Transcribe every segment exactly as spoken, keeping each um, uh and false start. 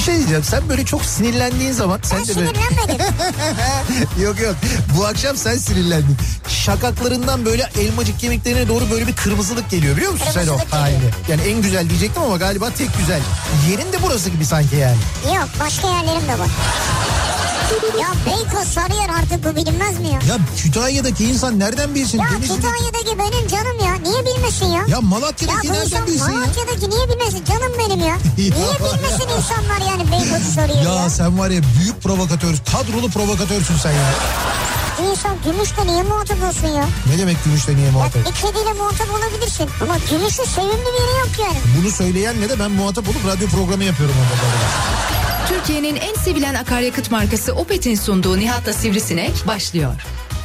şey diyeceğim, sen böyle çok sinirlendiğin zaman sen ben de böyle... sinirlenmedim. Yok yok, bu akşam sen sinirlendin. Şakaklarından böyle elmacık kemiklerine doğru böyle bir kırmızılık geliyor, biliyor musun sen o halini? Yani en güzel diyecektim ama galiba tek güzel. Yerin de burası gibi sanki yani. Yok, başka yerlerim de var. Ya Beykoz, Sarıyer, artık bu bilinmez mi ya? Ya Kütahya'daki insan nereden bilsin? Ya Denizli... Kütahya'daki benim canım ya. Niye bilmesin ya? Ya Malatya'daki ya nereden bilsin ya? Malatya'daki niye bilmesin? Canım benim ya. Niye bilmesin insanlar yani Beykoz'u Sarıyer'i ya? Ya sen var ya büyük provokatör, kadrolu provokatörsün sen ya. İnsan gümüşle niye muhatap olsun ya? Ne demek gümüşle niye muhatap? Ya bir kediyle muhatap olabilirsin ama gümüşün sevimli bir yeri yok yani. Bunu söyleyenle de ben muhatap olup radyo programı yapıyorum orada. Türkiye'nin en sevilen akaryakıt markası Opet'in sunduğu Nihat'la Sivrisinek başlıyor.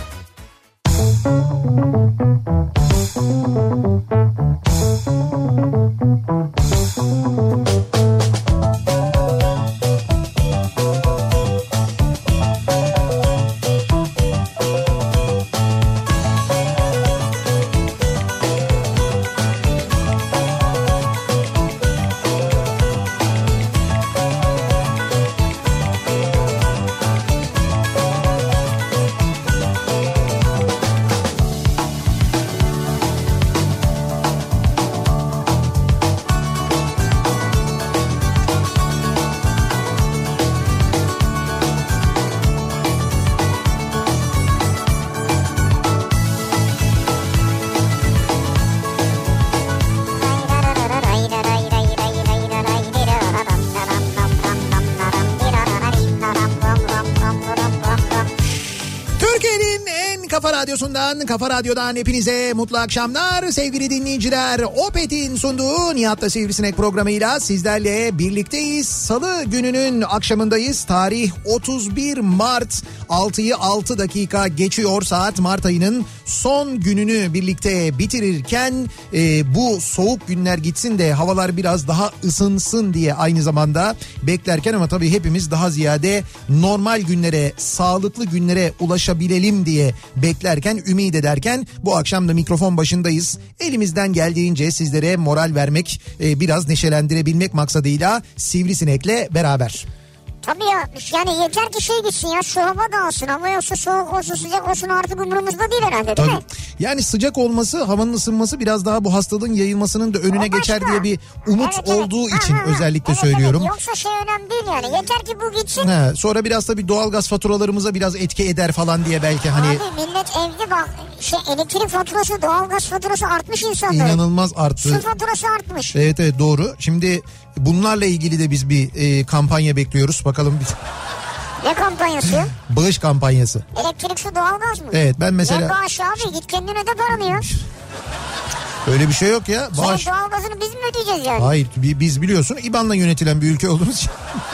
Radyosu'ndan, Kafa Radyo'dan hepinize mutlu akşamlar sevgili dinleyiciler. Opet'in sunduğu Nihat'la Sivrisinek programıyla sizlerle birlikteyiz. Salı gününün akşamındayız. Tarih otuz bir Mart, altıyı altı dakika geçiyor saat. Mart ayının son gününü birlikte bitirirken e, bu soğuk günler gitsin de havalar biraz daha ısınsın diye aynı zamanda beklerken, ama tabii hepimiz daha ziyade normal günlere, sağlıklı günlere ulaşabilelim diye beklerken, ümit ederken bu akşam da mikrofon başındayız. Elimizden geldiğince sizlere moral vermek, e, biraz neşelendirebilmek maksadıyla Sivrisinek'le beraber. Tabii ya, yani yeter ki şey gitsin ya, şu hava dağılsın, hava yoksa soğuk olsun sıcak olsun artık umurumuzda değil herhalde, değil Tabii. mi? Yani sıcak olması, havanın ısınması biraz daha bu hastalığın yayılmasının da önüne geçer diye bir umut evet, evet. olduğu Ha, için ha, ha. özellikle evet, söylüyorum. Evet. Yoksa şey önemli değil yani, yeter ki bu gitsin. He, sonra biraz da bir doğalgaz faturalarımıza biraz etki eder falan diye belki hani. Abi millet evde bak, şey elektrik faturası, doğalgaz faturası artmış insanların. İnanılmaz arttı. Su faturası artmış. Evet evet doğru. Şimdi bunlarla ilgili de biz bir e, kampanya bekliyoruz. Bakalım. Ne kampanyası? Bağış kampanyası. Elektrik, su, doğalgaz mı? Evet, ben mesela. Ne bağış abi, git kendine de paranı ya. Öyle bir şey yok ya. Bağış... Senin doğalgazını biz mi ödeyeceğiz yani? Hayır, biz biliyorsun İ B A N'la yönetilen bir ülke olduğumuz için.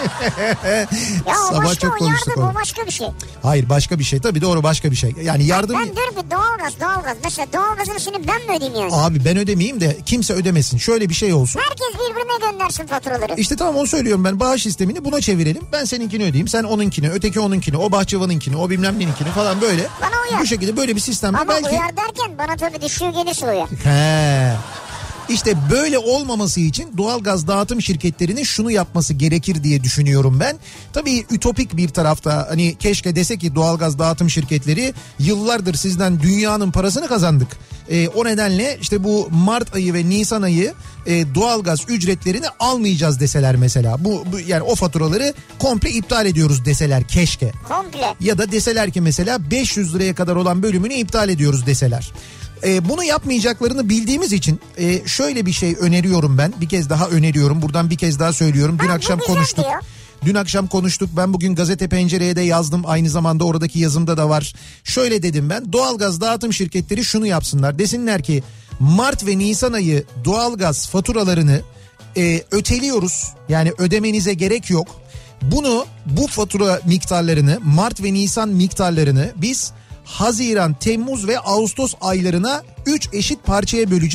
Ya o Sabah başka, çok o konuştuk yardım, onu. o başka bir şey. Hayır, başka bir şey tabii, doğru, başka bir şey. Yani yardım. Ben diyorum ki doğalgaz, doğalgaz. Mesela doğalgazını şimdi ben mi ödeyeyim yani? Abi ben ödemeyeyim de kimse ödemesin. Şöyle bir şey olsun. Herkes birbirine göndersin faturaları. İşte tamam, onu söylüyorum ben. Bağış sistemini buna çevirelim. Ben seninkini ödeyeyim, sen onunkini, öteki onunkini, o bahçıvanınkini, o bilmem neninkini falan böyle. Bana uyar. Bu şekilde böyle bir sistemle ama belki. Ama uyar derken bana tabii düşüyor gelirse uyar. He. İşte böyle olmaması için doğalgaz dağıtım şirketlerinin şunu yapması gerekir diye düşünüyorum ben. Tabii ütopik bir tarafta, hani keşke dese ki doğalgaz dağıtım şirketleri, yıllardır sizden dünyanın parasını kazandık. E, o nedenle işte bu Mart ayı ve Nisan ayı e, doğalgaz ücretlerini almayacağız deseler mesela. Bu, bu yani o faturaları komple iptal ediyoruz deseler keşke. Komple. Ya da deseler ki mesela beş yüz liraya kadar olan bölümünü iptal ediyoruz deseler. E, bunu yapmayacaklarını bildiğimiz için e, şöyle bir şey öneriyorum ben. Bir kez daha öneriyorum. Buradan bir kez daha söylüyorum. Dün ha, akşam konuştuk. Diyor. Dün akşam konuştuk. Ben bugün Gazete Pencere'ye de yazdım. Aynı zamanda oradaki yazımda da var. Şöyle dedim ben. Doğalgaz dağıtım şirketleri şunu yapsınlar. Desinler ki Mart ve Nisan ayı doğalgaz faturalarını e, öteliyoruz. Yani ödemenize gerek yok. Bunu, bu fatura miktarlarını, Mart ve Nisan miktarlarını biz Haziran, Temmuz ve Ağustos aylarına üç eşit parçaya böleceğiz.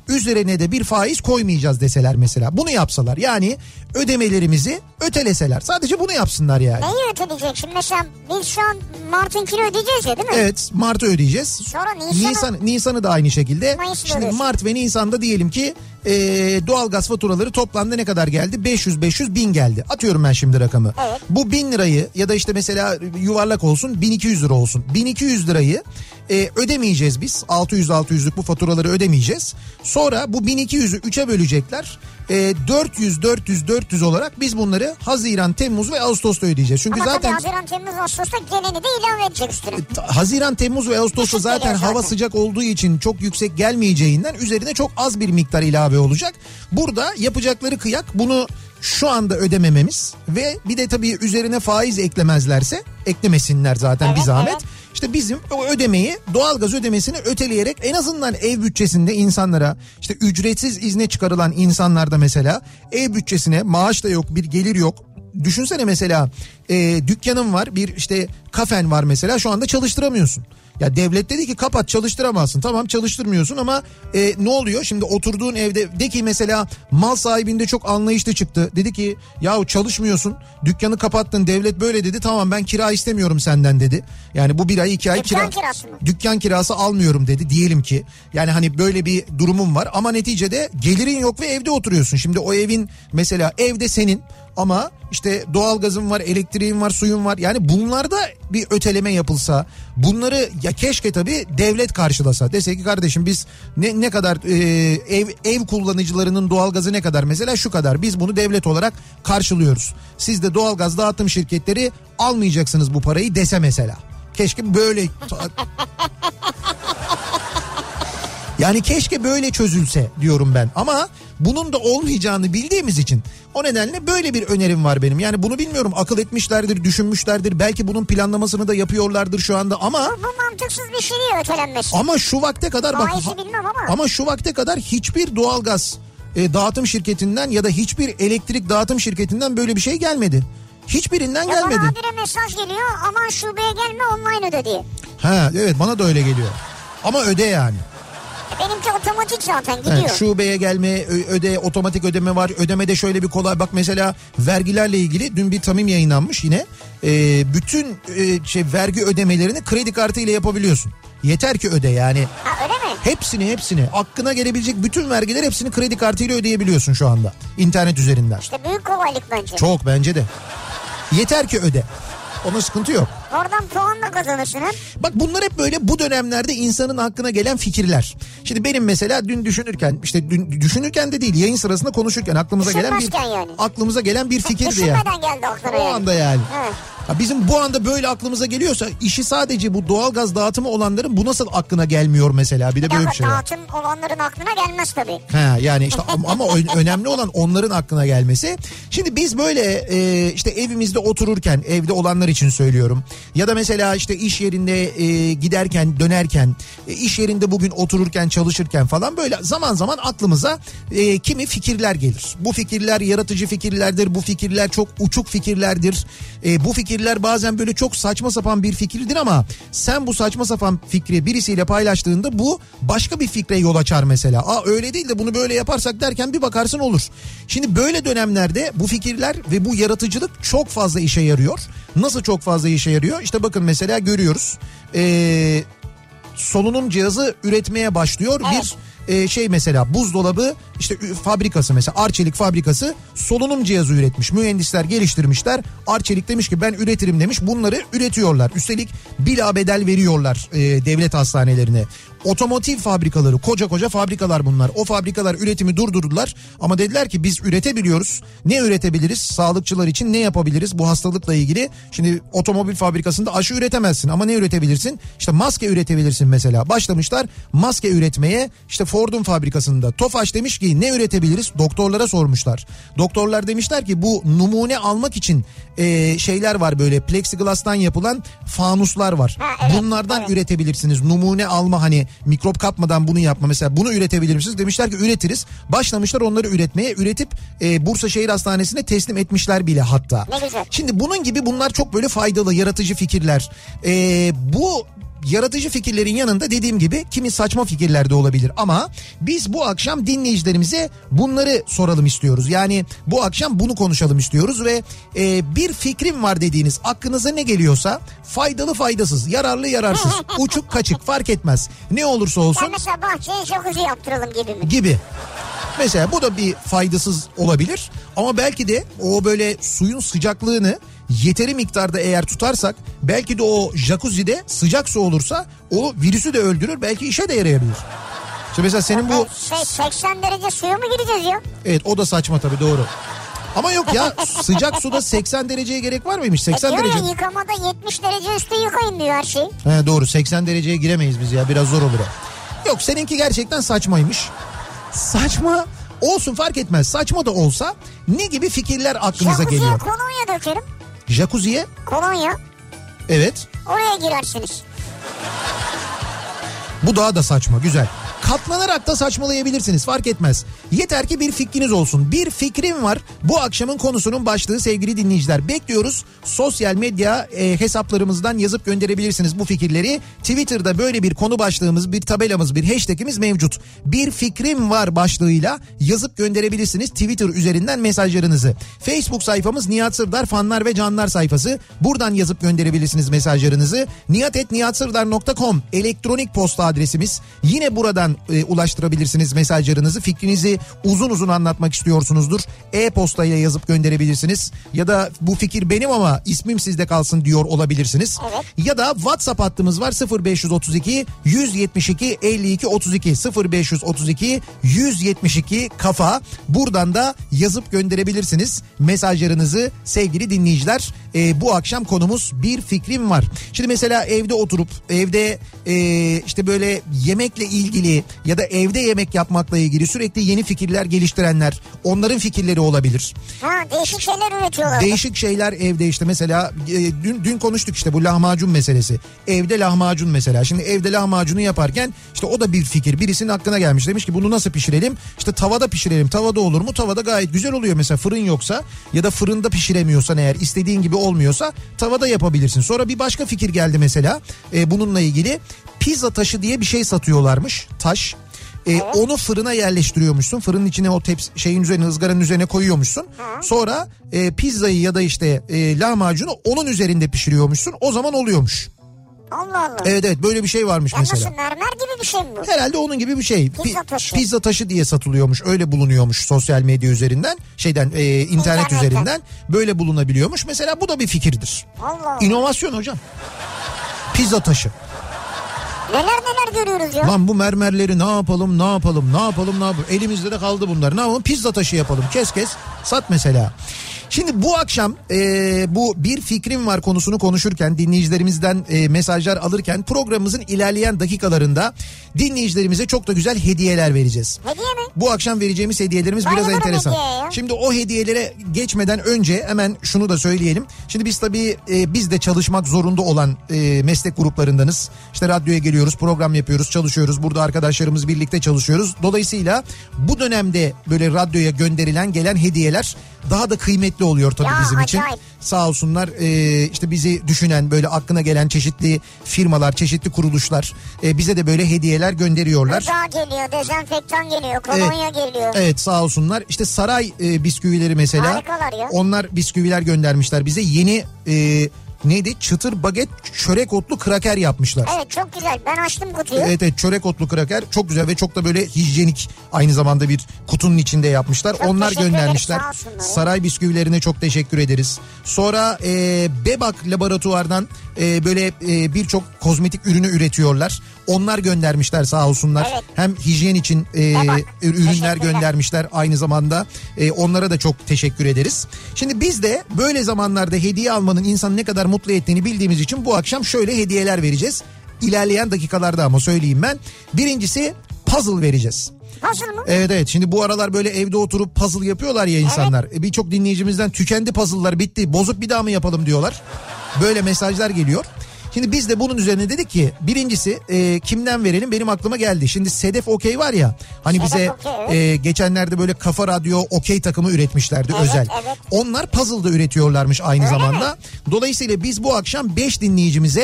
üzerine de bir faiz koymayacağız deseler mesela. Bunu yapsalar yani ödemelerimizi öteleseler. Sadece bunu yapsınlar yani. Neyi öteleyecek? Şimdi mesela biz şu an Mart'ınkini ödeyeceğiz ya değil mi? Evet, Mart'ı ödeyeceğiz. Sonra Nisan'ı... Nisan, Nisan'ı da aynı şekilde. Mayıs'ı Şimdi ödüyorsun. Mart ve Nisan'da diyelim ki e, doğalgaz faturaları toplamda ne kadar geldi? beş yüz beş yüz bin geldi. Atıyorum ben şimdi rakamı. Evet. Bu bin lirayı ya da işte mesela yuvarlak olsun bin iki yüz lira olsun. bin iki yüz lirayı e, ödemeyeceğiz biz. altı yüz altı yüzlük bu faturaları ödemeyeceğiz. Sonra bu bin iki yüzü üçe bölecekler. E, dört yüz dört yüz dört yüz olarak biz bunları Haziran, Temmuz ve Ağustos'ta ödeyeceğiz. Çünkü Ama zaten tabii Haziran, Temmuz, Ağustos'ta geleni de ilave edecek üstüne. Haziran, Temmuz ve Ağustos'ta zaten hava sıcak olduğu için çok yüksek gelmeyeceğinden üzerine çok az bir miktar ilave olacak. Burada yapacakları kıyak bunu şu anda ödemememiz ve bir de tabii üzerine faiz eklemezlerse, eklemesinler zaten evet, bir zahmet. Evet. İşte bizim o ödemeyi, doğalgaz ödemesini öteleyerek en azından ev bütçesinde insanlara, işte ücretsiz izne çıkarılan insanlarda mesela ev bütçesine maaş da yok, bir gelir yok. Düşünsene mesela e, dükkanın var, bir işte kafen var mesela, şu anda çalıştıramıyorsun. Ya devlet dedi ki kapat, çalıştıramazsın. Tamam, çalıştırmıyorsun ama e, ne oluyor? Şimdi oturduğun evde de ki mesela mal sahibinde çok anlayışlı çıktı. Dedi ki yahu çalışmıyorsun, dükkanı kapattın, devlet böyle dedi, tamam ben kira istemiyorum senden dedi. Yani bu bir ay iki ay dükkan kira, kirası mı? Dükkan kirası almıyorum dedi diyelim ki. Yani hani böyle bir durumum var ama neticede gelirin yok ve evde oturuyorsun. Şimdi o evin mesela evde senin ama işte doğalgazın var, elektriğin var, suyun var. Yani bunlarda bir öteleme yapılsa, bunları ya keşke tabii devlet karşılasa. Dese ki kardeşim biz ne ne kadar e, ev ev kullanıcılarının doğalgazı ne kadar, mesela şu kadar, biz bunu devlet olarak karşılıyoruz. Siz de doğalgaz dağıtım şirketleri almayacaksınız bu parayı dese mesela. Keşke böyle yani keşke böyle çözülse diyorum ben, ama bunun da olmayacağını bildiğimiz için o nedenle böyle bir önerim var benim. Yani bunu bilmiyorum, akıl etmişlerdir, düşünmüşlerdir, belki bunun planlamasını da yapıyorlardır şu anda ama... Bu, bu mantıksız bir şey değil ötelenmesi. Ama şu vakte kadar bak... Faizi bilmem ama. Ama şu vakte kadar hiçbir doğalgaz e, dağıtım şirketinden ya da hiçbir elektrik dağıtım şirketinden böyle bir şey gelmedi. Hiçbirinden ya gelmedi. Bana habire mesaj geliyor, aman şubeye gelme online öde diye. Ha evet, bana da öyle geliyor. Ama öde yani. Benimki otomatik zaten gidiyor. Evet, şubeye gelme, öde, otomatik ödeme var. Ödemede şöyle bir kolay, bak mesela vergilerle ilgili dün bir tamim yayınlanmış yine. Ee, bütün e, şey vergi ödemelerini kredi kartı ile yapabiliyorsun. Yeter ki öde yani. Ha öyle mi? Hepsini hepsini aklına gelebilecek bütün vergiler, hepsini kredi kartıyla ödeyebiliyorsun şu anda internet üzerinden. İşte büyük kolaylık bence. Çok, bence de. Yeter ki öde. Ona sıkıntı yok. Oradan puan da kazanırsın hep. Bak bunlar hep böyle bu dönemlerde insanın aklına gelen fikirler. Şimdi benim mesela dün düşünürken, işte dün düşünürken de değil, yayın sırasında konuşurken aklımıza gelen bir yani. aklımıza gelen bir fikirdi ya. Düşünmeden geldi aklına O yani. anda yani. Evet. Ya bizim bu anda böyle aklımıza geliyorsa, işi sadece bu doğalgaz dağıtımı olanların bu nasıl aklına gelmiyor mesela, bir de böyle bir şey var. Dağıtım olanların aklına gelmez tabii. Ha yani işte ama, ama önemli olan onların aklına gelmesi. Şimdi biz böyle e, işte evimizde otururken, evde olanlar için söylüyorum. Ya da mesela işte iş yerinde e, giderken, dönerken, e, iş yerinde bugün otururken, çalışırken falan böyle zaman zaman aklımıza e, kimi fikirler gelir. Bu fikirler yaratıcı fikirlerdir. Bu fikirler çok uçuk fikirlerdir. E, bu fikirler bazen böyle çok saçma sapan bir fikirdir ama sen bu saçma sapan fikri birisiyle paylaştığında bu başka bir fikre yol açar mesela. Aa öyle değil de bunu böyle yaparsak derken bir bakarsın olur. Şimdi böyle dönemlerde bu fikirler ve bu yaratıcılık çok fazla işe yarıyor. Nasıl çok fazla işe yarıyor? İşte bakın mesela görüyoruz. Eee solunum cihazı üretmeye başlıyor. Evet. Bir e, şey mesela buzdolabı işte fabrikası, mesela Arçelik fabrikası solunum cihazı üretmiş. Mühendisler geliştirmişler. Arçelik demiş ki ben üretirim demiş. Bunları üretiyorlar. Üstelik bilabedel veriyorlar e, devlet hastanelerine. Otomotiv fabrikaları, koca koca fabrikalar bunlar. O fabrikalar üretimi durdurdular ama dediler ki biz üretebiliyoruz. Ne üretebiliriz? Sağlıkçılar için ne yapabiliriz bu hastalıkla ilgili? Şimdi otomobil fabrikasında aşı üretemezsin ama ne üretebilirsin? İşte maske üretebilirsin mesela. Başlamışlar maske üretmeye. İşte Ford'un fabrikasında. Tofaş demiş ki ne üretebiliriz? Doktorlara sormuşlar. Doktorlar demişler ki bu numune almak için e, şeyler var, böyle plexiglas'tan yapılan fanuslar var. Ha, evet, bunlardan evet. üretebilirsiniz. Numune alma, hani mikrop kapmadan bunu yapma. Mesela bunu üretebilir misiniz? Demişler ki üretiriz. Başlamışlar onları üretmeye. Üretip e, Bursa Şehir Hastanesi'ne teslim etmişler bile hatta. Ne güzel. Şimdi bunun gibi bunlar çok böyle faydalı, yaratıcı fikirler. E, bu yaratıcı fikirlerin yanında dediğim gibi kimi saçma fikirler de olabilir. Ama biz bu akşam dinleyicilerimize bunları soralım istiyoruz. Yani bu akşam bunu konuşalım istiyoruz ve e, bir fikrim var dediğiniz, aklınıza ne geliyorsa, faydalı faydasız, yararlı yararsız, uçuk kaçık fark etmez. Ne olursa olsun. Ya mesela bahçeye jacuzzi yaptıralım gibi mi? Gibi. Mesela bu da bir faydasız olabilir ama belki de o böyle suyun sıcaklığını yeteri miktarda eğer tutarsak belki de o jacuzzi'de sıcak su olursa o virüsü de öldürür, belki işe de yarayabilir. İşte mesela senin bu... Şey, seksen derece suya mı gireceğiz ya? Evet, o da saçma tabii, doğru. Ama yok ya, sıcak suda seksen dereceye gerek var mıymış? seksen e derece. Ya, yıkamada yetmiş derece üstü yıkayın diyor her şeyi. He, doğru, seksen dereceye giremeyiz biz ya, biraz zor olur o. Yok, seninki gerçekten saçmaymış. Saçma olsun, fark etmez. Saçma da olsa ne gibi fikirler aklınıza Jacuzzi'ye geliyor? kolonya dökerim. Jacuzzi'ye? Kolonya. Evet. Oraya girersiniz. Bu daha da saçma, güzel. Katlanarak da saçmalayabilirsiniz, fark etmez. Yeter ki bir fikriniz olsun. Bir fikrim var. Bu akşamın konusunun başlığı sevgili dinleyiciler. Bekliyoruz. Sosyal medya e, hesaplarımızdan yazıp gönderebilirsiniz bu fikirleri. Twitter'da böyle bir konu başlığımız, bir tabelamız, bir hashtagimiz mevcut. Bir fikrim var başlığıyla yazıp gönderebilirsiniz Twitter üzerinden mesajlarınızı. Facebook sayfamız Nihat Sırdar fanlar ve canlar sayfası. Buradan yazıp gönderebilirsiniz mesajlarınızı. nihat et nihat sırdar nokta com elektronik posta adresimiz. Yine buradan e, ulaştırabilirsiniz mesajlarınızı. Fikrinizi uzun uzun anlatmak istiyorsunuzdur. E-postayla yazıp gönderebilirsiniz. Ya da bu fikir benim ama ismim sizde kalsın diyor olabilirsiniz. Evet. Ya da WhatsApp hattımız var sıfır beş otuz iki yüz yetmiş iki elli iki otuz iki sıfır beş otuz iki yüz yetmiş iki kafa. Buradan da yazıp gönderebilirsiniz mesajlarınızı sevgili dinleyiciler. E, bu akşam konumuz bir fikrim var. Şimdi mesela evde oturup evde e, işte böyle yemekle ilgili ya da evde yemek yapmakla ilgili sürekli yeni fikirler geliştirenler, onların fikirleri olabilir. Ha, değişik şeyler üretiyorlar. Değişik şeyler evde, işte mesela e, dün, dün konuştuk işte bu lahmacun meselesi. Evde lahmacun mesela. Şimdi evde lahmacunu yaparken işte o da bir fikir. Birisinin aklına gelmiş, demiş ki bunu nasıl pişirelim? İşte tavada pişirelim. Tavada olur mu? Tavada gayet güzel oluyor mesela, fırın yoksa ya da fırında pişiremiyorsan, eğer istediğin gibi olmuyorsa tavada yapabilirsin. Sonra bir başka fikir geldi mesela e, bununla ilgili. Pizza taşı diye bir şey satıyorlarmış, taş. Ee, evet. Onu fırına yerleştiriyormuşsun. Fırının içine o teps şeyin üzerine, ızgaranın üzerine koyuyormuşsun. Hı. Sonra e, pizzayı ya da işte e, lahmacunu onun üzerinde pişiriyormuşsun. O zaman oluyormuş. Allah Allah. Evet evet, böyle bir şey varmış ya mesela. Nasıl, mermer gibi bir şey mi bu? Herhalde onun gibi bir şey. Pizza taşı. Pizza taşı diye satılıyormuş. Öyle bulunuyormuş sosyal medya üzerinden. Şeyden e, internet İnternetten. üzerinden böyle bulunabiliyormuş. Mesela bu da bir fikirdir. Allah Allah. İnovasyon hocam. Pizza taşı. Neler neler görüyoruz ya. Lan bu mermerleri ne yapalım ne yapalım ne yapalım ne yapalım. Elimizde de kaldı bunlar. Ne yapalım? Pizza taşı yapalım. Kes kes sat mesela. Şimdi bu akşam e, bu bir fikrim var konusunu konuşurken, dinleyicilerimizden e, mesajlar alırken programımızın ilerleyen dakikalarında dinleyicilerimize çok da güzel hediyeler vereceğiz. Hediye mi? Bu akşam vereceğimiz hediyelerimiz biraz enteresan. Şimdi o hediyelere geçmeden önce hemen şunu da söyleyelim. Şimdi biz tabii e, biz de çalışmak zorunda olan e, meslek gruplarındanız. İşte radyoya geliyoruz, program yapıyoruz, çalışıyoruz. Burada arkadaşlarımız birlikte çalışıyoruz. Dolayısıyla bu dönemde böyle radyoya gönderilen gelen hediyeler daha da kıymetli oluyor tabii ya, bizim acayip. için. Sağ olsunlar e, işte bizi düşünen, böyle aklına gelen çeşitli firmalar, çeşitli kuruluşlar e, bize de böyle hediyeler gönderiyorlar. Gıda geliyor, dezenfektan geliyor, kolonya evet, geliyor. Evet, sağ olsunlar. İşte saray e, bisküvileri mesela. Harikalar ya. Onlar bisküviler göndermişler bize. Yeni e, neydi? Çıtır baget çörek otlu kraker yapmışlar. Evet, çok güzel. Ben açtım kutuyu. Evet evet, çörek otlu kraker çok güzel ve çok da böyle hijyenik, aynı zamanda bir kutunun içinde yapmışlar. Çok onlar göndermişler. Saray bisküvilerine çok teşekkür ederiz. Sonra e, Bebak laboratuvardan e, böyle e, birçok kozmetik ürünü üretiyorlar. Onlar göndermişler sağ olsunlar. Evet. Hem hijyen için e, ürünler göndermişler aynı zamanda. E, onlara da çok teşekkür ederiz. Şimdi biz de böyle zamanlarda hediye almanın insanı ne kadar mutlu ettiğini bildiğimiz için bu akşam şöyle hediyeler vereceğiz. İlerleyen dakikalarda ama söyleyeyim ben. Birincisi puzzle vereceğiz. Puzzle mı? Evet evet, şimdi bu aralar böyle evde oturup puzzle yapıyorlar ya insanlar. Evet. E, birçok dinleyicimizden tükendi puzzle'lar, bitti, bozuk, bir daha mı yapalım diyorlar. Böyle mesajlar geliyor. Şimdi biz de bunun üzerine dedik ki birincisi e, kimden verelim, benim aklıma geldi. Şimdi Sedef Okey var ya hani Sedef bize okay, evet. e, geçenlerde böyle Kafa Radyo okey takımı üretmişlerdi evet, özel. Evet. Onlar puzzle da üretiyorlarmış aynı Öyle zamanda. Mi? Dolayısıyla biz bu akşam beş dinleyicimize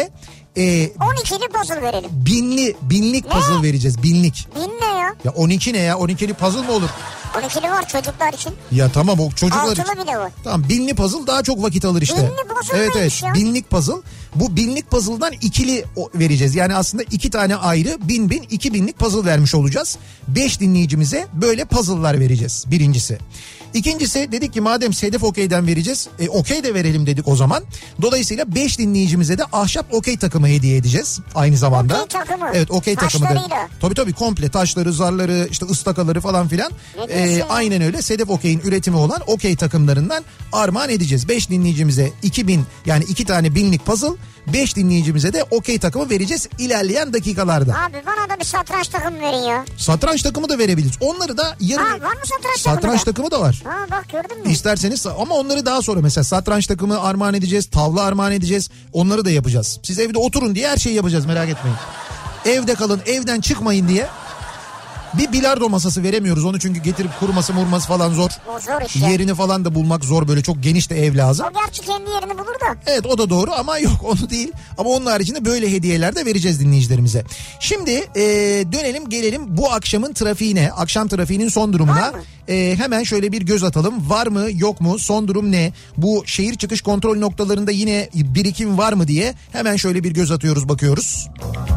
E, on ikili puzzle verelim. Binli, binlik Ne? puzzle vereceğiz. Binlik. Bin ne ya? Ya on iki ne ya? on ikili puzzle mı olur? on ikili var çocuklar için. Ya tamam o çocuklar Altılı için. bile var. Tamam binli puzzle daha çok vakit alır işte. Binli puzzle Evet neymiş evet ya? binlik puzzle. Bu binlik puzzle'dan ikili o- vereceğiz. Yani aslında iki tane ayrı bin bin iki binlik puzzle vermiş olacağız. Beş dinleyicimize böyle puzzle'lar vereceğiz birincisi. İkincisi dedik ki madem sedef okeyden vereceğiz e, okey de verelim dedik o zaman. Dolayısıyla beş dinleyicimize de ahşap okey takımı hediye edeceğiz aynı zamanda. Okey takımı. Evet okey takımı da. Taşlarıyla. Tabii tabii komple taşları, zarları, işte ıstakaları falan filan. Ne diyorsun ya? Aynen öyle. Sedef Okey'in üretimi olan okey takımlarından armağan edeceğiz. beş dinleyicimize iki bin yani iki tane binlik puzzle, beş dinleyicimize de okey takımı vereceğiz ilerleyen dakikalarda. Abi bana da bir satranç takımı verin ya. Satranç takımı da verebiliriz. Onları da yarın... Ha, var mı satranç takımı Satranç da? takımı da var. Ha bak gördün mü? İsterseniz ama onları daha sonra mesela satranç takımı armağan edeceğiz, tavla armağan edeceğiz. Onları da yapacağız. Siz evde oturun diye her şeyi yapacağız, merak etmeyin. Evde kalın, evden çıkmayın diye. Bir bilardo masası veremiyoruz onu çünkü getirip kurması murması falan zor. O zor iş ya. Yerini falan da bulmak zor, böyle çok geniş de ev lazım. O gerçi kendi yerini bulur da. Evet o da doğru ama yok onu değil. Ama onun haricinde böyle hediyeler de vereceğiz dinleyicilerimize. Şimdi e, dönelim gelelim bu akşamın trafiğine. Akşam trafiğinin son durumuna. Var mı? E, hemen şöyle bir göz atalım. Var mı yok mu, son durum ne? Bu şehir çıkış kontrol noktalarında yine birikim var mı diye hemen şöyle bir göz atıyoruz, bakıyoruz.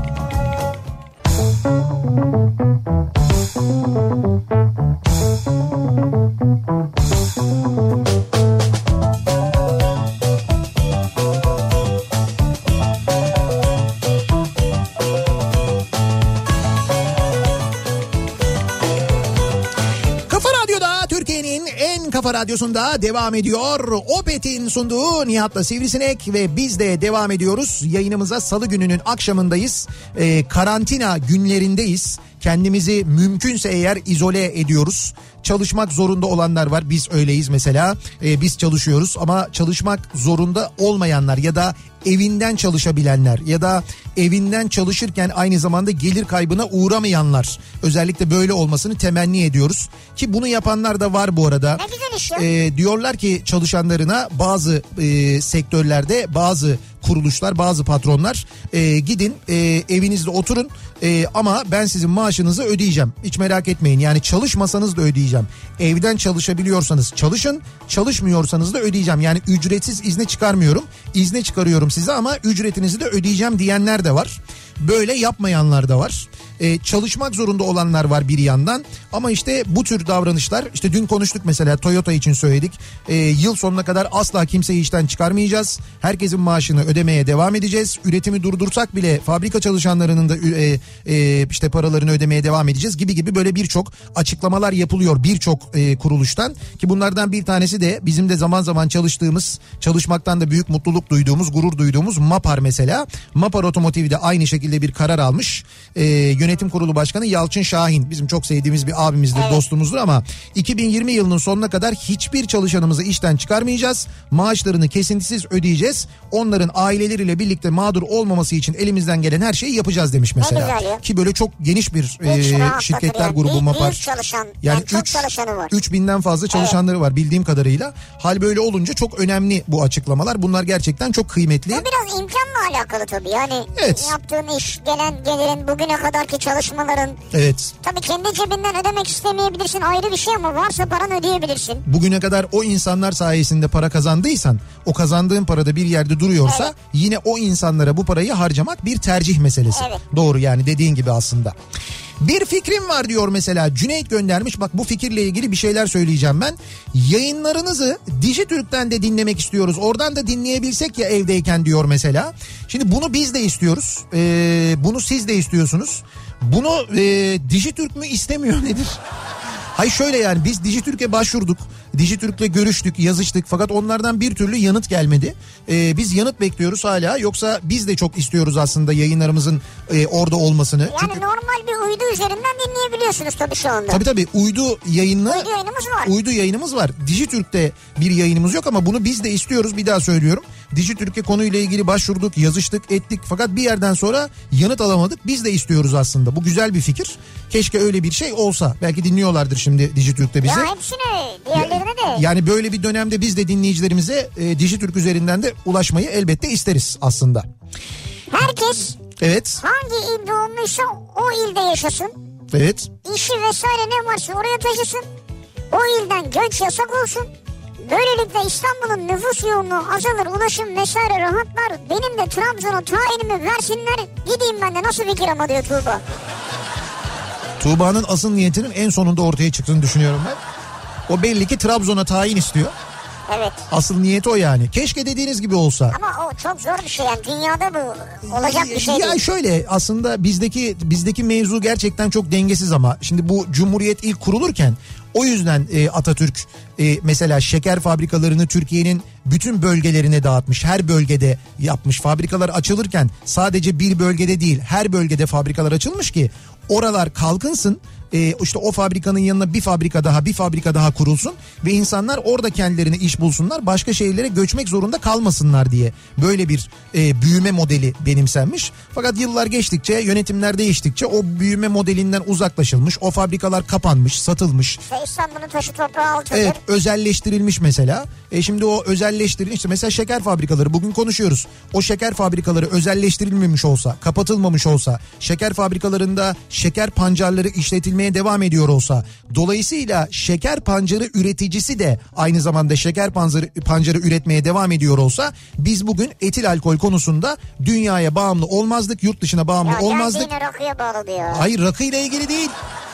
Kafa Radyosu'nda devam ediyor. Opet'in sunduğu Nihat'la Sivrisinek ve biz de devam ediyoruz. Yayınımıza salı gününün akşamındayız. Ee, karantina günlerindeyiz. Kendimizi mümkünse eğer izole ediyoruz. Çalışmak zorunda olanlar var. Biz öyleyiz mesela. Ee, biz çalışıyoruz ama çalışmak zorunda olmayanlar ya da evinden çalışabilenler ya da evinden çalışırken aynı zamanda gelir kaybına uğramayanlar. Özellikle böyle olmasını temenni ediyoruz. Ki bunu yapanlar da var bu arada. Ne güzel iş ya. Ee, diyorlar ki çalışanlarına bazı e, sektörlerde bazı kuruluşlar, bazı patronlar e, gidin e, evinizde oturun e, ama ben sizin maaşınızı ödeyeceğim. Hiç merak etmeyin, yani çalışmasanız da ödeyeceğim. Evden çalışabiliyorsanız çalışın, çalışmıyorsanız da ödeyeceğim. Yani ücretsiz izne çıkarmıyorum, izne çıkarıyorum size ama ücretinizi de ödeyeceğim diyenler de var. Böyle yapmayanlar da var. Ee, çalışmak zorunda olanlar var bir yandan ama işte bu tür davranışlar, işte dün konuştuk mesela, Toyota için söyledik. Ee, yıl sonuna kadar asla kimseyi işten çıkarmayacağız. Herkesin maaşını ödemeye devam edeceğiz. Üretimi durdursak bile fabrika çalışanlarının da e, e, işte paralarını ödemeye devam edeceğiz gibi gibi böyle birçok açıklamalar yapılıyor birçok e, kuruluştan. Ki bunlardan bir tanesi de bizim de zaman zaman çalıştığımız, çalışmaktan da büyük mutluluk duyduğumuz, gurur duyduğumuz Mapar mesela. Mapar Otomotiv de aynı şekilde bir karar almış. Ee, yönetim kurulu başkanı Yalçın Şahin bizim çok sevdiğimiz bir abimizdir, evet, dostumuzdur ama iki bin yirmi yılının sonuna kadar hiçbir çalışanımızı işten çıkarmayacağız. Maaşlarını kesintisiz ödeyeceğiz. Onların aileleriyle birlikte mağdur olmaması için elimizden gelen her şeyi yapacağız demiş mesela. Ki böyle çok geniş bir e, şirketler yani. grubu büyük, Mapar. Büyük çalışan, yani, yani çok üç, çalışanı var. üç binden fazla çalışanları, evet, var bildiğim kadarıyla. Hal böyle olunca çok önemli bu açıklamalar. Bunlar gerçekten çok kıymetli. Bu biraz imkanla alakalı tabii. Yani evet, yaptığın iş, gelen gelirin, bugüne kadarki çalışmaların. Evet. Tabii kendi cebinden ödemek istemeyebilirsin, ayrı bir şey, ama varsa paran ödeyebilirsin. Bugüne kadar o insanlar sayesinde para kazandıysan, o kazandığın parada bir yerde duruyorsa, evet, yine o insanlara bu parayı harcamak bir tercih meselesi. Evet. Doğru, yani dediğin gibi aslında. Bir fikrim var diyor mesela, Cüneyt göndermiş. Bak bu fikirle ilgili bir şeyler söyleyeceğim ben. Yayınlarınızı Dijitürk'ten de dinlemek istiyoruz. Oradan da dinleyebilsek ya evdeyken diyor mesela. Şimdi bunu biz de istiyoruz. Ee, bunu siz de istiyorsunuz. Bunu e, Dijitürk mü istemiyor nedir? Hayır şöyle, yani biz Dijitürk'e başvurduk. Dijitürk'le görüştük, yazıştık fakat onlardan bir türlü yanıt gelmedi. Ee, biz yanıt bekliyoruz hala. Yoksa biz de çok istiyoruz aslında yayınlarımızın e, orada olmasını. Yani Çünkü... normal bir uydu üzerinden dinleyebiliyorsunuz tabii şu anda. Tabii tabii uydu yayınla. Uydu yayınımız var. Uydu yayınımız var. Dijitürk'te bir yayınımız yok ama bunu biz de istiyoruz, bir daha söylüyorum. Dijitürk'e konuyla ilgili başvurduk, yazıştık, ettik fakat bir yerden sonra yanıt alamadık. Biz de istiyoruz aslında. Bu güzel bir fikir. Keşke öyle bir şey olsa. Belki dinliyorlardır şimdi Dijitürk'te bizi. Ya hepsine, diğerlerine de. Yani böyle bir dönemde biz de dinleyicilerimize e, Dijitürk üzerinden de ulaşmayı elbette isteriz aslında. Herkes Evet. hangi il doğumluysa o ilde yaşasın. Evet. İşi vesaire ne varsa oraya taşısın. O ilden göç yasak olsun. Böylelikle İstanbul'un nüfus yoğunluğu azalır, ulaşım vesaire rahatlar. Benim de Trabzon'a tayinimi versinler, gideyim ben de, nasıl fikir ama diyor Tuğba. Tuğba'nın asıl niyetinin en sonunda ortaya çıktığını düşünüyorum ben. O belli ki Trabzon'a tayin istiyor. Evet. Asıl niyeti o yani. Keşke dediğiniz gibi olsa. Ama o çok zor bir şey yani, dünyada bu olacak bir şey ya değil. şöyle, aslında bizdeki bizdeki mevzu gerçekten çok dengesiz ama şimdi bu Cumhuriyet ilk kurulurken o yüzden e, Atatürk e, mesela şeker fabrikalarını Türkiye'nin bütün bölgelerine dağıtmış. Her bölgede yapmış. Fabrikalar açılırken sadece bir bölgede değil, her bölgede fabrikalar açılmış ki oralar kalkınsın. Ee, işte o fabrikanın yanına bir fabrika daha bir fabrika daha kurulsun ve insanlar orada kendilerine iş bulsunlar, başka şehirlere göçmek zorunda kalmasınlar diye böyle bir e, büyüme modeli benimsenmiş. Fakat yıllar geçtikçe, yönetimler değiştikçe o büyüme modelinden uzaklaşılmış, o fabrikalar kapanmış, satılmış. İşte İstanbul'un taşı toprağı altıdır. Evet, özelleştirilmiş mesela. E şimdi o özelleştirilmiş, işte mesela şeker fabrikaları, bugün konuşuyoruz. O şeker fabrikaları özelleştirilmemiş olsa, kapatılmamış olsa, şeker fabrikalarında şeker pancarları işletilmeye devam ediyor olsa, dolayısıyla şeker pancarı üreticisi de aynı zamanda şeker pancarı, pancarı üretmeye devam ediyor olsa, biz bugün etil alkol konusunda dünyaya bağımlı olmazdık, yurt dışına bağımlı ya olmazdık. Ya rakıya bağlı diyor. Hayır, rakıyla ilgili değil.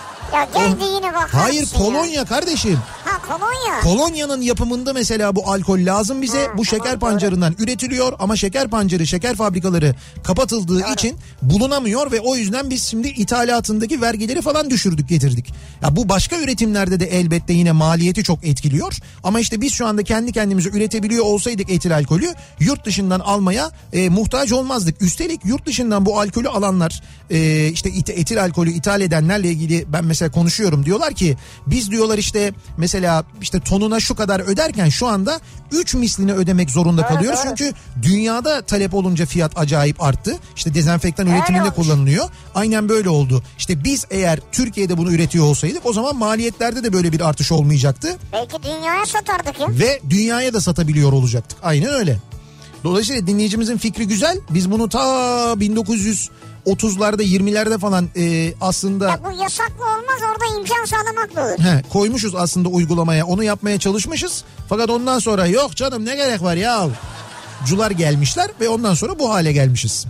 Ya geldi o, yine bakar hayır Polonya ya kardeşim. Ha Polonya. Polonya'nın yapımında mesela bu alkol lazım bize. Ha, bu şeker tamam, pancarından doğru. üretiliyor ama şeker pancarı, şeker fabrikaları kapatıldığı doğru. için bulunamıyor ve o yüzden biz şimdi ithalatındaki vergileri falan düşürdük, getirdik. Ya bu başka üretimlerde de elbette yine maliyeti çok etkiliyor. Ama işte biz şu anda kendi kendimize üretebiliyor olsaydık etil alkolü, yurt dışından almaya e, muhtaç olmazdık. Üstelik yurt dışından bu alkolü alanlar, e, işte it- etil alkolü ithal edenlerle ilgili ben mesela Mesela konuşuyorum, diyorlar ki biz diyorlar işte mesela işte tonuna şu kadar öderken şu anda üç mislini ödemek zorunda evet, kalıyoruz. Evet. Çünkü dünyada talep olunca fiyat acayip arttı. İşte dezenfektan evet, üretiminde olmuş. Kullanılıyor. Aynen böyle oldu. İşte biz eğer Türkiye'de bunu üretiyor olsaydık o zaman maliyetlerde de böyle bir artış olmayacaktı. Belki dünyaya satardık ya. Ve dünyaya da satabiliyor olacaktık. Aynen öyle. Dolayısıyla dinleyicimizin fikri güzel. Biz bunu ta bin dokuz yüz otuzlarda yirmilerde falan e, aslında... Ya bu yasaklı olmaz, orada imkan sağlamakla olur. He, koymuşuz aslında uygulamaya, onu yapmaya çalışmışız. Fakat ondan sonra yok canım ne gerek var ya. Cular gelmişler ve ondan sonra bu hale gelmişiz.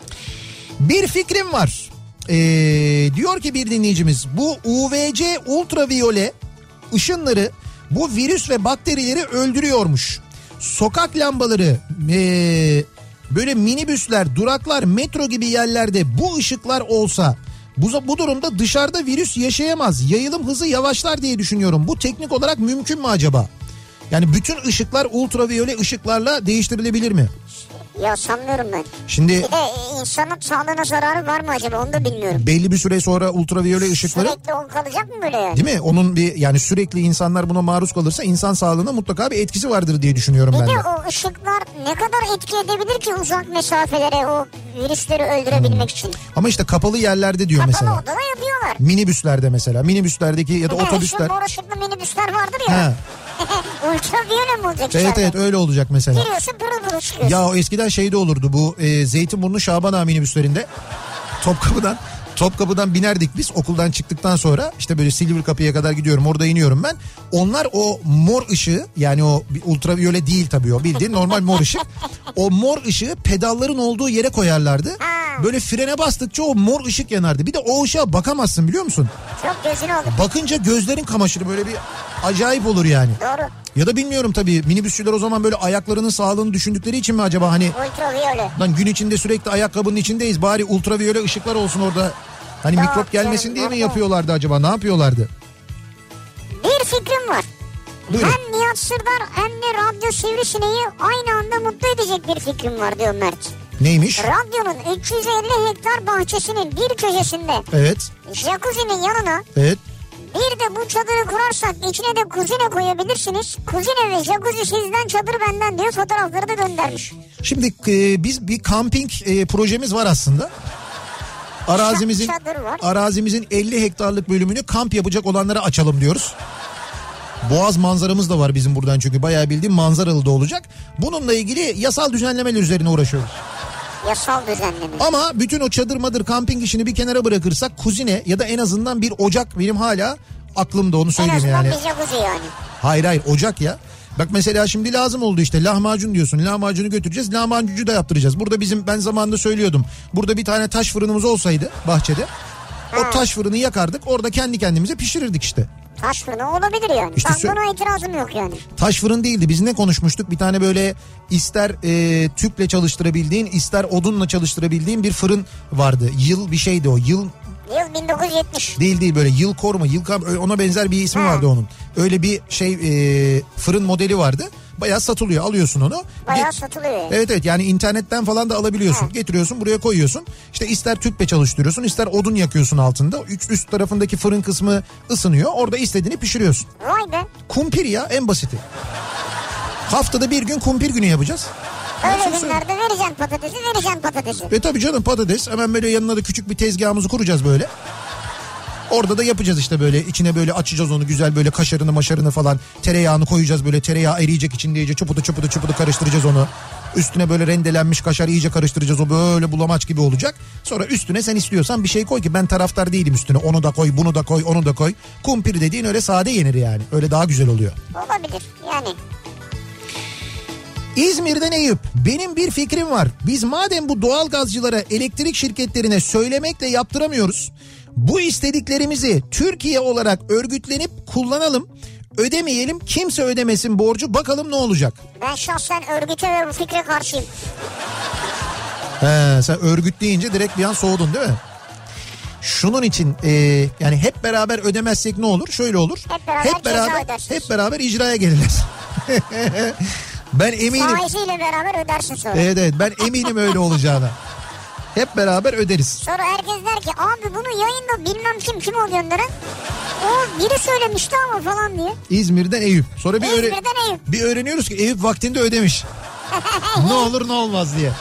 Bir fikrim var. Ee, diyor ki bir dinleyicimiz, bu U V C ultraviyole ışınları bu virüs ve bakterileri öldürüyormuş. Sokak lambaları... Ee, Böyle minibüsler, duraklar, metro gibi yerlerde bu ışıklar olsa, bu, bu durumda dışarıda virüs yaşayamaz, yayılım hızı yavaşlar diye düşünüyorum. Bu teknik olarak mümkün mü acaba? Yani bütün ışıklar ultraviyole ışıklarla değiştirilebilir mi? Ya sanmıyorum ben. Şimdi bir de insanın sağlığına zararı var mı acaba, onu da bilmiyorum. Belli bir süre sonra ultraviyole ışıkları... Sürekli o kalacak mı böyle yani? Değil mi? Onun bir, yani sürekli insanlar buna maruz kalırsa insan sağlığına mutlaka bir etkisi vardır diye düşünüyorum bir ben de. Bir de o ışıklar ne kadar etki edebilir ki uzak mesafelere o virüsleri öldürebilmek hmm. için? Ama işte kapalı yerlerde diyor kapalı mesela. Kapalı odada yapıyorlar. Minibüslerde mesela. Minibüslerdeki ya da evet, otobüsler. Şu mor ışıklı minibüsler vardır ya. Ultraviyole mi olacak? Evet evet öyle olacak mesela. Giriyorsun pırıl pırıl çıkıyorsun. Ya o eskiden şeyde olurdu bu e, Zeytinburnu Şaban Ağa minibüslerinde. Topkapı'dan Topkapı'dan binerdik biz okuldan çıktıktan sonra, işte böyle Silivri Kapı'ya kadar gidiyorum, orada iniyorum ben. Onlar o mor ışığı, yani o ultraviyole değil tabii, o bildiğin normal mor ışık. O mor ışığı pedalların olduğu yere koyarlardı. Böyle frene bastıkça o mor ışık yanardı. Bir de o ışığa bakamazsın, biliyor musun? Çok gözün olur. Bakınca gözlerin kamaşır, böyle bir acayip olur yani. Doğru. Ya da bilmiyorum tabii, minibüsçüler o zaman böyle ayaklarının sağlığını düşündükleri için mi acaba, hani ultraviyole. Lan gün içinde sürekli ayakkabının içindeyiz, bari ultraviyole ışıklar olsun orada. Hani tamam, mikrop gelmesin canım, diye mi yapıyorlardı acaba, ne yapıyorlardı? Bir fikrim var. Buyurun. Hem Nihat Sırdar hem de Radyo Sivrisineği aynı anda mutlu edecek bir fikrim var diyor Mert. Neymiş? Radyonun üç yüz elli hektar bahçesinin bir köşesinde. Evet. Jacuzzi'nin yanına. Evet. Bir de bu çadırı kurarsak içine de kuzine koyabilirsiniz. Kuzine ve jacuzzi sizden, çadır benden diyor, fotoğrafları da göndermiş. Şimdi e, biz bir kamping e, projemiz var aslında. Arazimizin arazimizin elli hektarlık bölümünü kamp yapacak olanlara açalım diyoruz. Boğaz manzaramız da var bizim buradan, çünkü bayağı bildiğim manzaralı da olacak. Bununla ilgili yasal düzenlemeler üzerine uğraşıyoruz. Yasal düzenleme. Ama bütün o çadır madır kamping işini bir kenara bırakırsak kuzine ya da en azından bir ocak benim hala aklımda, onu söyleyeyim yani. En azından bir jacuzzi yani. Hayır hayır ocak ya. Bak mesela şimdi lazım oldu işte lahmacun diyorsun. Lahmacunu götüreceğiz. Lahmacuncu da yaptıracağız. Burada bizim, ben zamanında söylüyordum. Burada bir tane taş fırınımız olsaydı bahçede. Ha. O taş fırını yakardık. Orada kendi kendimize pişirirdik işte. Taş fırını olabilir yani. İşte ben sö- buna itirazım yok yani. Taş fırın değildi. Biz ne konuşmuştuk? Bir tane böyle ister e, tüple çalıştırabildiğin, ister odunla çalıştırabildiğin bir fırın vardı. Yıl bir şeydi o. Yıl Yıl bin dokuz yüz yetmiş. Değil değil böyle yıl koruma, yıl kam, ona benzer bir ismi ha. vardı onun. Öyle bir şey e, fırın modeli vardı. Bayağı satılıyor, alıyorsun onu. Bayağı Get- satılıyor. Evet evet yani internetten falan da alabiliyorsun. Ha. Getiriyorsun buraya koyuyorsun. İşte ister tüple çalıştırıyorsun, ister odun yakıyorsun altında. Üst, üst tarafındaki fırın kısmı ısınıyor. Orada istediğini pişiriyorsun. Vay be. Kumpir ya, en basiti. Haftada bir gün kumpir günü yapacağız. Öyle günlerde vereceksin patatesi, vereceksin patatesi. Ve tabii canım patates. Hemen böyle yanına da küçük bir tezgahımızı kuracağız böyle. Orada da yapacağız işte böyle, içine böyle açacağız onu güzel, böyle kaşarını maşarını falan, tereyağını koyacağız, böyle tereyağı eriyecek içinde, iyice çupudu çupudu çupudu karıştıracağız onu. Üstüne böyle rendelenmiş kaşar iyice karıştıracağız, o böyle bulamaç gibi olacak. Sonra üstüne sen istiyorsan bir şey koy ki ben taraftar değilim üstüne, onu da koy bunu da koy onu da koy. Kumpir dediğin öyle sade yenir yani, öyle daha güzel oluyor. Olabilir yani. İzmir'den Eyüp, benim bir fikrim var. Biz madem bu doğalgazcılara, elektrik şirketlerine söylemekle yaptıramıyoruz, bu istediklerimizi Türkiye olarak örgütlenip kullanalım. Ödemeyelim, kimse ödemesin borcu, bakalım ne olacak. Ben şahsen örgüte ve bu fikre karşıyım. He, sen örgüt deyince direkt bir an soğudun değil mi? Şunun için e, yani hep beraber ödemezsek ne olur? Şöyle olur. Hep beraber, hep beraber, hep beraber icraya gelirler. Ben eminim. Faiziyle beraber ödersin sonra. Evet evet, ben eminim öyle olacağına. Hep beraber öderiz. Sonra herkes der ki abi bunu yayında bilmem kim kim o gönderen. O biri söylemişti ama falan diye. İzmir'den Eyüp. Sonra bir, İzmir'den öğre- Eyüp. bir öğreniyoruz ki Eyüp vaktinde ödemiş. Ne olur ne olmaz diye.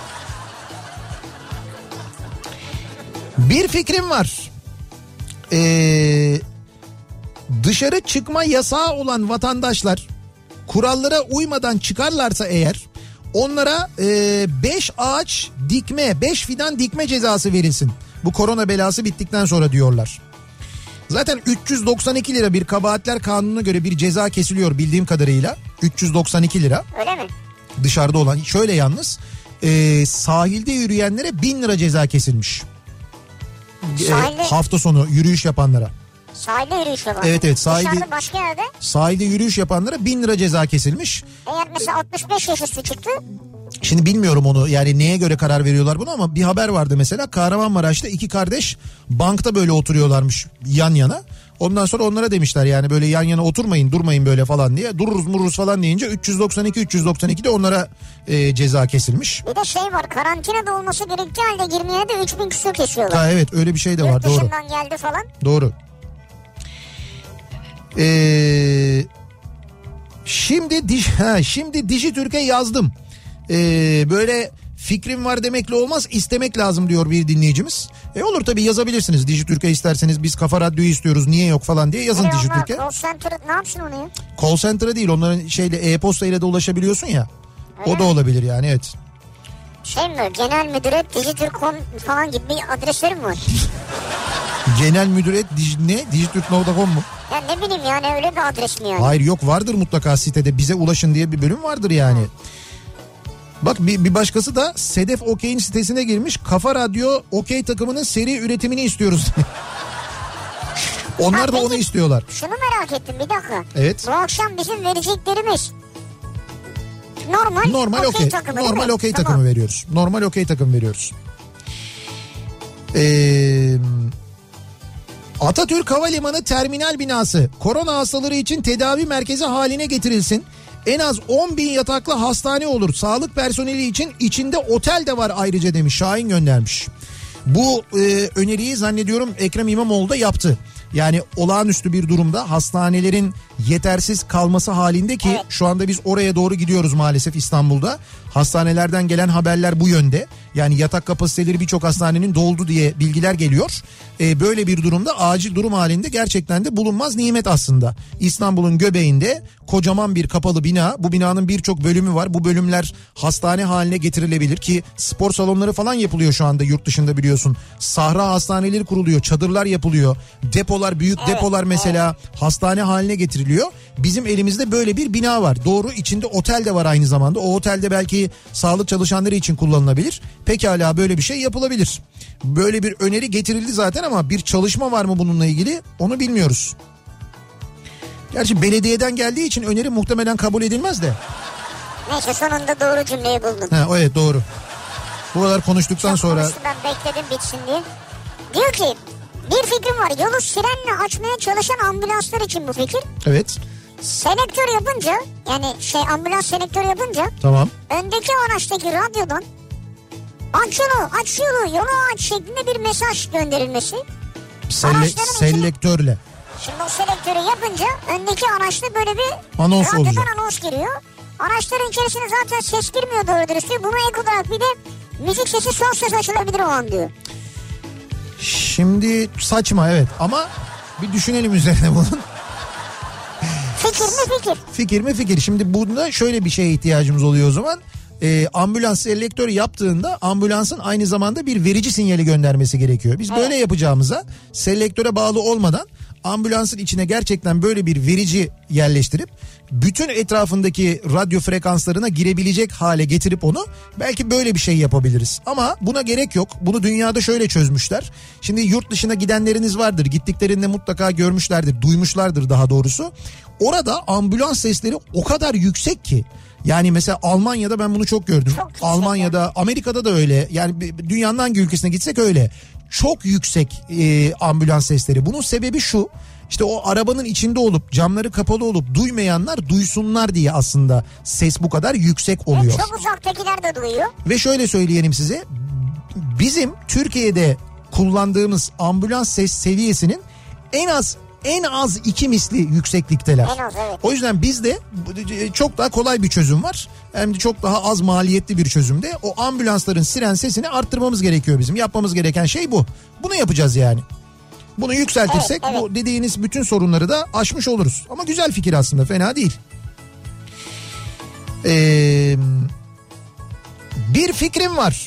Bir fikrim var. Ee, dışarı çıkma yasağı olan vatandaşlar kurallara uymadan çıkarlarsa eğer, onlara beş e, ağaç dikme, beş fidan dikme cezası verilsin. Bu korona belası bittikten sonra diyorlar. Zaten üç yüz doksan iki lira bir kabahatler kanununa göre bir ceza kesiliyor bildiğim kadarıyla. üç yüz doksan iki lira. Öyle mi? Dışarıda olan. Şöyle yalnız e, sahilde yürüyenlere bin lira ceza kesilmiş. Sahilde... E, hafta sonu yürüyüş yapanlara. Sahilde yürüyüş yapan. Evet evet. Sahilde, dışarıda başka yerde. Sahilde yürüyüş yapanlara bin lira ceza kesilmiş. Eğer mesela altmış beş yaş üstü çıktı. Şimdi bilmiyorum onu yani neye göre karar veriyorlar bunu, ama bir haber vardı mesela, Kahramanmaraş'ta iki kardeş bankta böyle oturuyorlarmış yan yana. Ondan sonra onlara demişler yani böyle yan yana oturmayın, durmayın böyle falan diye. Dururuz mururuz falan deyince üç yüz doksan iki üç yüz doksan iki de onlara e, ceza kesilmiş. Bir de şey var, karantinada olması gerektiği halde girmeye de üç bin küsur kesiyorlar. Ha evet, öyle bir şey de var. Yurt doğru. dışından geldi falan. Doğru. Ee, şimdi Dij, ha, şimdi Dijitürk'e yazdım. Ee, böyle fikrim var demekle olmaz, istemek lazım diyor bir dinleyicimiz. E olur tabii, yazabilirsiniz Dijitürk'e isterseniz, biz Kafa Radyo'yu istiyoruz niye yok falan diye yazın Dijitürk'e. Call Center ne yapsın onu ya? Call Center'a değil, onların şeyle e-posta ile de ulaşabiliyorsun ya. Öyle o da mi? Olabilir yani, evet. Şey mi, genel müdüre Dijitürk nokta com falan gibi bir adresleri mi var? Genel müdüre ne? Dijitürk nokta com mu? Ya ne bileyim yani, öyle bir adres mi yani? Hayır yok, vardır mutlaka sitede, bize ulaşın diye bir bölüm vardır yani. Hı. Bak bir, bir başkası da Sedef Okey'in sitesine girmiş. Kafa Radyo Okey takımının seri üretimini istiyoruz. Onlar ha, da peki, onu istiyorlar. Şunu merak ettim bir dakika. Evet. Bu akşam bizim vereceklerimiz normal, normal okey takımı, normal okey tamam. takımı veriyoruz. Normal okey takımı veriyoruz. Eee... Atatürk Havalimanı terminal binası korona hastaları için tedavi merkezi haline getirilsin. En az on bin yataklı hastane olur. Sağlık personeli için içinde otel de var ayrıca demiş. Şahin göndermiş. Bu e, öneriyi zannediyorum Ekrem İmamoğlu da yaptı. Yani olağanüstü bir durumda hastanelerin yetersiz kalması halinde ki evet. Şu anda biz oraya doğru gidiyoruz maalesef İstanbul'da. Hastanelerden gelen haberler bu yönde. Yani yatak kapasiteleri birçok hastanenin doldu diye bilgiler geliyor. Ee, böyle bir durumda acil durum halinde gerçekten de bulunmaz nimet aslında. İstanbul'un göbeğinde kocaman bir kapalı bina. Bu binanın birçok bölümü var. Bu bölümler hastane haline getirilebilir ki spor salonları falan yapılıyor şu anda yurt dışında biliyorsun. Sahra hastaneleri kuruluyor, çadırlar yapılıyor. Depolar, büyük evet, depolar mesela evet. hastane haline getiriliyor. Bizim elimizde böyle bir bina var. Doğru, içinde otel de var aynı zamanda. O otelde belki sağlık çalışanları için kullanılabilir. Pekala böyle bir şey yapılabilir. Böyle bir öneri getirildi zaten ama bir çalışma var mı bununla ilgili onu bilmiyoruz. Gerçi belediyeden geldiği için öneri muhtemelen kabul edilmez de. Neyse sonunda doğru cümleyi buldun. Ha, evet doğru. Bu kadar konuştuktan Çok sonra... konuştum, ben bekledim bitsin diye. Diyor ki bir fikrim var, yolu sirenle açmaya çalışan ambulanslar için bu fikir. Evet. Selektör yapınca, yani şey ambulans selektör yapınca Tamam. öndeki araçtaki radyodan aç yolu, aç yolu, yolu aç şeklinde bir mesaj gönderilmesi. Selle, selektörle. Içine, şimdi o selektörü yapınca öndeki araçta böyle bir anons radyodan olacak. Anons giriyor. Araçların içerisine zaten ses girmiyor doğru dürüst. Buna ek olarak bir de müzik sesi, son ses açılabilir o an diyor. Şimdi saçma evet ama bir düşünelim üzerine bunun. Fikir mi fikir? Fikir mi fikir. Şimdi bunda şöyle bir şeye ihtiyacımız oluyor o zaman. Ee, ambulans selektörü yaptığında ambulansın aynı zamanda bir verici sinyali göndermesi gerekiyor. Biz evet. böyle yapacağımıza selektöre bağlı olmadan ambulansın içine gerçekten böyle bir verici yerleştirip bütün etrafındaki radyo frekanslarına girebilecek hale getirip onu belki böyle bir şey yapabiliriz. Ama buna gerek yok. Bunu dünyada şöyle çözmüşler. Şimdi yurt dışına gidenleriniz vardır. Gittiklerinde mutlaka görmüşlerdir, duymuşlardır daha doğrusu. Orada ambulans sesleri o kadar yüksek ki. Yani mesela Almanya'da ben bunu çok gördüm. Çok Almanya'da, Amerika'da da öyle. Yani dünyanın hangi ülkesine gitsek öyle. Çok yüksek e, ambulans sesleri. Bunun sebebi şu. İşte o arabanın içinde olup camları kapalı olup duymayanlar duysunlar diye aslında ses bu kadar yüksek oluyor. E çok uzaktakiler de duyuyor. Ve şöyle söyleyelim size. Bizim Türkiye'de kullandığımız ambulans ses seviyesinin en az en az iki misli yükseklikteler. En az, evet. O yüzden bizde çok daha kolay bir çözüm var. Hem de çok daha az maliyetli bir çözümde. O ambulansların siren sesini arttırmamız gerekiyor bizim. Yapmamız gereken şey bu. Bunu yapacağız yani. Bunu yükseltirsek evet, evet. bu dediğiniz bütün sorunları da aşmış oluruz. Ama güzel fikir aslında, fena değil. Ee, bir fikrim var.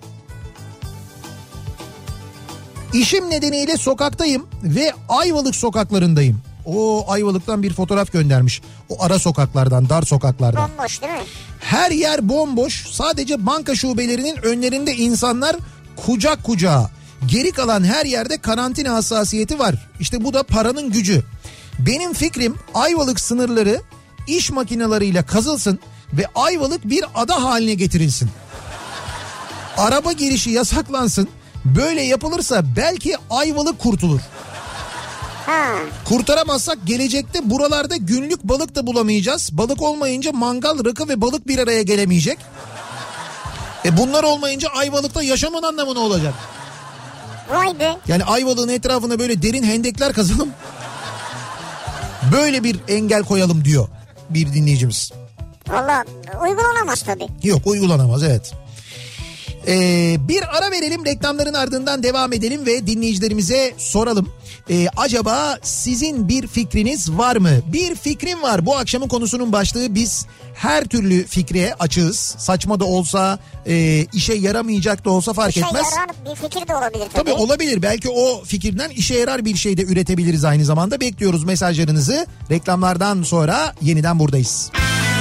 İşim nedeniyle sokaktayım ve Ayvalık sokaklarındayım. O Ayvalık'tan bir fotoğraf göndermiş. O ara sokaklardan, dar sokaklardan. Bomboş değil mi? Her yer bomboş. Sadece banka şubelerinin önlerinde insanlar kucak kucağa. Geri kalan her yerde karantina hassasiyeti var. İşte bu da paranın gücü. Benim fikrim Ayvalık sınırları iş makineleriyle kazılsın ve Ayvalık bir ada haline getirilsin. Araba girişi yasaklansın. Böyle yapılırsa belki Ayvalık kurtulur. Ha. Kurtaramazsak gelecekte buralarda günlük balık da bulamayacağız. Balık olmayınca mangal, rakı ve balık bir araya gelemeyecek. E bunlar olmayınca Ayvalık'ta yaşamın anlamı ne olacak? Vay be. Yani Ayvalık'ın etrafına böyle derin hendekler kazalım. Böyle bir engel koyalım diyor bir dinleyicimiz. Valla uygulanamaz tabii. Yok, uygulanamaz evet. Ee, bir ara verelim, reklamların ardından devam edelim ve dinleyicilerimize soralım. Ee, acaba sizin bir fikriniz var mı? Bir fikrim var. Bu akşamın konusunun başlığı, biz her türlü fikre açığız. Saçma da olsa, e, işe yaramayacak da olsa fark işe etmez. İşe yarar bir fikir de olabilir tabii. Tabii olabilir. Belki o fikirden işe yarar bir şey de üretebiliriz aynı zamanda. Bekliyoruz mesajlarınızı. Reklamlardan sonra yeniden buradayız.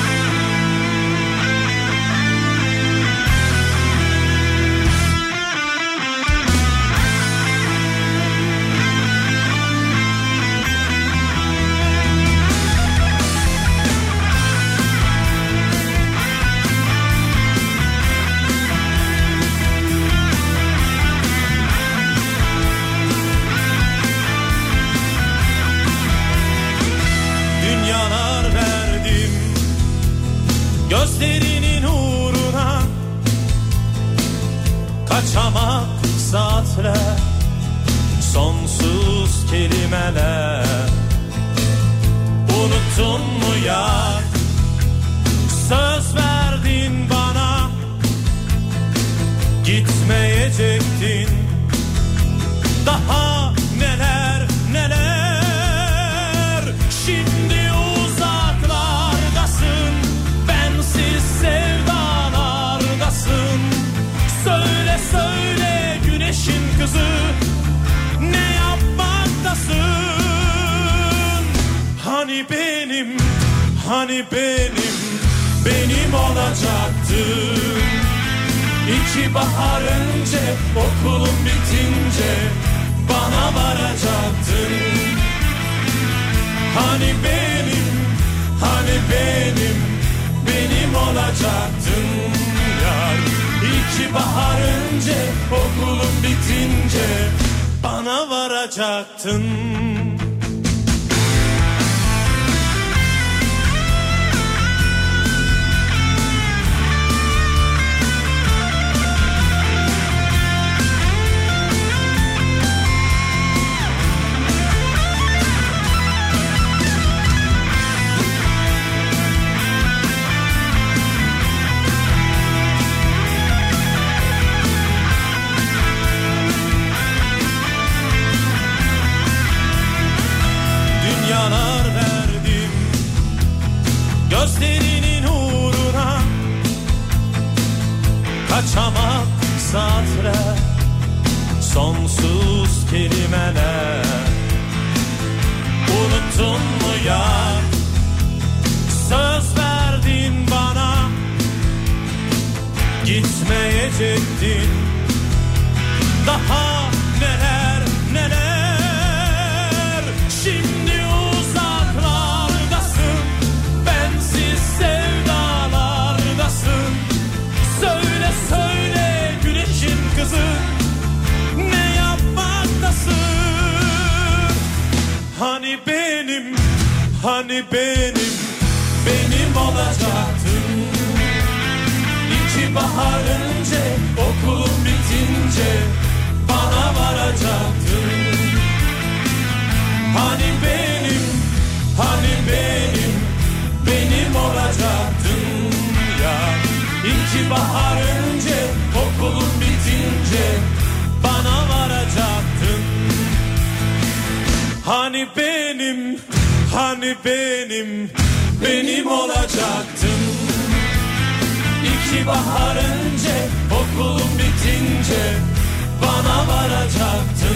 Gözlerinin uğruna kaçamak saatler, sonsuz kelimeler. Unuttun mu yar, söz verdin bana, gitmeyecektin. Daha neler neler, şimdi uzaklardasın, bensiz sevdalardasın. Söyle söyle güneşin kızı, ne yapmaktasın? Hani benim, hani benim, benim olacaktın. İki bahar önce, okulum bitince bana varacaktın. Hani benim, hani benim, benim olacaktın yar. İki bahar önce, okulum bitince bana varacaktın. Dünyalar verdim gözlerinin uğruna, kaçamak saatler, sonsuz kelimeler. Unuttun mu yar, söz verdin bana, gitmeyecektin. Daha neler neler, şimdi uzaklardasın, bensiz sevdalardasın. Söyle söyle güneşin kızı, ne yapmaktasın? Hani benim, hani benim, benim olacaktın. İki bahar önce, okulum bitince bana varacaktın. Hani benim, hani benim, benim olacaktın ya. İki bahar önce, okulum bitince bana varacaktın. Hani benim, hani benim, benim olacaktın. İki bahar önce, okulum bitince bana varacaktın.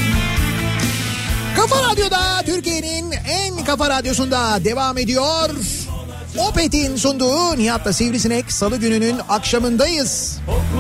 Kafa Radyo'da, Türkiye'nin en kafa radyosunda devam ediyor. Opet'in sunduğu Nihat'la Sivrisinek Salı gününün akşamındayız.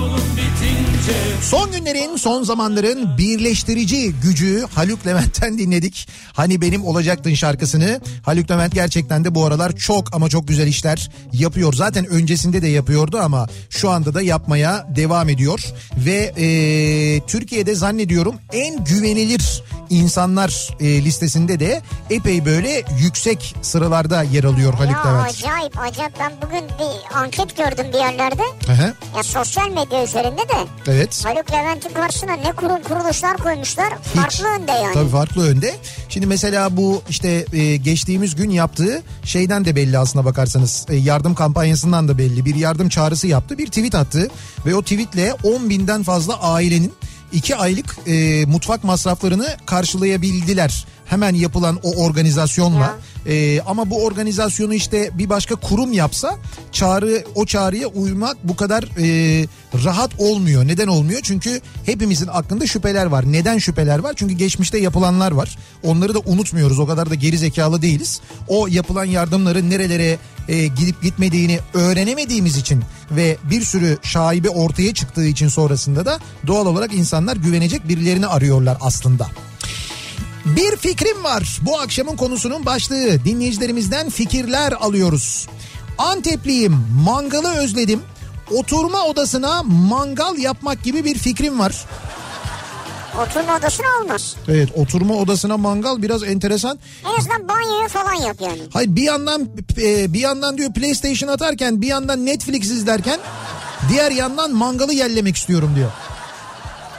Son günlerin, son zamanların birleştirici gücü Haluk Levent'ten dinledik. Hani benim olacaktın şarkısını. Haluk Levent gerçekten de bu aralar çok ama çok güzel işler yapıyor. Zaten öncesinde de yapıyordu ama şu anda da yapmaya devam ediyor. Ve ee, Türkiye'de zannediyorum en güvenilir insanlar e, listesinde de epey böyle yüksek sıralarda yer alıyor Haluk ya Levent. Acayip acayip, ben bugün bir anket gördüm bir yerlerde. Hı-hı. Ya sosyal medya üzerinde de. Evet. Haluk Levent'in karşısına ne kurum kuruluşlar koymuşlar. Hiç. Farklı önde yani. Tabii farklı önde. Şimdi mesela bu işte e, geçtiğimiz gün yaptığı şeyden de belli aslına bakarsanız. E, yardım kampanyasından da belli. Bir yardım çağrısı yaptı. Bir tweet attı. Ve o tweetle on binden fazla ailenin iki aylık e, mutfak masraflarını karşılayabildiler. Hemen yapılan o organizasyonla. E, ama bu organizasyonu işte bir başka kurum yapsa çağrı o çağrıya uymak bu kadar e, rahat olmuyor. Neden olmuyor? Çünkü hepimizin aklında şüpheler var. Neden şüpheler var? Çünkü geçmişte yapılanlar var. Onları da unutmuyoruz. O kadar da geri zekalı değiliz. O yapılan yardımların nerelere e, gidip gitmediğini öğrenemediğimiz için ve bir sürü şaibe ortaya çıktığı için sonrasında da doğal olarak insanlar güvenecek birilerini arıyorlar aslında. Bir fikrim var. Bu akşamın konusunun başlığı. Dinleyicilerimizden fikirler alıyoruz. Antepliyim, mangalı özledim. Oturma odasına mangal yapmak gibi bir fikrim var. Oturma odasına olmaz. Evet, oturma odasına mangal biraz enteresan. En azından banyoyu falan yap yani. Hayır, bir yandan bir yandan diyor PlayStation atarken, bir yandan Netflix izlerken, diğer yandan mangalı yellemek istiyorum diyor.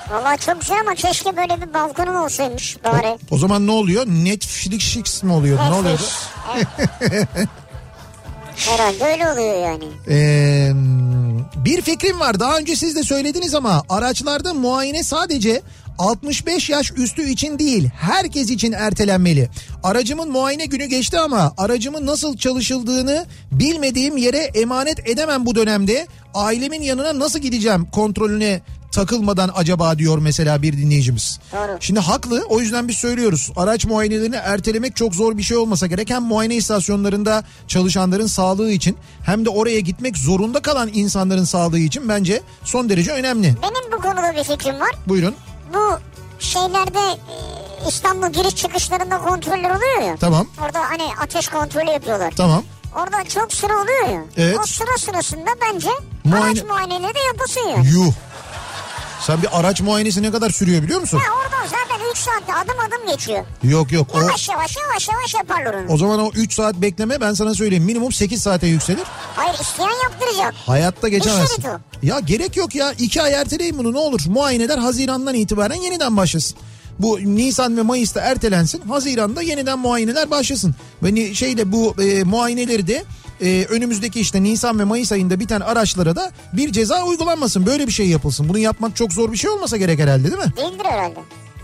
Valla çok güzel ama keşke böyle bir balkonun olsaymış bari. O, o zaman ne oluyor? Netflix mi oluyordu? Netflix. Ne oluyordu? Evet. Herhalde öyle oluyor yani. Ee, bir fikrim var. Daha önce siz de söylediniz ama araçlarda muayene sadece altmış beş yaş üstü için değil, herkes için ertelenmeli. Aracımın muayene günü geçti ama aracımın nasıl çalışıldığını bilmediğim yere emanet edemem bu dönemde. Ailemin yanına nasıl gideceğim kontrolüne takılmadan acaba, diyor mesela bir dinleyicimiz. Doğru. Şimdi haklı, o yüzden biz söylüyoruz. Araç muayenelerini ertelemek çok zor bir şey olmasa gerek. Hem muayene istasyonlarında çalışanların sağlığı için hem de oraya gitmek zorunda kalan insanların sağlığı için bence son derece önemli. Benim bu konuda bir fikrim var. Buyurun. Bu şeylerde İstanbul giriş çıkışlarında kontroller oluyor ya. Tamam. Orada hani ateş kontrolü yapıyorlar. Tamam. Orada çok sıra oluyor ya. Evet. O sıra sırasında bence Muayene... araç muayeneleri de yapılsın yani. Yuh. Sen bir araç muayenesi ne kadar sürüyor biliyor musun? Ya oradan zaten üç saatte adım adım geçiyor. Yok yok. Yavaş o... yavaş yavaş yavaş yaparlar onu. O zaman o üç saat bekleme, ben sana söyleyeyim, minimum sekiz saate yükselir. Hayır, isteyen yaptıracak. Hayatta geçemezsin. o. Ya gerek yok ya, iki ay erteleyin bunu ne olur. Muayeneler Haziran'dan itibaren yeniden başlasın. Bu Nisan ve Mayıs'ta ertelensin. Haziran'da yeniden muayeneler başlasın. Ve şeyde bu e, muayeneleri de e, önümüzdeki işte Nisan ve Mayıs ayında biten araçlara da bir ceza uygulanmasın. Böyle bir şey yapılsın. Bunu yapmak çok zor bir şey olmasa gerek herhalde, değil mi? Değildir herhalde.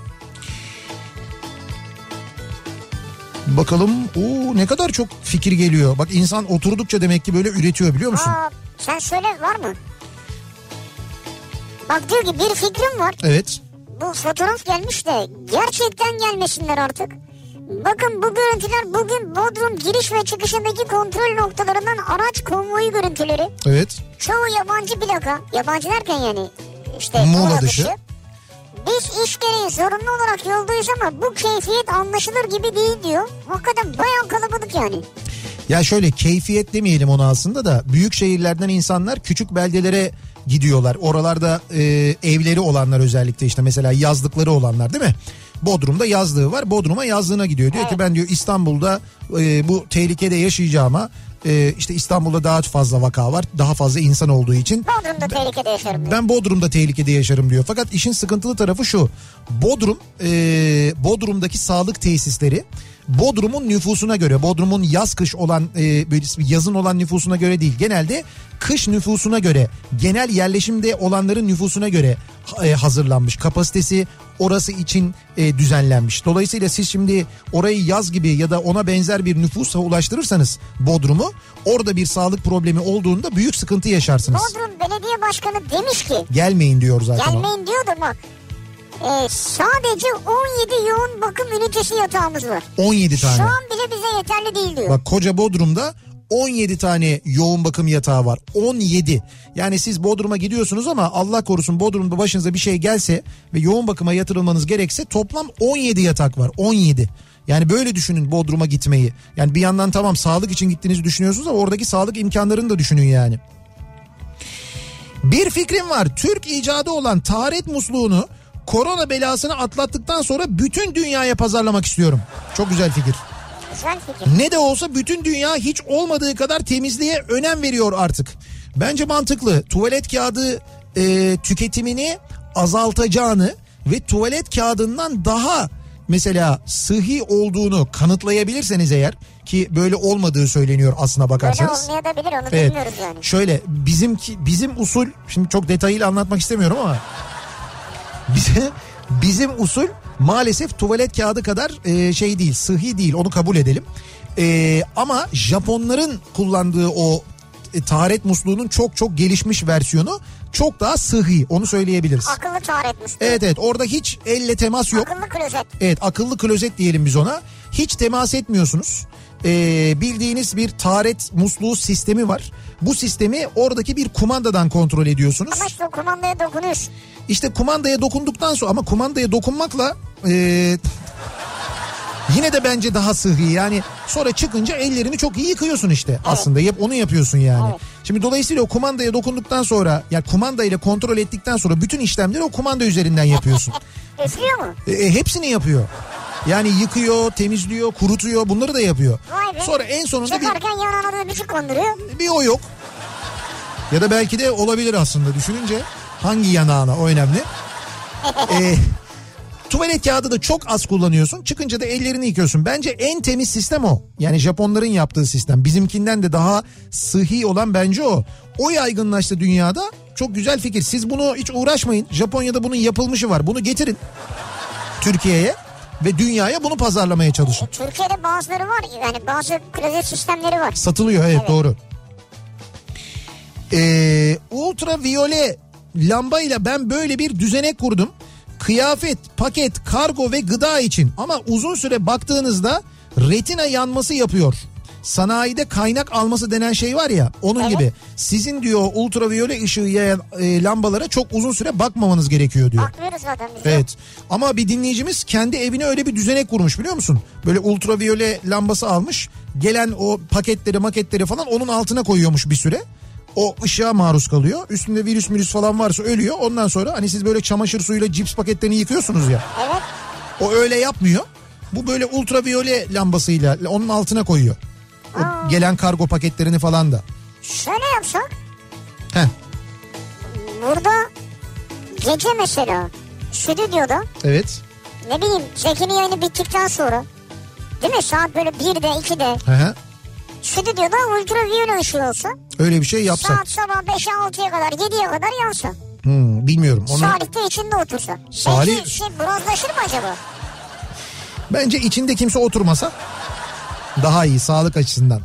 Bakalım. Oo, ne kadar çok fikir geliyor. Bak, insan oturdukça demek ki böyle üretiyor, biliyor musun? Aa, sen söyle, var mı? Bak diyor ki bir fikrim var. Evet. Bu fotoğraf gelmiş de gerçekten gelmesinler artık. Bakın bu görüntüler bugün Bodrum giriş ve çıkışındaki kontrol noktalarından araç konvoyu görüntüleri. Evet. Çoğu yabancı plaka. Yabancı derken yani işte Muğla dışı. dışı. Biz iş gereği zorunlu olarak yoldayız ama bu keyfiyet anlaşılır gibi değil diyor. Hakikaten bayağı kalabalık yani. Ya şöyle, keyfiyet demeyelim ona aslında da, büyük şehirlerden insanlar küçük beldelere gidiyorlar. Oralarda e, evleri olanlar, özellikle işte mesela yazlıkları olanlar, değil mi? Bodrum'da yazlığı var. Bodrum'a yazlığına gidiyor. Diyor evet. ki ben diyor İstanbul'da e, bu tehlikede yaşayacağıma e, işte İstanbul'da daha fazla vaka var. Daha fazla insan olduğu için. Bodrum'da tehlikede yaşarım diyor. Ben Bodrum'da tehlikede yaşarım diyor. Fakat işin sıkıntılı tarafı şu. Bodrum, e, Bodrum'daki sağlık tesisleri Bodrum'un nüfusuna göre, Bodrum'un yaz kış olan e, yazın olan nüfusuna göre değil, genelde kış nüfusuna göre, genel yerleşimde olanların nüfusuna göre e, hazırlanmış. Kapasitesi orası için e, düzenlenmiş. Dolayısıyla siz şimdi orayı yaz gibi ya da ona benzer bir nüfusa ulaştırırsanız Bodrum'u, orada bir sağlık problemi olduğunda büyük sıkıntı yaşarsınız. Bodrum Belediye Başkanı demiş ki gelmeyin diyor zaten. Gelmeyin o. diyor da bak. Ee, sadece on yedi yoğun bakım ünitesi yatağımız var. on yedi tane. Şu an bile bize yeterli değil diyor. Bak, koca Bodrum'da on yedi tane yoğun bakım yatağı var. on yedi. Yani siz Bodrum'a gidiyorsunuz ama Allah korusun Bodrum'da başınıza bir şey gelse ve yoğun bakıma yatırılmanız gerekse toplam on yedi yatak var. on yedi. Yani böyle düşünün Bodrum'a gitmeyi. Yani bir yandan tamam sağlık için gittiğinizi düşünüyorsunuz ama oradaki sağlık imkanlarını da düşünün yani. Bir fikrim var. Türk icadı olan taharet musluğunu korona belasını atlattıktan sonra bütün dünyaya pazarlamak istiyorum. Çok güzel fikir. Güzel fikir. Ne de olsa bütün dünya hiç olmadığı kadar temizliğe önem veriyor artık. Bence mantıklı. Tuvalet kağıdı e, tüketimini azaltacağını ve tuvalet kağıdından daha mesela sıhhi olduğunu kanıtlayabilirseniz eğer, ki böyle olmadığı söyleniyor aslına bakarsanız. Böyle olmayabilir, onu evet. bilmiyoruz yani. Şöyle bizimki bizim usul, şimdi çok detaylı anlatmak istemiyorum ama bize bizim usul maalesef tuvalet kağıdı kadar e, şey değil, sıhhi değil, onu kabul edelim. E, ama Japonların kullandığı o e, taharet musluğunun çok çok gelişmiş versiyonu çok daha sıhhi, onu söyleyebiliriz. Akıllı taharet musluğu. Evet evet, orada hiç elle temas yok. Akıllı klozet. Evet, akıllı klozet diyelim biz ona. Hiç temas etmiyorsunuz. Ee, bildiğiniz bir taharet musluğu sistemi var. Bu sistemi oradaki bir kumandadan kontrol ediyorsunuz. Ama işte o kumandaya dokunuyorsun. İşte kumandaya dokunduktan sonra, ama kumandaya dokunmakla e, yine de bence daha sıhhi. Yani sonra çıkınca ellerini çok iyi yıkıyorsun işte. Evet. Aslında yap, onu yapıyorsun yani. Evet. Şimdi dolayısıyla o kumandaya dokunduktan sonra, yani kumanda ile kontrol ettikten sonra bütün işlemleri o kumanda üzerinden yapıyorsun. Üflüyor mu? E, e, hepsini yapıyor. Yani yıkıyor, temizliyor, kurutuyor, bunları da yapıyor. Vay be. Sonra en sonunda Çıkarken bir... Çıkarken yanına da öpücük konduruyor. Bir o yok. Ya da belki de olabilir aslında düşününce. Hangi yanağına, o önemli. Ee, tuvalet kağıdı da çok az kullanıyorsun. Çıkınca da ellerini yıkıyorsun. Bence en temiz sistem o. Yani Japonların yaptığı sistem. Bizimkinden de daha sıhhi olan bence o. O yaygınlaştı dünyada. Çok güzel fikir. Siz bunu hiç uğraşmayın. Japonya'da bunun yapılmışı var. Bunu getirin Türkiye'ye ve dünyaya bunu pazarlamaya çalışın. E, Türkiye'de bazıları var. Yani bazı klozet sistemleri var. Satılıyor, evet, evet. Doğru. Ee, ultraviyole lambayla ben böyle bir düzenek kurdum. Kıyafet, paket, kargo ve gıda için, ama uzun süre baktığınızda retina yanması yapıyor. Sanayide kaynak alması denen şey var ya, onun evet. gibi. Sizin diyor ultraviyole ışığı yayan e, lambalara çok uzun süre bakmamanız gerekiyor diyor. Bakmıyoruz zaten biz. Evet. Ama bir dinleyicimiz kendi evine öyle bir düzenek kurmuş, biliyor musun? Böyle ultraviyole lambası almış. Gelen o paketleri, maketleri falan onun altına koyuyormuş bir süre. O ışığa maruz kalıyor. Üstünde virüs virüs falan varsa ölüyor. Ondan sonra hani siz böyle çamaşır suyuyla cips paketlerini yıkıyorsunuz ya. Evet. O öyle yapmıyor. Bu böyle ultraviyole lambasıyla onun altına koyuyor. O gelen kargo paketlerini falan da. Şöyle yapsak. Heh. Burada gece mesela stüdyoda. Evet. Ne bileyim Zeki'nin yayını bittikten sonra. Değil mi? Saat böyle birde ikide. Hı hı. Stüdyoda ultraviyole ışığı olsa. Öyle bir şey yapsak. Saat sabah beşe altıya kadar yediye kadar yansa. Hmm, bilmiyorum. Onu... Salih de içinde otursa. Salih... Peki şey bronzlaşır mı acaba? Bence içinde kimse oturmasa daha iyi sağlık açısından.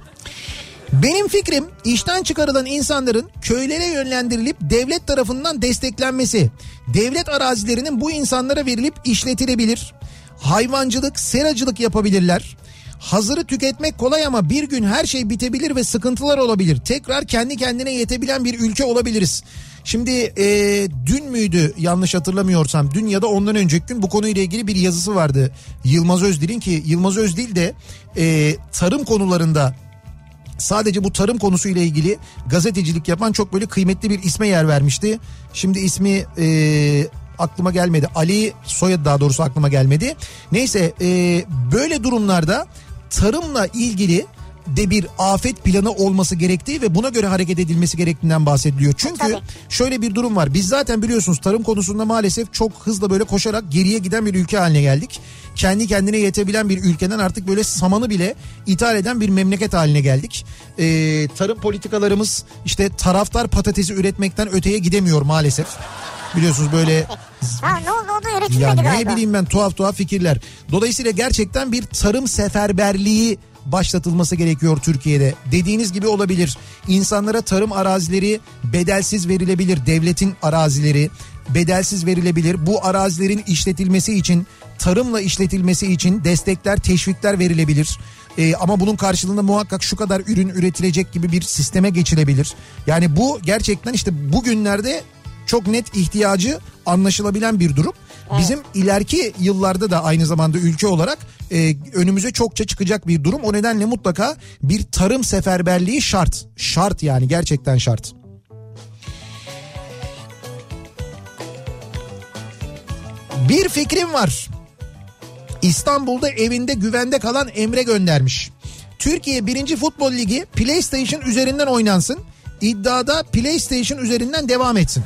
Benim fikrim işten çıkarılan insanların köylere yönlendirilip devlet tarafından desteklenmesi. Devlet arazilerinin bu insanlara verilip işletilebilir. Hayvancılık, seracılık yapabilirler. Hazırı tüketmek kolay ama bir gün her şey bitebilir ve sıkıntılar olabilir. Tekrar kendi kendine yetebilen bir ülke olabiliriz. Şimdi e, dün müydü yanlış hatırlamıyorsam, dün ya da ondan önceki gün bu konuyla ilgili bir yazısı vardı Yılmaz Özdil'in, ki Yılmaz Özdil de e, tarım konularında, sadece bu tarım konusuyla ilgili gazetecilik yapan çok böyle kıymetli bir isme yer vermişti. Şimdi ismi e, aklıma gelmedi. Ali soyadı daha doğrusu aklıma gelmedi. Neyse e, böyle durumlarda tarımla ilgili de bir afet planı olması gerektiği ve buna göre hareket edilmesi gerektiğinden bahsediliyor. Çünkü Tabii. şöyle bir durum var. Biz zaten biliyorsunuz tarım konusunda maalesef çok hızla böyle koşarak geriye giden bir ülke haline geldik. Kendi kendine yetebilen bir ülkeden artık böyle samanı bile ithal eden bir memleket haline geldik. Ee, tarım politikalarımız işte taraftar patatesi üretmekten öteye gidemiyor maalesef. Biliyorsunuz böyle... Ha ne oldu, o da üretilmedi ya galiba. ne bileyim ben, tuhaf tuhaf fikirler. Dolayısıyla gerçekten bir tarım seferberliği başlatılması gerekiyor Türkiye'de. Dediğiniz gibi olabilir. İnsanlara tarım arazileri bedelsiz verilebilir. Devletin arazileri bedelsiz verilebilir. Bu arazilerin işletilmesi için, tarımla işletilmesi için destekler, teşvikler verilebilir. Ee, ama bunun karşılığında muhakkak şu kadar ürün üretilecek gibi bir sisteme geçilebilir. Yani bu gerçekten işte bugünlerde çok net ihtiyacı anlaşılabilen bir durum. Evet. Bizim ileriki yıllarda da aynı zamanda ülke olarak e, önümüze çokça çıkacak bir durum. O nedenle mutlaka bir tarım seferberliği şart. Şart yani, gerçekten şart. Bir fikrim var. İstanbul'da evinde güvende kalan Emre göndermiş. Türkiye birinci Futbol Ligi PlayStation üzerinden oynansın. İddiada PlayStation üzerinden devam etsin.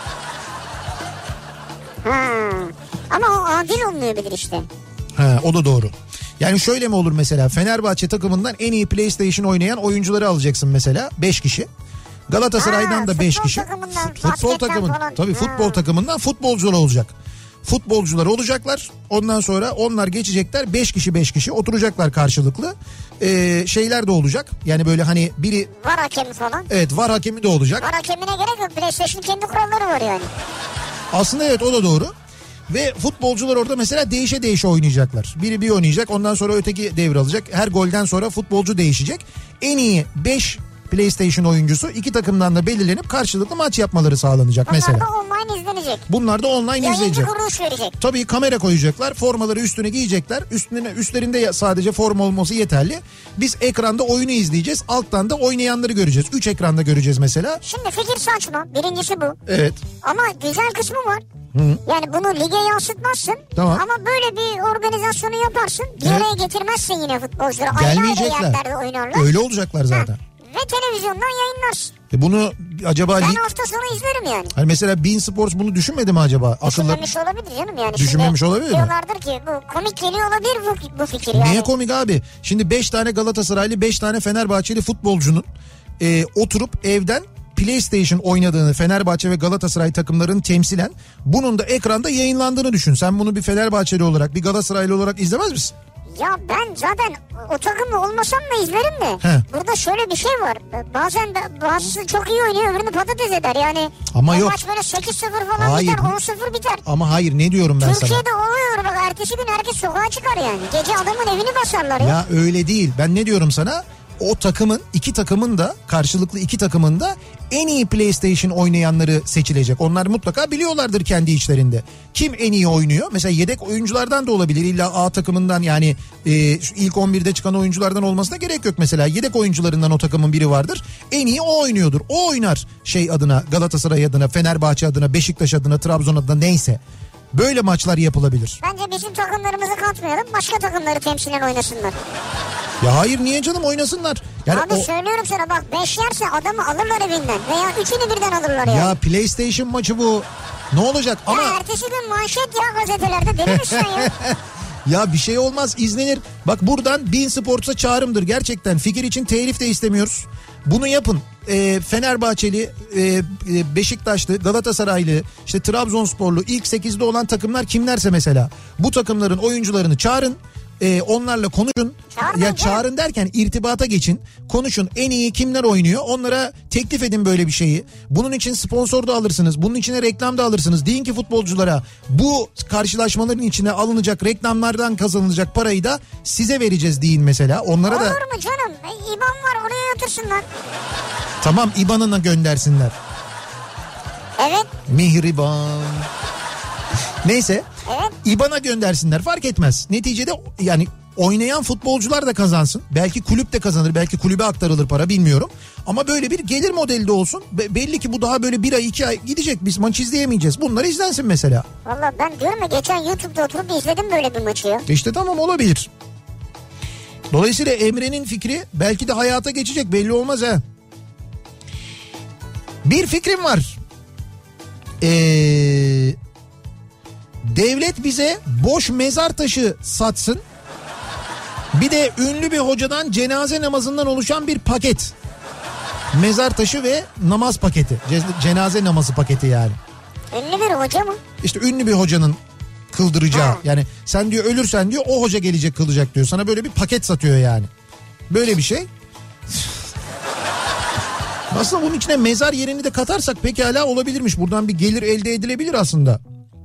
Ha. Ama o adil olmayabilir işte. Ha, o da doğru. Yani şöyle mi olur mesela, Fenerbahçe takımından en iyi PlayStation oynayan oyuncuları alacaksın mesela beş kişi. Galatasaray'dan ha, da beş kişi. Futbol takımından tabii ha. futbol takımından futbolcular olacak. Futbolcular olacaklar. Ondan sonra onlar geçecekler. beş kişi beş kişi oturacaklar karşılıklı. Ee, şeyler de olacak. Yani böyle hani biri... Var hakemi falan. Evet, var hakemi de olacak. Var hakemine gerek yok. PlayStation'ın kendi kuralları var yani. Aslında evet, o da doğru. Ve futbolcular orada mesela değişe değişe oynayacaklar. Biri bir oynayacak, ondan sonra öteki devralacak. Her golden sonra futbolcu değişecek. En iyi beş PlayStation oyuncusu iki takımdan da belirlenip karşılıklı maç yapmaları sağlanacak Bunlar mesela. Bunlar da online izlenecek. Bunlar da online Yayıncı izleyecek. Yayıncı kuruluş verecek. Tabii kamera koyacaklar, formaları üstüne giyecekler. Üstüne, üstlerinde sadece forma olması yeterli. Biz ekranda oyunu izleyeceğiz. Alttan da oynayanları göreceğiz. Üç ekranda göreceğiz mesela. Şimdi fikir saçma. Birincisi bu. Evet. Ama güzel kısmı var. Hı. Yani bunu lige yansıtmazsın. Tamam. Ama böyle bir organizasyonu yaparsın. Bir evet. araya getirmezsin yine futbolcuları. Gelmeyecekler. Ayrı ayrı yerlerde oynarlar. Öyle olacaklar zaten. Ha. Ve televizyondan yayınlarsın. E bunu acaba... Ben lig... hafta sonu izlerim yani. Hani mesela beIN Sports bunu düşünmedi mi acaba? Düşünmemiş Akıllar... olabilir canım yani. Düşünmemiş Şimdi olabilir mi? Diyorlardır ki bu komik geliyor olabilir bu, bu fikir yani. Niye komik abi? Şimdi beş tane Galatasaraylı, beş tane Fenerbahçeli futbolcunun e, oturup evden PlayStation oynadığını, Fenerbahçe ve Galatasaray takımlarının temsilen bunun da ekranda yayınlandığını düşün. Sen bunu bir Fenerbahçeli olarak, bir Galatasaraylı olarak izlemez misin? Ya ben zaten o takımda olmasam da izlerim de. He. Burada şöyle bir şey var. Bazen bazısı çok iyi oynuyor, öbürünü patates eder yani. Ama yok. Maç böyle sekiz sıfır falan hayır. biter, on sıfır biter. Ama hayır, ne diyorum ben Türkiye'de sana? Türkiye'de oluyor bak, ertesi gün herkes sokağa çıkar yani. Gece adamın evini basarlar ya. Ya öyle değil. Ben ne diyorum sana? O takımın, iki takımın da, karşılıklı iki takımın da en iyi PlayStation oynayanları seçilecek. Onlar mutlaka biliyorlardır kendi içlerinde. Kim en iyi oynuyor? Mesela yedek oyunculardan da olabilir. İlla A takımından, yani e, şu ilk on birde çıkan oyunculardan olmasına gerek yok mesela. Yedek oyuncularından o takımın biri vardır. En iyi o oynuyordur. O oynar şey adına, Galatasaray adına, Fenerbahçe adına, Beşiktaş adına, Trabzon adına, neyse. Böyle maçlar yapılabilir. Bence bizim takımlarımızı katmayalım, başka takımları temsilen oynasınlar. Ya hayır, niye canım, oynasınlar. Yani abi o... söylüyorum sana bak, beş yerse adamı alırlar evinden veya üçünü birden alırlar ya. Ya PlayStation maçı bu. Ne olacak ama... Ya ertesi gün manşet ya gazetelerde, deli misin ya? Ya bir şey olmaz, izlenir. Bak buradan beIN Sports'a çağrımdır gerçekten. Fikir için telif de istemiyoruz. Bunu yapın. E, Fenerbahçeli, e, Beşiktaşlı, Galatasaraylı, işte Trabzonsporlu ilk sekizde olan takımlar kimlerse mesela bu takımların oyuncularını çağırın. Ee, onlarla konuşun. Çağırın, ya çağırın derken irtibata geçin. Konuşun, en iyi kimler oynuyor, onlara teklif edin böyle bir şeyi. Bunun için sponsor da alırsınız. Bunun içine reklam da alırsınız. Deyin ki futbolculara, bu karşılaşmaların içine alınacak reklamlardan kazanılacak parayı da size vereceğiz deyin mesela. Onlara olur da... mu canım? E, İban var, oraya yatırsınlar. Tamam, İban'ına göndersinler. Evet. Mihriban. Neyse. Evet. İban'a göndersinler, fark etmez. Neticede yani oynayan futbolcular da kazansın. Belki kulüp de kazanır, belki kulübe aktarılır para, bilmiyorum. Ama böyle bir gelir modeli de olsun. Be- belli ki bu daha böyle bir ay iki ay gidecek, biz maç izleyemeyeceğiz. Bunlar izlensin mesela. Valla ben diyorum ya, geçen YouTube'da oturup izledim böyle bir maçı ya. İşte tamam, olabilir. Dolayısıyla Emre'nin fikri belki de hayata geçecek, belli olmaz ha. Bir fikrim var. Eee... Devlet bize boş mezar taşı satsın. Bir de ünlü bir hocadan cenaze namazından oluşan bir paket. Mezar taşı ve namaz paketi. Cenaze namazı paketi yani. Ünlü bir hoca mı? İşte ünlü bir hocanın kıldıracağı. Ha. Yani sen diyor ölürsen diyor o hoca gelecek kılacak diyor. Sana böyle bir paket satıyor yani. Böyle bir şey. Aslında bunun içine mezar yerini de katarsak pekala olabilirmiş. Buradan bir gelir elde edilebilir aslında.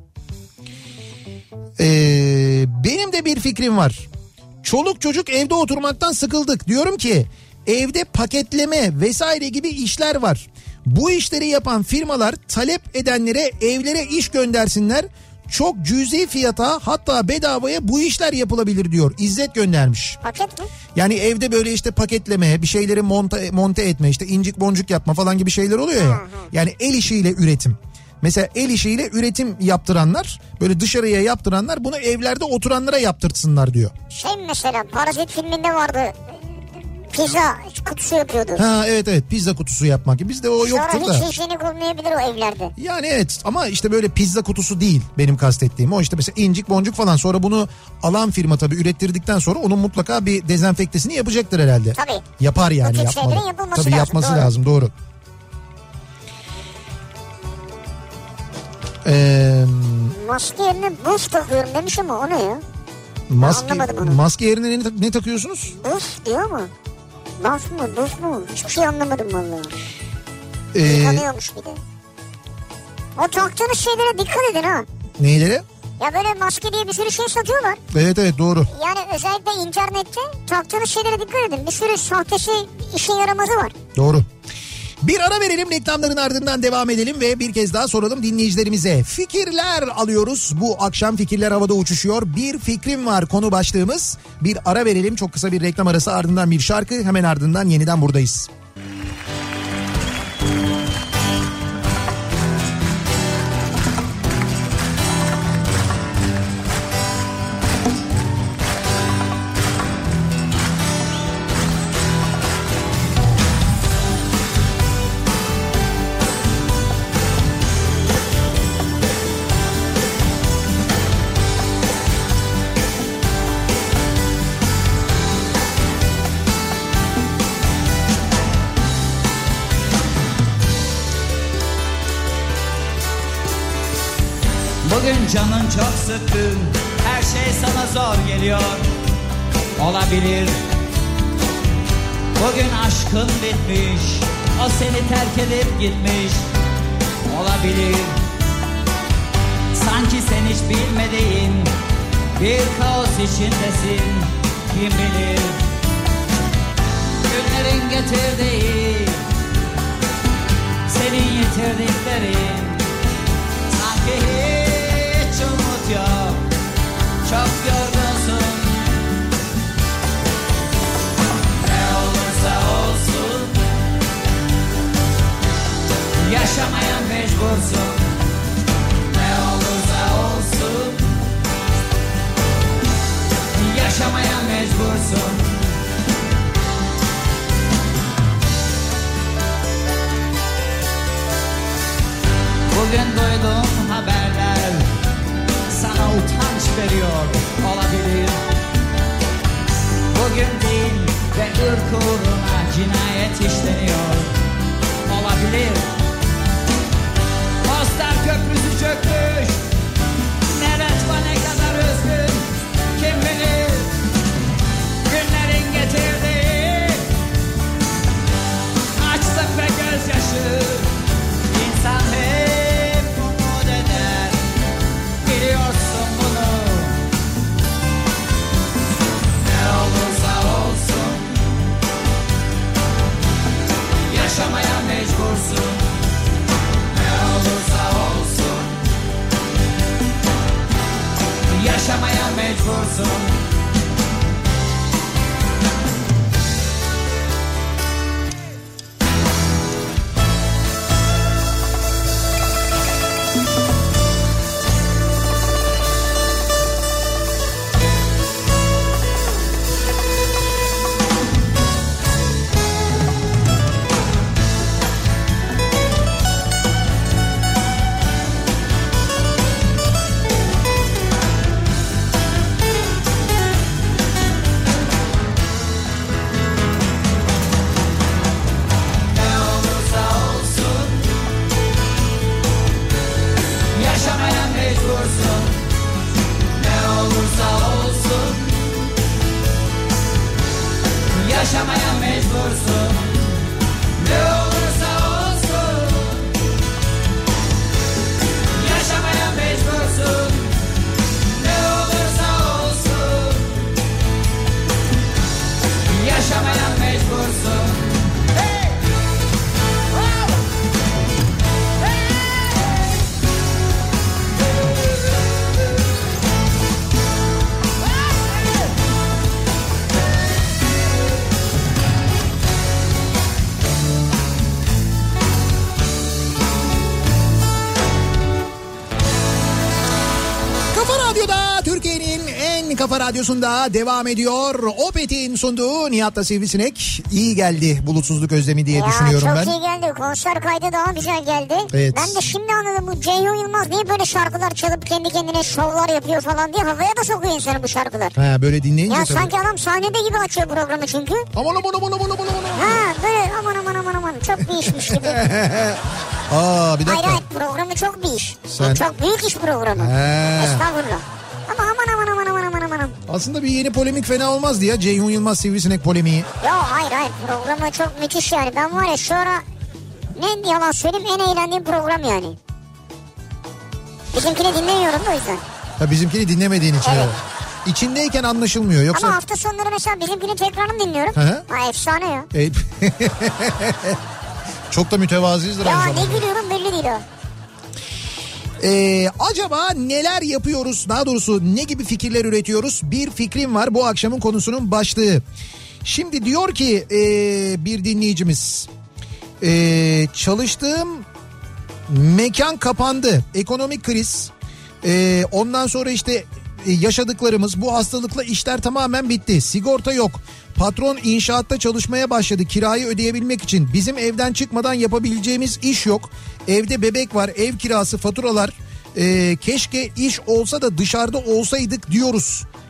Ee, benim de bir fikrim var. Çoluk çocuk evde oturmaktan sıkıldık. Diyorum ki evde paketleme vesaire gibi işler var. Bu işleri yapan firmalar talep edenlere evlere iş göndersinler. Çok cüzi fiyata, hatta bedavaya bu işler yapılabilir diyor. İzzet göndermiş. Paket mi? Yani evde böyle işte paketleme, bir şeyleri monte, monte etme, işte incik boncuk yapma falan gibi şeyler oluyor ya. Hı hı. Yani el işiyle üretim. Mesela el işiyle üretim yaptıranlar, böyle dışarıya yaptıranlar bunu evlerde oturanlara yaptırtsınlar diyor. Şey mesela Parazit filminde vardı, pizza kutusu yapıyordu. Ha evet evet, pizza kutusu yapmak. Bizde o yoktur da. Sonra hiç hijyenik olmayabilir o evlerde. Yani evet, ama işte böyle pizza kutusu değil benim kastettiğim. O işte mesela incik boncuk falan, sonra bunu alan firma tabii ürettirdikten sonra onun mutlaka bir dezenfektesini yapacaktır herhalde. Tabii. Yapar yani, yapmalı. Tabii lazım, yapması doğru. lazım doğru. Ee, maske yerine buz takıyorum demiş ama o ne ya? Maske, maske yerine ne, ne takıyorsunuz? Buz diyor mu? Buz mu buz mu? Hiçbir şey anlamadım vallahi. Ee, Yıkanıyormuş bir de. O taktığınız şeylere dikkat edin ha. Neylere? Ya böyle maske diye bir sürü şey satıyorlar. Evet evet doğru. Yani özellikle internette taktığınız şeylere dikkat edin. Bir sürü sahtesi, işe yaramazı var. Doğru. Bir ara verelim, reklamların ardından devam edelim ve bir kez daha soralım dinleyicilerimize. Fikirler alıyoruz. Bu akşam fikirler havada uçuşuyor. Bir fikrim var konu başlığımız. Bir ara verelim, çok kısa bir reklam arası, ardından bir şarkı, hemen ardından yeniden buradayız. Bugün canın çok sıkkın, her şey sana zor geliyor. Olabilir. Bugün aşkın bitmiş, o seni terk edip gitmiş. Olabilir. Sanki sen hiç bilmediğin bir kaos içindesin. Kim bilir? Günlerin getirdiği, senin yitirdiklerin. Sanki hiç umut yok, çok yorgunsun. Ne olursa olsun yaşamaya mecbursun. Ne olursa olsun yaşamaya mecbursun. Bugün duyduğum haberler sana utanç veriyor. Olabilir. Bugün din ve ırk uğruna cinayet işleniyor. Olabilir. Mostar Köprüsü çökmüş. Neretva ne kadar üzgün. Kim bilir? Günlerin getirdiği açlık ve gözyaşı. İnsan hep umut eder, biliyorsun bunu. Ne olursa olsun yaşamaya mecbursun. Ne olursa olsun yaşamaya mecbursun. Yaşamaya mecbursun. Ne olursa olsun yaşamaya mecbursun. Ne olursa olsun yaşamaya mecbursun. Hey! Oh! Hey! Türkiye'nin en kafa radyosunda devam ediyor. Opet'in sunduğu Nihat'la Sivrisinek. İyi geldi bulutsuzluk özlemi diye ya, düşünüyorum ben. Ya çok iyi geldi. Konser kaydı daha güzel geldi. Evet. Ben de şimdi anladım, bu Ceyhun Yılmaz niye böyle şarkılar çalıp kendi kendine şovlar yapıyor falan diye havaya da sokuyor insanı bu şarkılar. Ha, böyle dinleyince ya tabii. Sanki adam sahnede gibi açıyor programı çünkü. Aman aman aman aman aman aman. Ha böyle aman aman aman aman çok bir işmiş gibi. Aa bir dakika. Hayır hayır, programı çok bir iş. Sen... Çok büyük iş programı. He. Estağfurullah. Ama aman aman aman aman aman aman. Aslında bir yeni polemik fena olmazdı ya. Ceyhun Yılmaz Sivrisinek polemiği. Ya hayır hayır, programı çok müthiş yani. Ben var ya şu ara ne yalan söyleyeyim en eğlendiğim program yani. Bizimkini dinlemiyorum da o yüzden. Ha, bizimkini dinlemediğin için. Evet. İçindeyken anlaşılmıyor yoksa. Ama hafta sonları mesela bizimkinin tekrarını dinliyorum. Hı hı. Ha, efsane ya. Evet. Çok da mütevazıyızdır. Ya ne gülüyorum belli değil o. Ee, acaba neler yapıyoruz, daha doğrusu ne gibi fikirler üretiyoruz? Bir fikrim var, bu akşamın konusunun başlığı. Şimdi diyor ki ee, bir dinleyicimiz, ee, çalıştığım mekan kapandı, ekonomik kriz, ee, ondan sonra işte yaşadıklarımız, bu hastalıkla işler tamamen bitti, sigorta yok. Patron inşaatta çalışmaya başladı kirayı ödeyebilmek için. Bizim evden çıkmadan yapabileceğimiz iş yok. Evde bebek var, ev kirası, faturalar. Ee, keşke iş olsa da dışarıda olsaydık diyoruz.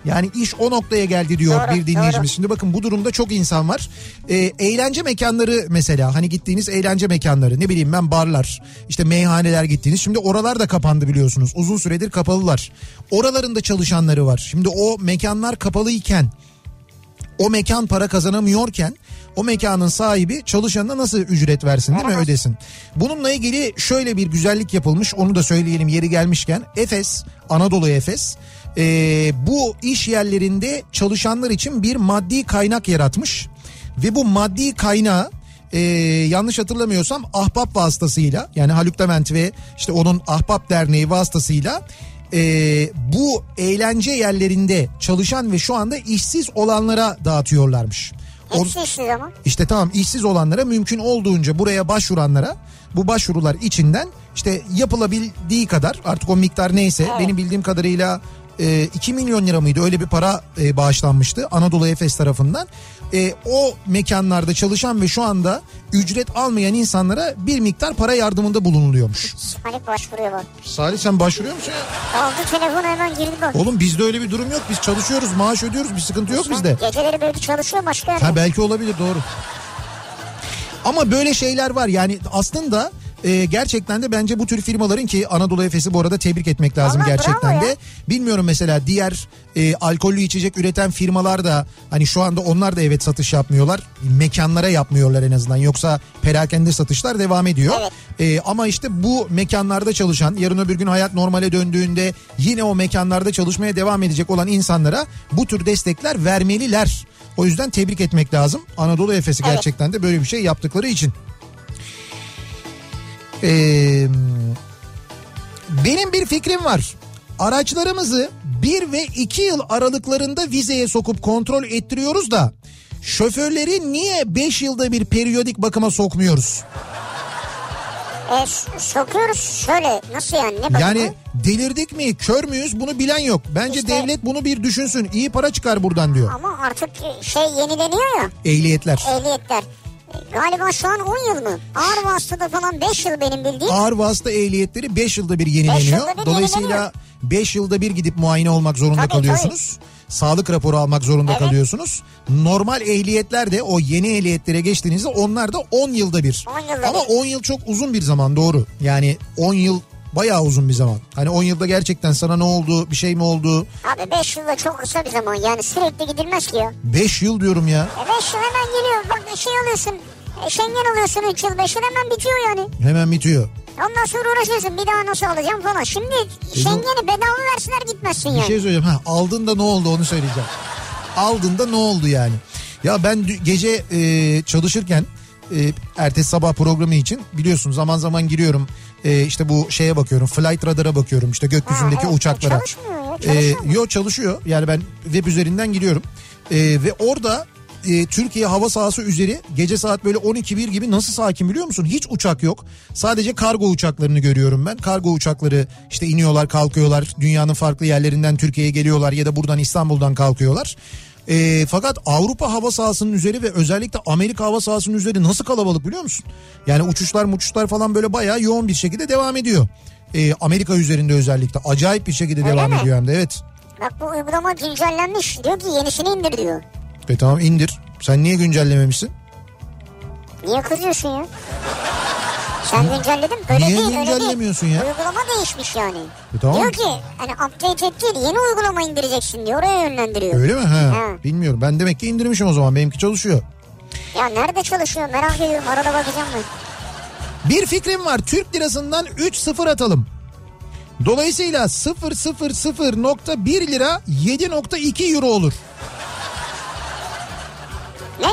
Yani iş o noktaya geldi diyor Doğru, bir dinleyicimiz. doğru. Şimdi bakın bu durumda çok insan var. Ee, eğlence mekanları mesela, hani gittiğiniz eğlence mekanları, ne bileyim ben barlar, işte meyhaneler gittiğiniz. Şimdi oralar da kapandı biliyorsunuz. Uzun süredir kapalılar. Oraların da çalışanları var. Şimdi o mekanlar kapalıyken, o mekan para kazanamıyorken o mekanın sahibi çalışanına nasıl ücret versin, değil mi, ödesin? Bununla ilgili şöyle bir güzellik yapılmış, onu da söyleyelim yeri gelmişken. Efes, Anadolu Efes ee, bu iş yerlerinde çalışanlar için bir maddi kaynak yaratmış. Ve bu maddi kaynağı Ee, yanlış hatırlamıyorsam Ahbap vasıtasıyla, yani Haluk Levent ve işte onun Ahbap Derneği vasıtasıyla e, bu eğlence yerlerinde çalışan ve şu anda işsiz olanlara dağıtıyorlarmış. Hepsi işsiz ama. İşte tamam, işsiz olanlara, mümkün olduğunca buraya başvuranlara, bu başvurular içinden işte yapılabildiği kadar, artık o miktar neyse, evet. Benim bildiğim kadarıyla e, iki milyon lira mıydı, öyle bir para e, bağışlanmıştı Anadolu Efes tarafından. E, o mekanlarda çalışan ve şu anda ücret almayan insanlara bir miktar para yardımında bulunuluyormuş. Salih başvuruyor bak. Salih, sen başvuruyor musun ya? Aldı telefonu, hemen girdi bak. Oğlum bizde öyle bir durum yok. Biz çalışıyoruz, maaş ödüyoruz, bir sıkıntı yok Sen bizde. geceleri böyle çalışıyor başka yerde. Ha, belki olabilir, doğru. Ama böyle şeyler var yani aslında. Ee, gerçekten de bence bu tür firmaların, ki Anadolu Efes'i bu arada tebrik etmek lazım. Vallahi gerçekten de. ya. Bilmiyorum, mesela diğer e, alkollü içecek üreten firmalar da hani şu anda onlar da evet satış yapmıyorlar. Mekanlara yapmıyorlar en azından. Yoksa perakende satışlar devam ediyor. Evet. E, ama işte bu mekanlarda çalışan, yarın öbür gün hayat normale döndüğünde yine o mekanlarda çalışmaya devam edecek olan insanlara bu tür destekler vermeliler. O yüzden tebrik etmek lazım Anadolu Efes'i, evet. Gerçekten de böyle bir şey yaptıkları için. Ee, benim bir fikrim var. Araçlarımızı bir ve iki yıl aralıklarında vizeye sokup kontrol ettiriyoruz da şoförleri niye beş yılda bir periyodik bakıma sokmuyoruz? E, sokuyoruz şöyle, nasıl yani, ne bakımı? Yani delirdik mi, kör müyüz, bunu bilen yok. Bence İşte, devlet bunu bir düşünsün, iyi para çıkar buradan diyor. Ama artık şey yenileniyor ya. Ehliyetler. Ehliyetler. Galiba şu an on yıl mı? Ağır vasıtada falan beş yıl benim bildiğim. Ağır vasıta ehliyetleri beş yılda bir yenileniyor. yılda bir Dolayısıyla yenileniyor. beş yılda bir gidip muayene olmak zorunda Tabii, kalıyorsunuz. Sağlık raporu almak zorunda Evet. kalıyorsunuz. Normal ehliyetler de, o yeni ehliyetlere geçtiğinizde onlar da on yılda bir. on yılda Ama bir. on yıl çok uzun bir zaman, doğru. Yani on yıl bayağı uzun bir zaman. Hani on yılda gerçekten sana ne oldu, bir şey mi oldu? Abi beş yılda çok kısa bir zaman, yani sürekli gidilmez ki ya. beş yıl diyorum ya. E beş yıl hemen geliyor, bak şey alıyorsun. E Schengen alıyorsun üç yıl, beş yıl hemen bitiyor yani. Hemen bitiyor. Ondan sonra uğraşıyorsun, bir daha nasıl alacağım falan. Şimdi Schengen'i bedava versinler gitmezsin Bir yani. şey söyleyeceğim. Ha, aldın da ne oldu, onu söyleyeceğim. Aldın da ne oldu yani? Ya ben dü- gece e, çalışırken e, ertesi sabah programı için biliyorsun zaman zaman giriyorum. E, işte bu şeye bakıyorum, flight radar'a bakıyorum, işte gökyüzündeki Ha, evet. uçaklara. Çalışmıyor ya, çalışıyor mu? E, yo çalışıyor. Yani ben web üzerinden giriyorum. E, ve orada e, Türkiye hava sahası üzeri gece saat böyle on iki bir gibi nasıl sakin biliyor musun? Hiç uçak yok. Sadece kargo uçaklarını görüyorum ben. Kargo uçakları işte iniyorlar, kalkıyorlar. Dünyanın farklı yerlerinden Türkiye'ye geliyorlar ya da buradan, İstanbul'dan kalkıyorlar. E, fakat Avrupa hava sahasının üzeri ve özellikle Amerika hava sahasının üzeri nasıl kalabalık biliyor musun? Yani uçuşlar uçuşlar falan böyle bayağı yoğun bir şekilde devam ediyor. E, Amerika üzerinde özellikle acayip bir şekilde Öyle devam mi? ediyor hem de, evet. Bak bu uygulama güncellenmiş. Diyor ki yenisini indir diyor. E tamam, indir. Sen niye güncellememişsin? Niye kızıyorsun ya? Sen güncelledin. Öyle Niye değil, öyle değil. güncellemiyorsun ya? Uygulama değişmiş yani. E tamam. Diyor ki hani update et değil, yeni uygulama indireceksin diyor. Oraya yönlendiriyor. Öyle mi? Ha. Ha. Bilmiyorum. Ben demek ki indirmişim o zaman. Benimki çalışıyor. Ya nerede çalışıyor merak ediyorum. Arada bakacağım ben. Bir fikrim var. Türk lirasından üç sıfır atalım. Dolayısıyla sıfır sıfır sıfır nokta bir lira yedi nokta iki euro olur. Ne?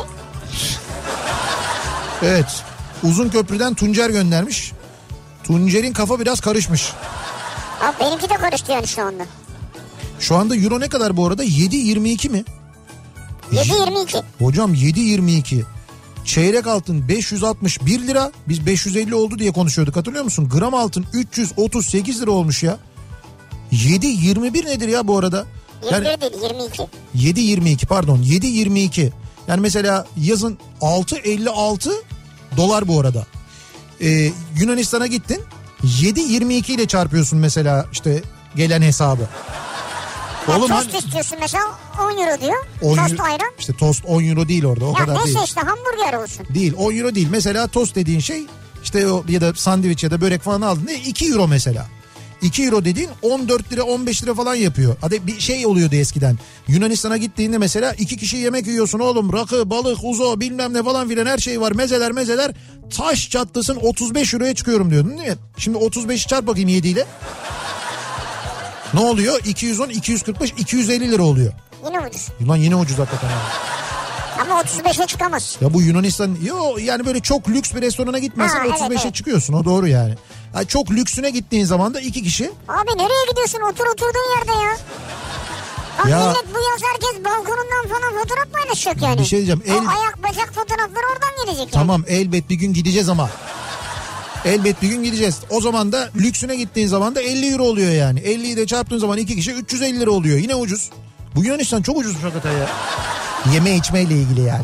Evet. Uzun köprüden Tuncer göndermiş. Tuncer'in kafa biraz karışmış. Abi benimki de karıştı yani şu anda. Şu anda euro ne kadar bu arada? yedi yirmi iki mi? yedi yirmi iki. Hocam yedi yirmi iki. Çeyrek altın beş yüz altmış bir lira. Biz beş yüz elli oldu diye konuşuyorduk, hatırlıyor musun? Gram altın üç yüz otuz sekiz lira olmuş ya. yedi yirmi bir nedir ya bu arada? yirmi bir Yani değil yirmi iki. yedi yirmi iki pardon yedi yirmi iki. Yani mesela yazın altı elli altı dolar bu arada. Ee, Yunanistan'a gittin, yedi yirmi iki ile çarpıyorsun mesela işte gelen hesabı. Ya Oğlum tost hani- istiyorsun mesela on euro diyor. on tost euro- ayran. İşte tost on euro değil orada, o Ya kadar neyse değil. işte hamburger olsun. Değil, on euro değil. Mesela tost dediğin şey işte o ya da sandviç ya da börek falan aldın ne iki euro mesela. iki euro dediğin on dört lira on beş lira falan yapıyor. Hadi bir şey oluyordu eskiden. Yunanistan'a gittiğinde mesela iki kişi yemek yiyorsun oğlum. Rakı, balık, uzo bilmem ne falan filan her şey var. Mezeler mezeler. Taş çatlasın otuz beş euroya çıkıyorum diyordun değil mi? Şimdi otuz beşi çarp bakayım yedi ile. Ne oluyor? iki yüz on, iki yüz kırk beş, iki yüz elli lira oluyor. Yine ucuz. Ulan yine ucuz hakikaten abi. Ama otuz beşe çıkamaz. Ya bu Yunanistan yo yani böyle çok lüks bir restorana gitmezsen Ha, evet, otuz beşe evet. çıkıyorsun, o doğru yani. yani. Çok lüksüne gittiğin zaman da iki kişi. Abi nereye gidiyorsun? Otur oturduğun yerde ya. Bak Ya- millet bu yaz herkes balkonundan falan fotoğraf paylaşacak yani. Bir şey diyeceğim, O el- ayak bacak fotoğrafları oradan gelecek yani. Tamam elbet bir gün gideceğiz ama. Elbet bir gün gideceğiz. O zaman da lüksüne gittiğin zaman da elli euro oluyor yani. elliyi de çarptığın zaman iki kişi üç yüz elli lira oluyor. Yine ucuz. Bu Yunanistan çok ucuz hakikaten ya. Yeme içmeyle ilgili yani.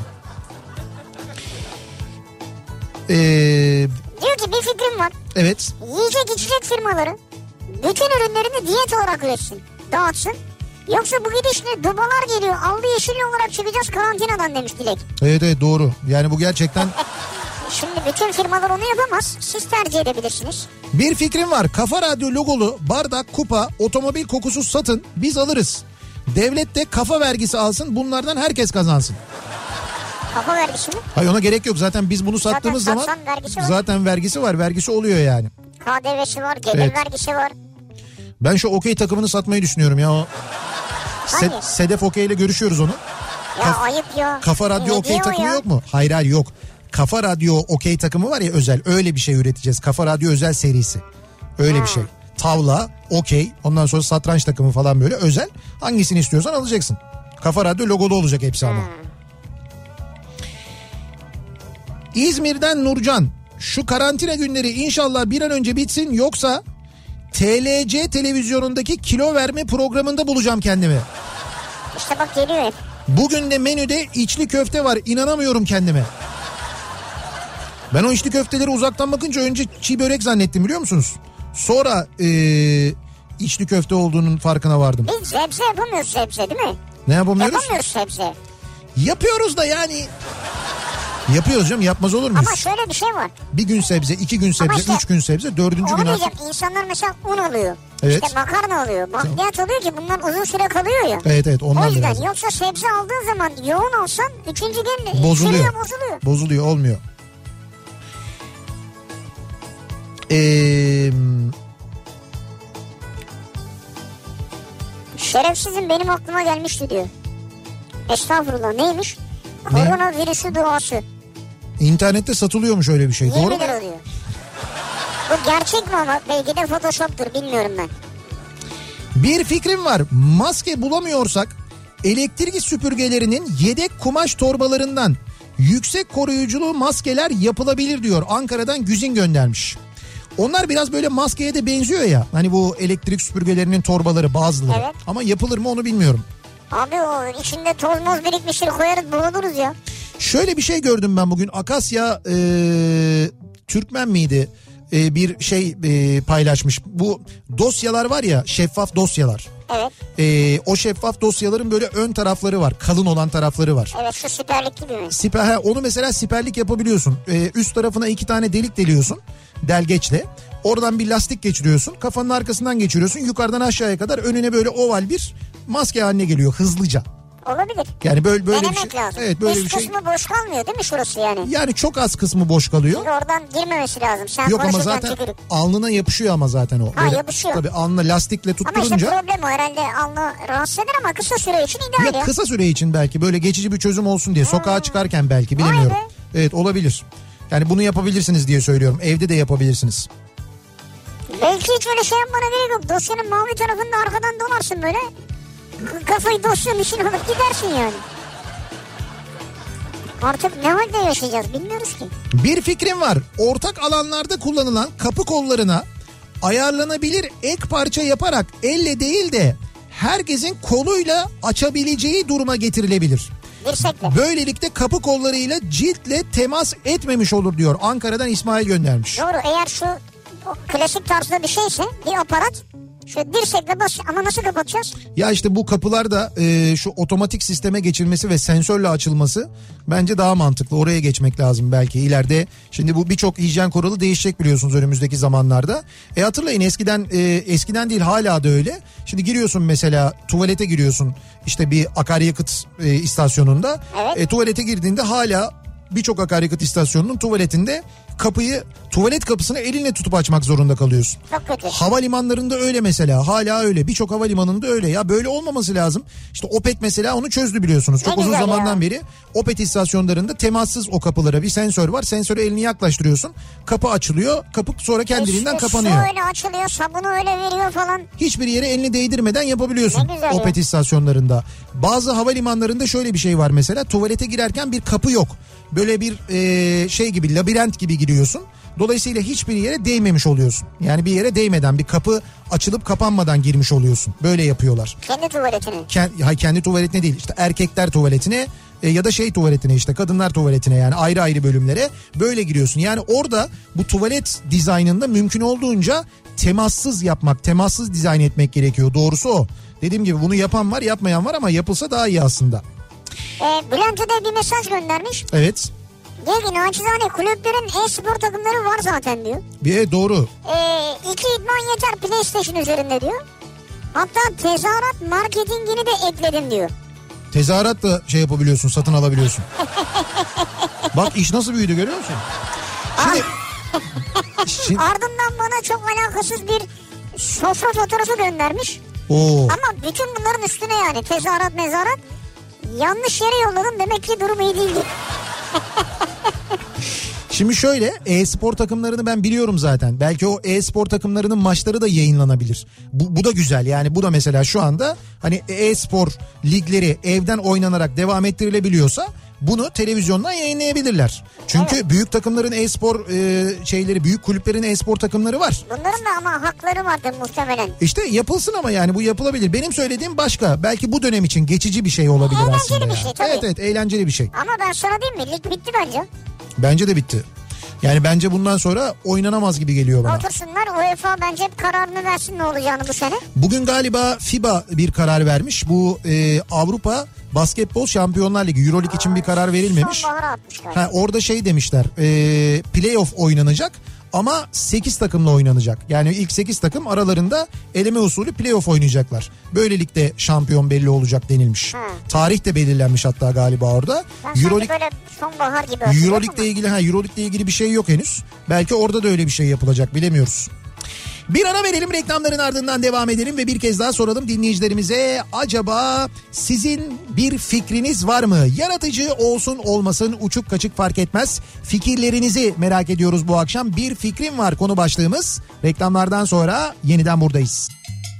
Ee, Diyor ki bir fikrim var. evet. Yiyecek içecek firmaları bütün ürünlerini diyet olarak üretsin, dağıtsın. Yoksa bu gidişle dubalar geliyor. Aldı yeşil olarak çıkacağız karantinadan demiş Dilek. Evet evet doğru. Yani bu gerçekten... Şimdi bütün firmalar onu yapamaz. Siz tercih edebilirsiniz. Bir fikrim var. Kafa Radyo logolu bardak, kupa, otomobil kokusu satın. Biz alırız. Devlet de kafa vergisi alsın. Bunlardan herkes kazansın. Kafa vergisi mi? Hayır ona gerek yok. Zaten biz bunu sattığımız Zaten zaman satsan vergisi var. zaten vergisi var. Vergisi oluyor yani. K D V'si var, gelir Evet. vergisi var. Ben şu okey takımını satmayı düşünüyorum ya. O Se- Hangi? Sedef Okey ile görüşüyoruz onu. Ya Kaf- ayıp ya. Kafa Radyo Hediye Okey o takımı ya. yok mu? Hayır hayır yok. Kafa Radyo Okey takımı var ya özel. Öyle bir şey üreteceğiz. Kafa Radyo özel serisi. Öyle bir şey. Tavla, okey, ondan sonra satranç takımı falan böyle özel. Hangisini istiyorsan alacaksın. Kafa Radyo logolu olacak hepsi ama. İzmir'den Nurcan. Şu karantina günleri inşallah bir an önce bitsin, yoksa T L C televizyonundaki kilo verme programında bulacağım kendimi. İşte bak geliyor hep. Bugün de menüde içli köfte var, inanamıyorum kendime. Ben o içli köfteleri uzaktan bakınca önce çiğ börek zannettim, biliyor musunuz? Sonra ee, içli köfte olduğunun farkına vardım. Biz sebze yapamıyoruz sebze değil mi? Ne yapamıyoruz? Yapamıyoruz sebze. Yapıyoruz da yani. Yapıyoruz canım, yapmaz olur muyuz? Ama şöyle bir şey var. Bir gün sebze, iki gün sebze, işte- üç gün sebze, dördüncü Onu gün diyeceğim, artık. insanlar mesela un alıyor. Evet. İşte makarna alıyor. Bakliyat alıyor ki bunlar uzun süre kalıyor ya. Evet evet ondan O yüzden biraz. yoksa sebze aldığın zaman yoğun olsan üçüncü gün Bozuluyor. çürüyor, bozuluyor. Bozuluyor, olmuyor. Eee... Şerefsizim benim aklıma gelmişti diyor. Estağfurullah, neymiş? Ne? Koronavirüsü duası. İnternette satılıyormuş öyle bir şey. Doğru yirmi mu? lira diyor. Bu gerçek mi ama belki de photoshop'tur, bilmiyorum ben. Bir fikrim var. Maske bulamıyorsak elektrik süpürgelerinin yedek kumaş torbalarından yüksek koruyuculu maskeler yapılabilir diyor. Ankara'dan Güzin göndermiş. Onlar biraz böyle maskeye de benziyor ya. Hani bu elektrik süpürgelerinin torbaları bazıları. Evet. Ama yapılır mı onu bilmiyorum. Abi o içinde toz moz birikmiştir, koyarız bulunuruz ya. Şöyle bir şey gördüm ben bugün. Akasya e, Türkmen miydi? E, bir şey e, paylaşmış. Bu dosyalar var ya, şeffaf dosyalar. Evet. E, o şeffaf dosyaların böyle ön tarafları var. Kalın olan tarafları var. Evet, şu siperlik gibi mi? Siper, he, onu mesela siperlik yapabiliyorsun. Ee, üst tarafına iki tane delik deliyorsun delgeçle. Oradan bir lastik geçiriyorsun. Kafanın arkasından geçiriyorsun. Yukarıdan aşağıya kadar önüne böyle oval bir maske haline geliyor hızlıca. Olabilir. Yani böyle böyle Denemek bir şey. lazım. Evet böyle Üst bir şey. kısmı boş kalmıyor değil mi şurası yani? Yani çok az kısmı boş kalıyor. Çünkü oradan girmemesi lazım. Sen Yok ama konuşurken zaten tükürük. alnına yapışıyor ama zaten o. Ha, Böyle, yapışıyor. Tabii alnına lastikle Ama işte tutturunca. problem o herhalde, alnı rahatsız eder ama kısa süre için ideal Ya ya. kısa süre için belki böyle geçici bir çözüm olsun diye sokağa çıkarken belki, bilemiyorum. Vay be. Evet olabilir. Yani bunu yapabilirsiniz diye söylüyorum. Evde de yapabilirsiniz. Belki hiç öyle şey yapmana gerek yok. Dosyanın mavi tarafında arkadan dolarsın böyle. Kafayı dosyanın içine alıp gidersin yani. Artık ne halde yaşayacağız bilmiyoruz ki. Bir fikrim var. Ortak alanlarda kullanılan kapı kollarına ayarlanabilir ek parça yaparak elle değil de herkesin koluyla açabileceği duruma getirilebilir. Dirsekle. Böylelikle kapı kollarıyla ciltle temas etmemiş olur diyor. Ankara'dan İsmail göndermiş. Doğru, eğer şu o klasik tarzda bir şeyse, bir aparat Şöyle dirsekle bas ama nasıl kapatacağız? Ya işte bu kapılarda e, şu otomatik sisteme geçilmesi ve sensörle açılması bence daha mantıklı. Oraya geçmek lazım belki ileride. Şimdi bu birçok hijyen kuralı değişecek biliyorsunuz önümüzdeki zamanlarda. E hatırlayın eskiden e, eskiden değil hala da öyle. Şimdi giriyorsun mesela tuvalete giriyorsun işte bir akaryakıt e, istasyonunda. Evet. E, tuvalete girdiğinde hala birçok akaryakıt istasyonunun tuvaletinde kapıyı, tuvalet kapısını elinle tutup açmak zorunda kalıyorsun. Çok kötü. Havalimanlarında öyle mesela, hala öyle, birçok havalimanında öyle. Ya böyle olmaması lazım. İşte Opet mesela onu çözdü biliyorsunuz. Çok Ne uzun güzel zamandan ya. beri Opet istasyonlarında temassız o kapılara bir sensör var. Sensöre elini yaklaştırıyorsun. Kapı açılıyor. Kapı sonra kendiliğinden işte kapanıyor. su öyle açılıyor, sabunu öyle veriyor falan. Hiçbir yere elini değdirmeden yapabiliyorsun Ne güzel Opet ya. istasyonlarında. Bazı havalimanlarında şöyle bir şey var mesela, tuvalete girerken bir kapı yok. Böyle bir e, şey gibi, labirent gibi giriyorsun. Dolayısıyla hiçbir yere değmemiş oluyorsun. Yani bir yere değmeden, bir kapı açılıp kapanmadan girmiş oluyorsun. Böyle yapıyorlar. Kendi tuvaletine. Kendi, hayır, kendi tuvaletine değil, işte erkekler tuvaletine e, ya da şey tuvaletine, işte kadınlar tuvaletine, yani ayrı ayrı bölümlere böyle giriyorsun. Yani orada bu tuvalet dizaynında mümkün olduğunca temassız yapmak, temassız dizayn etmek gerekiyor. Doğrusu o. Dediğim gibi bunu yapan var, yapmayan var ama yapılsa daha iyi aslında. E, Bülent de bir mesaj göndermiş. Evet. Diyor ki naçizane kulüplerin e-spor takımları var zaten diyor. Bir doğru. E, iki idman yeter PlayStation üzerinde diyor. Hatta tezahürat marketingini de ekledim diyor. Tezahürat da şey yapabiliyorsun, satın alabiliyorsun. Bak iş nasıl büyüdü, görüyor musun? Şimdi, şimdi Ardından bana çok alakasız bir sofra fotoğrafı göndermiş. Oo. Ama bütün bunların üstüne yani tezahürat mezahürat yanlış yere yolladım, demek ki durum iyi değildi. Şimdi şöyle, e-spor takımlarını ben biliyorum zaten. Belki o e-spor takımlarının maçları da yayınlanabilir. Bu, bu da güzel yani, bu da mesela şu anda hani e-spor ligleri evden oynanarak devam ettirilebiliyorsa bunu televizyondan yayınlayabilirler. Çünkü evet, büyük takımların e-spor e, şeyleri, büyük kulüplerin e-spor takımları var. Bunların da ama hakları vardır muhtemelen. İşte yapılsın ama yani bu yapılabilir. Benim söylediğim başka. Belki bu dönem için geçici bir şey olabilir eğlenceli aslında. bir ya. şey tabii. Evet evet, eğlenceli bir şey. Ama ben sana diyeyim mi, lig bitti bence. Bence de bitti. Yani bence bundan sonra oynanamaz gibi geliyor bana. Otursunlar, UEFA bence kararını versin ne olacağını bu sene. Bugün galiba FIBA bir karar vermiş. Bu e, Avrupa Basketbol Şampiyonlar Ligi, Euroleague için bir karar verilmemiş. Sonbahara atmışlar. Ha, orada şey demişler, e, playoff oynanacak ama sekiz takımla oynanacak. Yani ilk sekiz takım aralarında eleme usulü playoff oynayacaklar. Böylelikle şampiyon belli olacak denilmiş. Hı. Tarih de belirlenmiş hatta galiba orada. Ben Euroleague, böyle sonbahar gibi hatırlıyorum Euroleague'le ama. ilgili ha Euroleague'le ilgili bir şey yok henüz. Belki orada da öyle bir şey yapılacak, bilemiyoruz. Bir ara verelim, reklamların ardından devam edelim ve bir kez daha soralım dinleyicilerimize. Acaba sizin bir fikriniz var mı? Yaratıcı olsun olmasın, uçuk kaçık fark etmez. Fikirlerinizi merak ediyoruz bu akşam. Bir fikrim var konu başlığımız. Reklamlardan sonra yeniden buradayız.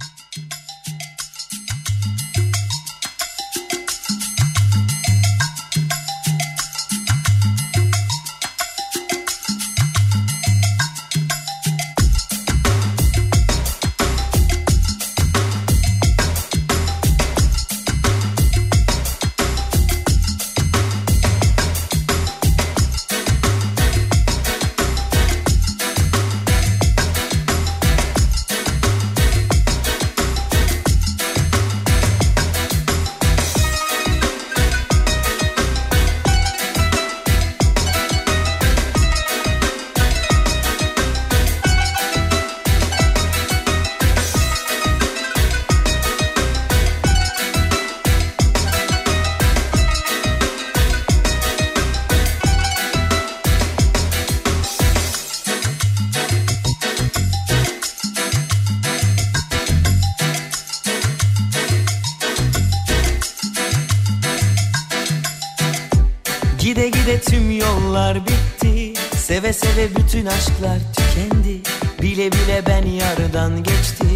Gide gide tüm yollar bitti, seve seve bütün aşklar tükendi. Bile bile ben yardan geçtim.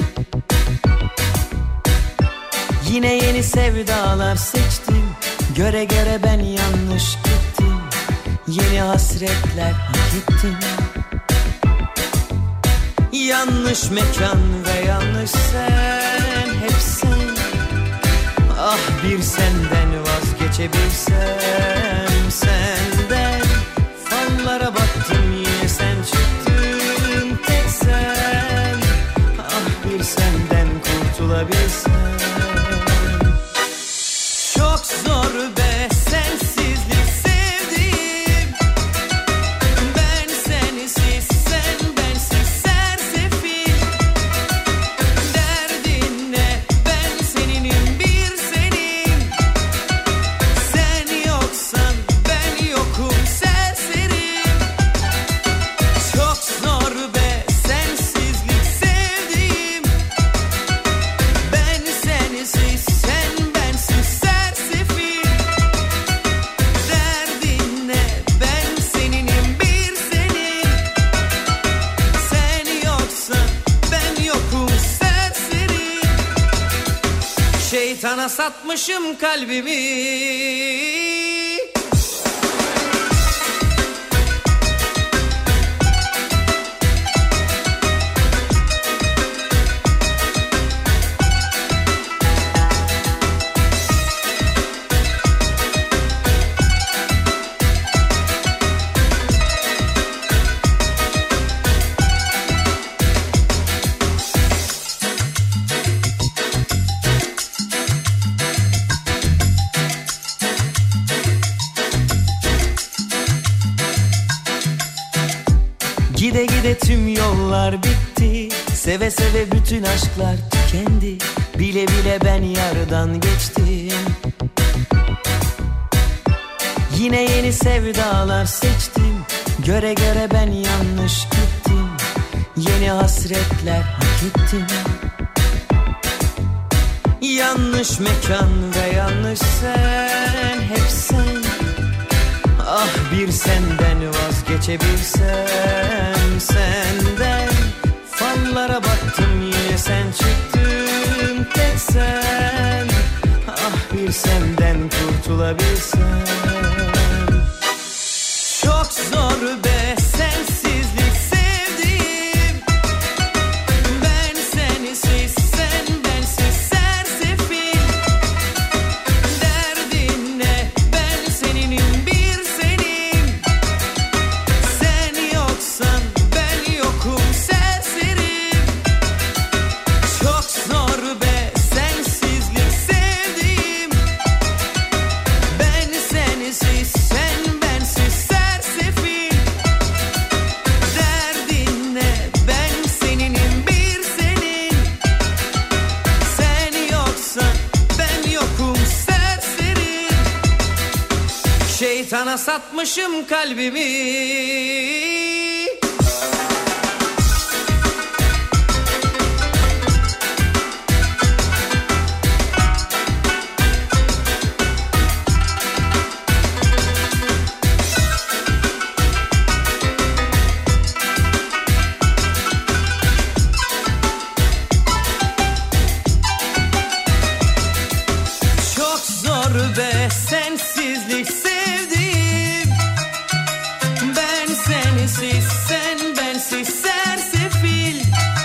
Yine yeni sevdalar seçtim, göre göre ben yanlış gittim. Yeni hasretler hak ettim. Yanlış mekan ve yanlış sen, hep sen. Ah bir senden vazgeçebilsem, senden fallara baktım, yine sen çıktın tek sen. Ah bir sen kurtulabilsem. Çok zor be sensizlik sevdiğim. Ben sensiz, sen bensiz sersefil. Derdin ne? Ben seninim, bir senin. Sen yoksan ben yokum, serserim. Çok zor be sensizlik sevdiğim. Ben sensiz, sen bensiz sersefil. Derdin ne? Ben seninim, bir senin. Sen yoksan ben yokum, serseri. Şeytana satmışım kalbimi. Gide gide tüm yollar bitti. Seve seve bütün aşklar tükendi. Bile bile ben yardan geçtim. Yine yeni sevdalar seçtim. Göre göre ben yanlış gittim. Yeni hasretler hak ettim. Yanlış mekan ve yanlış sen, hep sen. Ah bir senden vazgeçebilsem, senden. Fallara baktım yine sen çıktın, tek sen. Ah bir senden kurtulabilsem. Çok zor be sensizlik sevdiğim. Ben sensiz, sen bensiz sersefil. Derdin ne? Ben seninim, bir senin. Sen yoksan ben yokum, serserim. Çok zor be sensizlik sevdiğim. Ben sensiz, sen bensiz sersefil. Derdin ne? Ben seninim, bir senin. Sen yoksan ben yokum, serserim. Şeytana satmışım kalbimi. Çok zor be sensizlik sevdiğim. Ben sensiz, sen bensiz sersefil.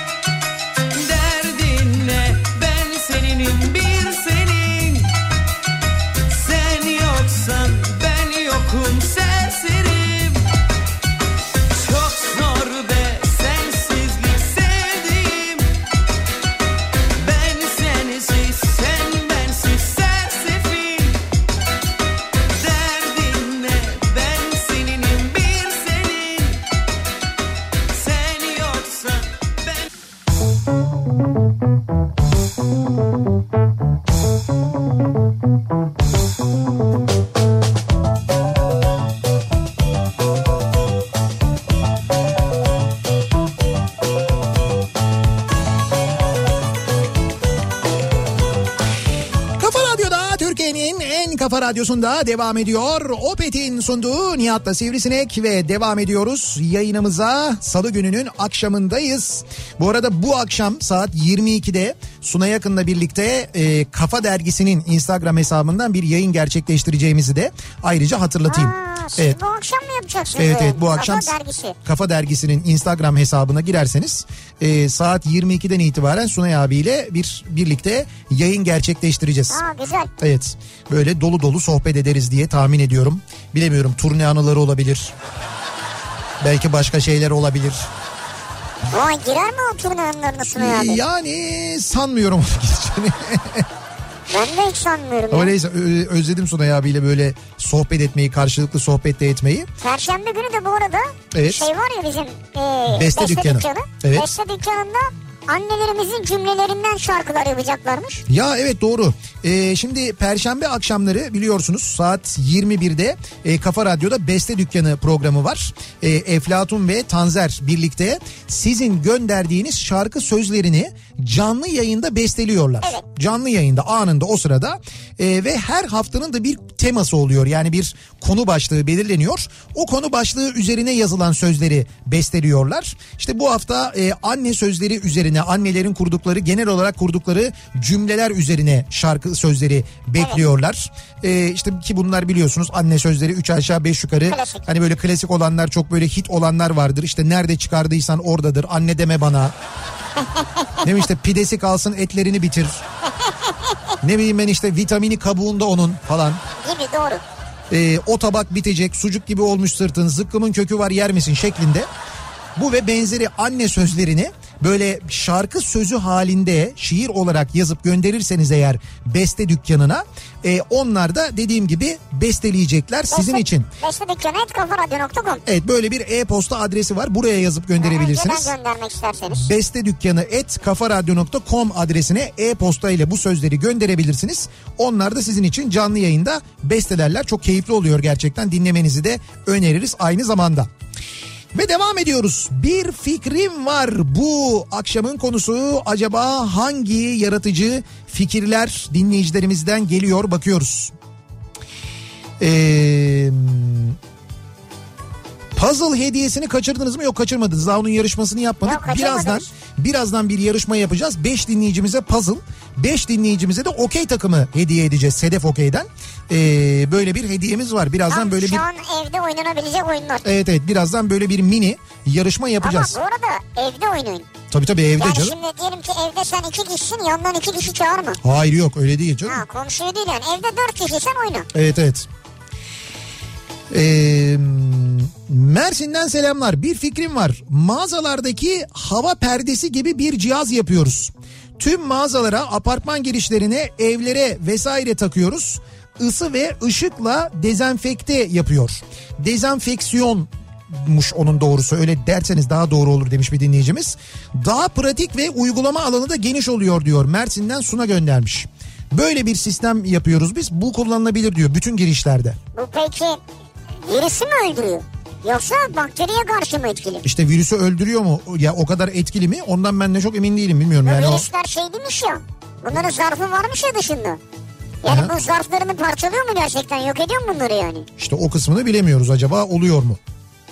Derdin ne? Ben seninim, bir senin. Sen yoksan ben yokum, serserim. Çok zor be sensizlik sevdiğim. Ben sensiz, sen bensiz sersefil. Derdin ne? Ben seninim, bir senin. Sen yoksan ben... Kafa Radyo'da, Türkiye'nin en kafa radyosunda devam ediyor. Opet'in sunduğu Nihat'la Sivrisinek ve devam ediyoruz yayınımıza. Salı gününün akşamındayız. Bu arada bu akşam saat yirmi ikide Sunay Akın'la birlikte e, Kafa Dergisi'nin Instagram hesabından bir yayın gerçekleştireceğimizi de ayrıca hatırlatayım. Aa, siz Evet. bu akşam mı yapacaksınız? Evet evet bu Kafa akşam Dergisi. Kafa Dergisi'nin Instagram hesabına girerseniz e, saat yirmi ikiden itibaren Sunay abiyle bir birlikte yayın gerçekleştireceğiz. Aa, güzel. Evet, böyle dolu dolu sohbet ederiz diye tahmin ediyorum. Bilemiyorum, turne anıları olabilir. Belki başka şeyler olabilir. Vay girer mi o turne anlarını Sunay abi? Yani sanmıyorum. Ben de hiç sanmıyorum. Ama ya. neyse özledim Sunay abiyle böyle sohbet etmeyi, karşılıklı sohbet de etmeyi. Perşembe günü de bu arada evet. şey var ya bizim e, Beste, Beste dükkanı. dükkanı. Evet. Beste dükkanında annelerimizin cümlelerinden şarkılar yapacaklarmış. Ya evet doğru. Ee, şimdi Perşembe akşamları biliyorsunuz saat yirmi birde e, Kafa Radyo'da Beste Dükkanı programı var. E, Eflatun ve Tanzer birlikte sizin gönderdiğiniz şarkı sözlerini canlı yayında besteliyorlar. Evet. Canlı yayında anında o sırada e, ve her haftanın da bir teması oluyor. Yani bir konu başlığı belirleniyor. O konu başlığı üzerine yazılan sözleri besteliyorlar. İşte bu hafta e, anne sözleri üzerine, annelerin kurdukları, genel olarak kurdukları cümleler üzerine şarkı sözleri bekliyorlar. Evet. E, işte ki bunlar biliyorsunuz anne sözleri üç aşağı beş yukarı. Klasik. Hani böyle klasik olanlar, çok böyle hit olanlar vardır. İşte nerede çıkardıysan oradadır. Anne deme bana. Ne bileyim işte pidesi kalsın etlerini bitir. Ne bileyim ben işte vitamini kabuğunda onun falan. Gibi doğru. Ee, o tabak bitecek, sucuk gibi olmuş sırtın, zıkkımın kökü var yer misin şeklinde. Bu ve benzeri anne sözlerini böyle şarkı sözü halinde şiir olarak yazıp gönderirseniz eğer Beste Dükkanı'na e, onlar da dediğim gibi besteleyecekler Beste, sizin için. Beste Dükkanı et kafaradyo nokta com. Evet böyle bir e-posta adresi var, buraya yazıp gönderebilirsiniz. Önceden göndermek isterseniz. Beste Dükkanı et kafaradyo nokta com adresine e-posta ile bu sözleri gönderebilirsiniz. Onlar da sizin için canlı yayında bestelerler. Çok keyifli oluyor gerçekten, dinlemenizi de öneririz aynı zamanda. Ve devam ediyoruz. Bir fikrim var. Bu akşamın konusu acaba hangi yaratıcı fikirler dinleyicilerimizden geliyor, bakıyoruz. Eee... Puzzle hediyesini kaçırdınız mı? Yok, kaçırmadınız. Daha onun yarışmasını yapmadık. Yok, birazdan birazdan bir yarışma yapacağız. beş dinleyicimize puzzle, beş dinleyicimize de okey takımı hediye edeceğiz Sedef Okey'den. Ee, böyle bir hediyemiz var. Birazdan Tam böyle şu bir... an evde oynanabilecek oyunlar. Evet evet, birazdan böyle bir mini yarışma yapacağız. Ama bu arada evde oynayın. Tabii tabii evde yani canım. şimdi diyelim ki evde sen iki kişisin, yandan iki kişi çağır mı? Hayır yok, öyle değil canım. Ha, komşuyu değil yani, evde dört kişiysen oyna. Evet evet. Ee, Mersin'den selamlar. Bir fikrim var. Mağazalardaki hava perdesi gibi bir cihaz yapıyoruz. Tüm mağazalara, apartman girişlerine, evlere vesaire takıyoruz. Isı ve ışıkla dezenfekte yapıyor. Dezenfeksiyonmuş onun doğrusu, öyle derseniz daha doğru olur demiş bir dinleyicimiz. Daha pratik ve uygulama alanı da geniş oluyor diyor. Mersin'den Suna göndermiş. Böyle bir sistem yapıyoruz biz. Bu kullanılabilir diyor bütün girişlerde. Bu peki virüsü mü öldürüyor? Yoksa bakteriye karşı mı etkili? İşte virüsü öldürüyor mu? Ya o kadar etkili mi? Ondan ben de çok emin değilim, bilmiyorum. Bu yani virüsler o... şey demiş ya. Bunların zarfı varmış ya dışında. Yani Aha. bu zarflarını parçalıyor mu gerçekten? Yok ediyor mu bunları yani? İşte o kısmını bilemiyoruz, acaba oluyor mu?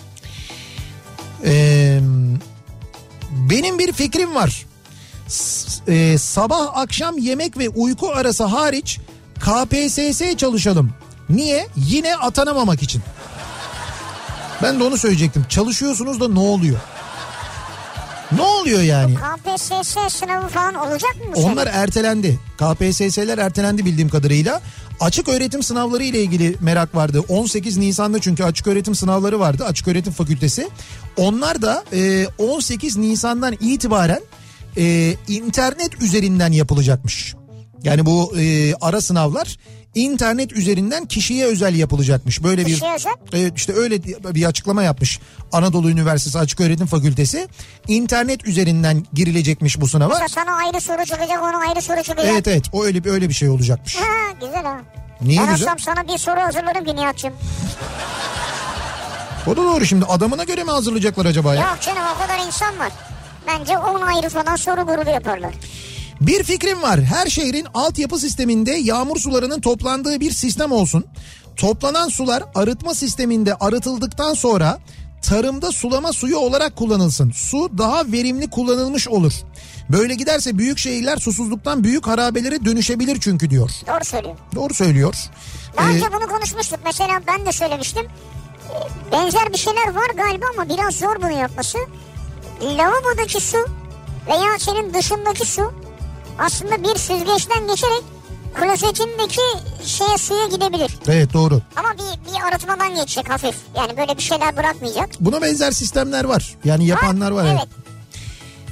Ee, benim bir fikrim var. S- e, sabah akşam yemek ve uyku arası hariç K P S S çalışalım. Niye? Yine atanamamak için. Ben de onu söyleyecektim. Çalışıyorsunuz da ne oluyor? Ne oluyor yani? Bu K P S S sınavı falan olacak mı bu Onlar sene? ertelendi. K P S S'ler ertelendi bildiğim kadarıyla. Açık öğretim sınavları ile ilgili merak vardı. on sekiz Nisan'da çünkü açık öğretim sınavları vardı. Açık öğretim fakültesi. Onlar da on sekiz Nisan'dan itibaren internet üzerinden yapılacakmış. Yani bu ara sınavlar İnternet üzerinden kişiye özel yapılacakmış. Böyle bir evet, işte öyle bir açıklama yapmış Anadolu Üniversitesi Açıköğretim Fakültesi. İnternet üzerinden girilecekmiş bu sınava. Mesela sana ayrı soru çıkacak, ona ayrı soru çıkacak. Evet evet, o öyle bir öyle bir şey olacakmış. Ha, güzel ha. Niye ben güzel? Ben sana bir soru hazırlarım ki Nihat'cığım. O da doğru, şimdi adamına göre mi hazırlayacaklar acaba ya? Yok canım, o kadar insan var. Bence on ayrı falan soru grubu yaparlar. Bir fikrim var. Her şehrin altyapı sisteminde yağmur sularının toplandığı bir sistem olsun. Toplanan sular arıtma sisteminde arıtıldıktan sonra tarımda sulama suyu olarak kullanılsın. Su daha verimli kullanılmış olur. Böyle giderse büyük şehirler susuzluktan büyük harabelere dönüşebilir çünkü diyor. Doğru söylüyor. Doğru söylüyor. Daha önce ee, bunu konuşmuştuk. Mesela ben de söylemiştim. Benzer bir şeyler var galiba ama biraz zor bunu yapması. Lavabodaki su veya senin dışındaki su aslında bir süzgeçten geçerek klozetindeki şeye, suya gidebilir. Evet doğru. Ama bir, bir arıtmadan geçecek hafif. Yani böyle bir şeyler bırakmayacak. Buna benzer sistemler var. Yani yapanlar var. var evet. evet.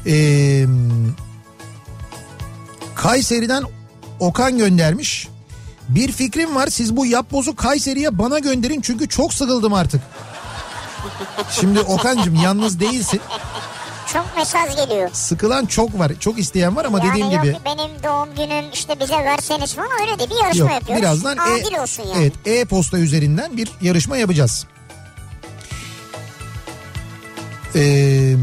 Ee, Kayseri'den Okan göndermiş. Bir fikrim var, siz bu yapbozu Kayseri'ye bana gönderin çünkü çok sıkıldım artık. Şimdi Okan'cığım yalnız değilsin. Çok mesaj geliyor. Sıkılan çok var, çok isteyen var ama yani dediğim yok, gibi. Benim doğum günüm işte bize verseniz falan, öyle de bir yarışma Yok, yapıyoruz. birazdan adil e, olsun yani. Evet, e-posta üzerinden bir yarışma yapacağız. Ee,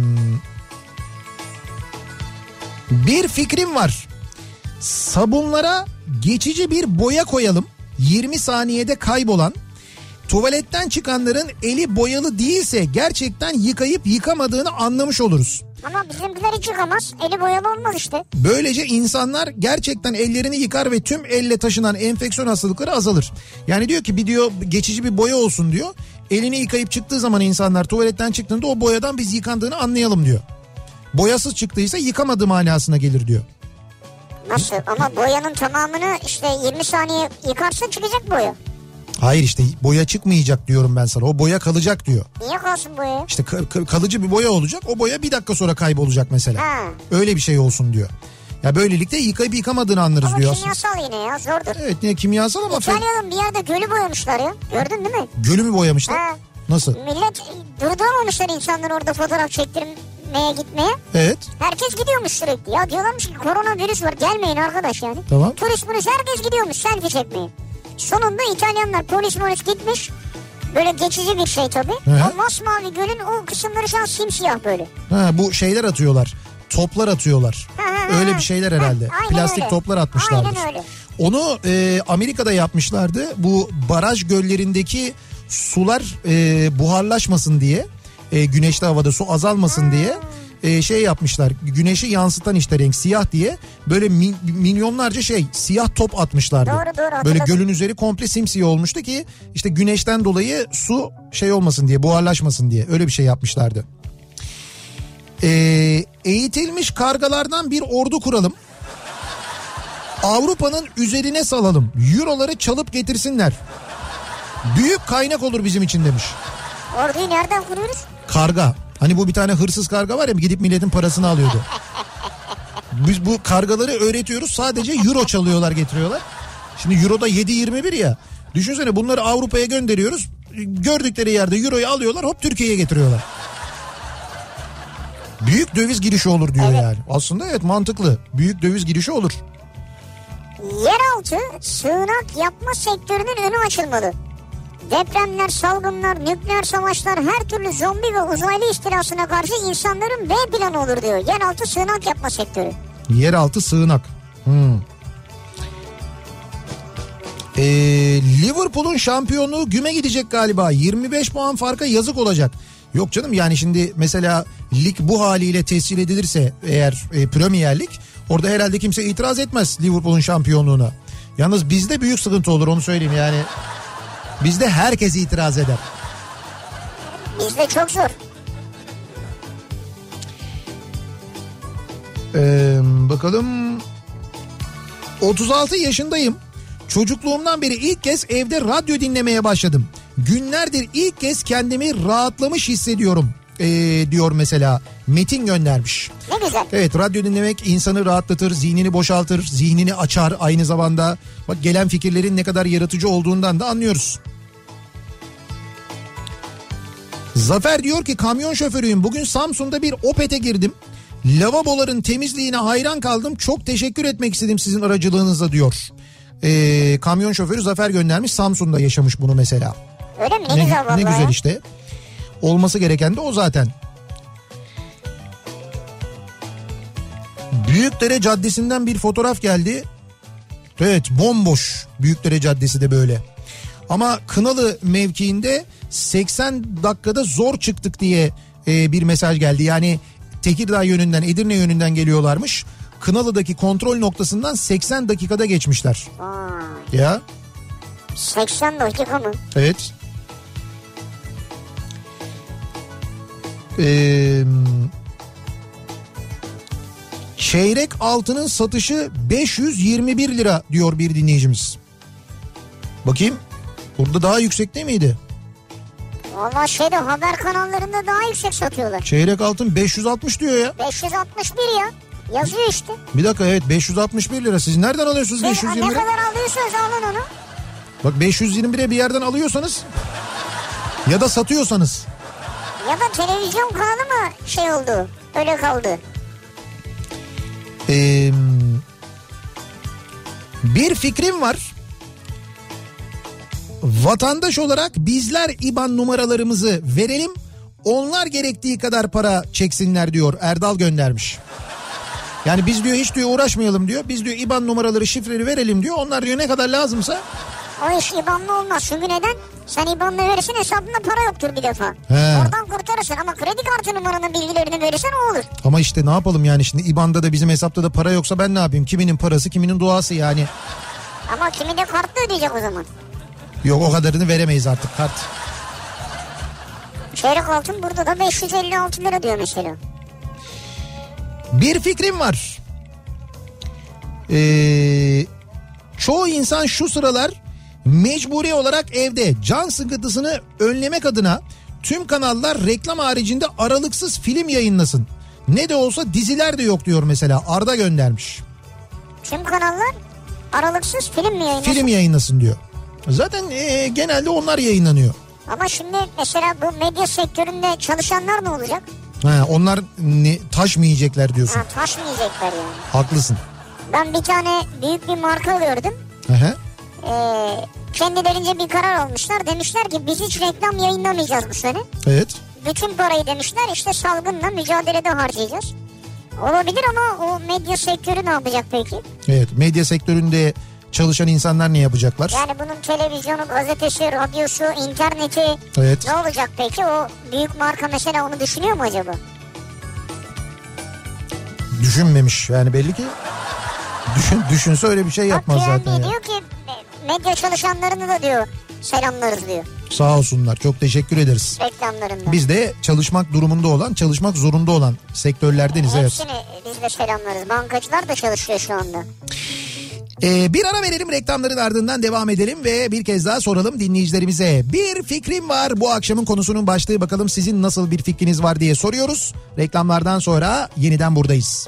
bir fikrim var. Sabunlara geçici bir boya koyalım. yirmi saniyede kaybolan. Tuvaletten çıkanların eli boyalı değilse gerçekten yıkayıp yıkamadığını anlamış oluruz. Ama bizimkiler hiç yıkamaz. Eli boyalı olmaz işte. Böylece insanlar gerçekten ellerini yıkar ve tüm elle taşınan enfeksiyon hastalıkları azalır. Yani diyor ki bir diyor geçici bir boya olsun diyor. Elini yıkayıp çıktığı zaman insanlar tuvaletten çıktığında o boyadan biz yıkandığını anlayalım diyor. Boyasız çıktıysa yıkamadığı manasına gelir diyor. Nasıl? Ama boyanın tamamını işte yirmi saniye yıkarsa çıkacak boya. Hayır işte boya çıkmayacak diyorum ben sana. O boya kalacak diyor. Niye kalsın boya? İşte ka- kalıcı bir boya olacak. O boya bir dakika sonra kaybolacak mesela. Ha. Öyle bir şey olsun diyor. Ya böylelikle yıkayıp yıkamadığını anlarız ama diyor. Ama kimyasal yine ya, zordur. Evet, ne kimyasal ama... İtalya'nın bir yerde gölü boyamışlar ya. Gördün değil mi? Gölü mü boyamışlar? Ha. Nasıl? Millet durduramamışlar insanlar orada fotoğraf çektirmeye gitmeye. Evet. Herkes gidiyormuş sürekli. Ya diyorlarmış ki koronavirüs var, gelmeyin arkadaş yani. Tamam. Turist polis herkes gidiyormuş selfie çekmeye. Sonunda İtalyanlar polis polis gitmiş. Böyle geçici bir şey tabii. He. O masmavi gölün o kısımları şu an simsiyah böyle. Ha, bu şeyler atıyorlar. Toplar atıyorlar. Ha, ha, öyle ha. bir şeyler herhalde. Ha, Plastik öyle. toplar atmışlardır. Aynen öyle. Onu e, Amerika'da yapmışlardı. Bu baraj göllerindeki sular e, buharlaşmasın diye. E, güneşli havada su azalmasın Hmm. diye. E, şey yapmışlar, güneşi yansıtan işte renk siyah diye böyle min, milyonlarca şey siyah top atmışlardı. Doğru, doğru, hatırladım. Böyle gölün üzeri komple simsiyah olmuştu ki işte güneşten dolayı su şey olmasın diye, buharlaşmasın diye öyle bir şey yapmışlardı. E, eğitilmiş kargalardan bir ordu kuralım. Avrupa'nın üzerine salalım. Euroları çalıp getirsinler. Büyük kaynak olur bizim için demiş. Orduyu nereden kuruyoruz? Karga. Hani bu bir tane hırsız karga var ya, gidip milletin parasını alıyordu. Biz bu kargaları öğretiyoruz, sadece euro çalıyorlar getiriyorlar. Şimdi euro da yedi yirmi bir ya. Düşünsene, bunları Avrupa'ya gönderiyoruz. Gördükleri yerde euroyu alıyorlar, hop Türkiye'ye getiriyorlar. Büyük döviz girişi olur diyor, evet. Yani. Aslında evet, mantıklı. Büyük döviz girişi olur. Yeraltı sığınak yapma sektörünün önü açılmalı. Depremler, salgınlar, nükleer savaşlar, her türlü zombi ve uzaylı istilasına karşı insanların B planı olur diyor. Yeraltı sığınak yapma sektörü. Yeraltı sığınak. Hmm. Ee, Liverpool'un şampiyonluğu güme gidecek galiba. yirmi beş puan farka yazık olacak. Yok canım, yani şimdi mesela lig bu haliyle tescil edilirse eğer e, Premier Lig, orada herhalde kimse itiraz etmez Liverpool'un şampiyonluğuna. Yalnız bizde büyük sıkıntı olur, onu söyleyeyim yani. Bizde herkes itiraz eder. Bizde çok zor. Ee, bakalım. otuz altı yaşındayım. Çocukluğumdan beri ilk kez evde radyo dinlemeye başladım. Günlerdir ilk kez kendimi rahatlamış hissediyorum ee, diyor mesela. Metin göndermiş. Ne güzel. Evet, radyo dinlemek insanı rahatlatır, zihnini boşaltır, zihnini açar aynı zamanda. Bak, gelen fikirlerin ne kadar yaratıcı olduğundan da anlıyoruz. Zafer diyor ki, kamyon şoförüyüm. Bugün Samsun'da bir Opet'e girdim. Lavaboların temizliğine hayran kaldım. Çok teşekkür etmek istedim sizin aracılığınızla diyor. Ee, kamyon şoförü Zafer göndermiş, Samsun'da yaşamış bunu mesela. Öyle mi? Ne, ne güzel vallahi. Ne güzel işte. Olması gereken de o zaten. Büyükdere Caddesi'nden bir fotoğraf geldi. Evet, bomboş Büyükdere Caddesi de böyle. Ama Kınalı mevkiinde seksen dakikada zor çıktık diye e, bir mesaj geldi. Yani Tekirdağ yönünden, Edirne yönünden geliyorlarmış. Kınalı'daki kontrol noktasından seksen dakikada geçmişler. Aa, ya. seksen dakika mı? Evet. Eee... Çeyrek altının satışı beş yüz yirmi bir lira diyor bir dinleyicimiz. Bakayım. Burada daha yüksek değil miydi? Valla şeyde haber kanallarında daha yüksek satıyorlar. Çeyrek altın beş yüz altmış diyor ya. beş yüz altmış bir ya. Yazıyor işte. Bir dakika, evet, beş yüz altmış bir lira. Siz nereden alıyorsunuz Siz beş yüz yirmi ne lira? kadar alıyorsanız alın onu. Bak beş yüz yirmi bire bir yerden alıyorsanız ya da satıyorsanız. Ya da televizyon kanalı mı şey oldu? Öyle kaldı. Ee, bir fikrim var. Vatandaş olarak bizler İ B A N numaralarımızı verelim. Onlar gerektiği kadar para çeksinler diyor. Erdal göndermiş. Yani biz diyor hiç diyor uğraşmayalım diyor. Biz diyor İ B A N numaraları, şifreleri verelim diyor. Onlar diyor ne kadar lazımsa. O iş İ B A N'lı olmaz. Çünkü neden? Sen İ B A N'lı verirsin, hesabında para yoktur bir defa. He. Oradan kurtarırsın ama kredi kartı numaranın bilgilerini verirsen o olur. Ama işte ne yapalım yani, şimdi İ B A N'da da bizim hesapta da para yoksa ben ne yapayım? Kiminin parası, kiminin duası yani. Ama kimi de kartla ödeyecek o zaman. Yok, o kadarını veremeyiz artık kart. Çeyrek altın burada da beş yüz elli altı lira diyor mesela. Bir fikrim var. Ee, çoğu insan şu sıralar mecburi olarak evde can sıkıntısını önlemek adına tüm kanallar reklam haricinde aralıksız film yayınlasın. Ne de olsa diziler de yok diyor mesela. Arda göndermiş. Tüm kanallar aralıksız film mi yayınlasın? Film yayınlasın diyor. Zaten e, genelde onlar yayınlanıyor. Ama şimdi mesela bu medya sektöründe çalışanlar ne olacak? Ha, onlar ne, taş mı yiyecekler diyorsun. Ha, taş mı yiyecekler yani? Haklısın. Ben bir tane büyük bir marka gördüm. Hı hı. Ee, kendilerince bir karar almışlar. Demişler ki biz hiç reklam yayınlamayacağız bu sene. Evet. Bütün parayı demişler işte salgınla mücadelede harcayacağız. Olabilir ama o medya sektörü ne yapacak peki? Evet, medya sektöründe çalışan insanlar ne yapacaklar? Yani bunun televizyonu, gazetesi, radyosu, interneti Evet. ne olacak peki? O büyük marka mesela onu düşünüyor mu acaba? Düşünmemiş yani belli ki. Düşün, düşünse öyle bir şey yapmaz Bak, zaten ya. diyor ki medya çalışanlarını da diyor selamlarız diyor. Sağ olsunlar, çok teşekkür ederiz. Reklamlarında. Biz de çalışmak durumunda olan, çalışmak zorunda olan sektörlerdeniz. Hepsini Evet. biz de selamlarız. Bankacılar da çalışıyor şu anda. Ee, bir ara verelim, reklamların ardından devam edelim ve bir kez daha soralım dinleyicilerimize. Bir fikrim var, bu akşamın konusunun başlığı, bakalım sizin nasıl bir fikriniz var diye soruyoruz. Reklamlardan sonra yeniden buradayız.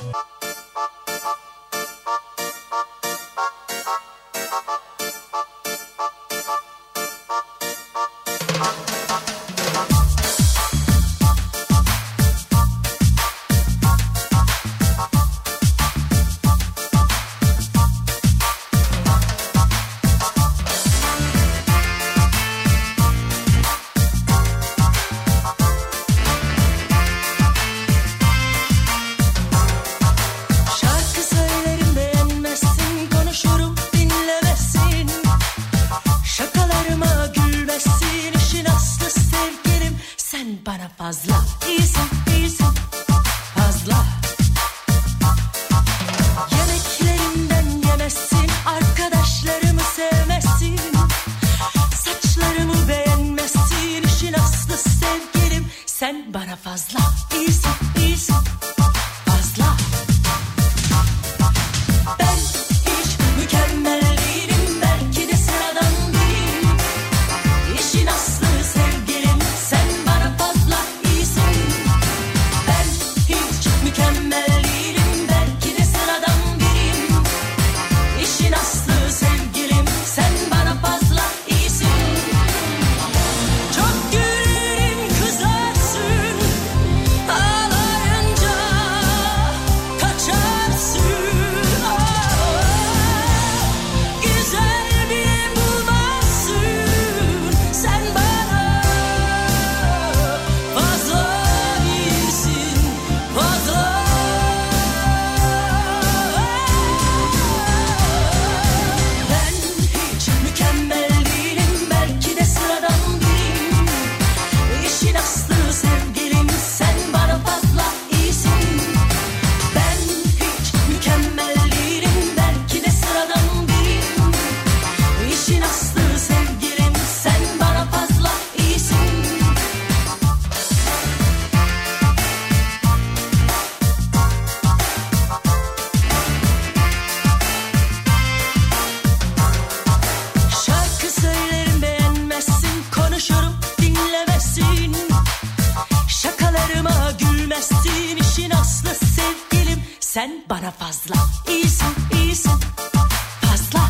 sen bana fazla. İyisin, iyisin, fazla.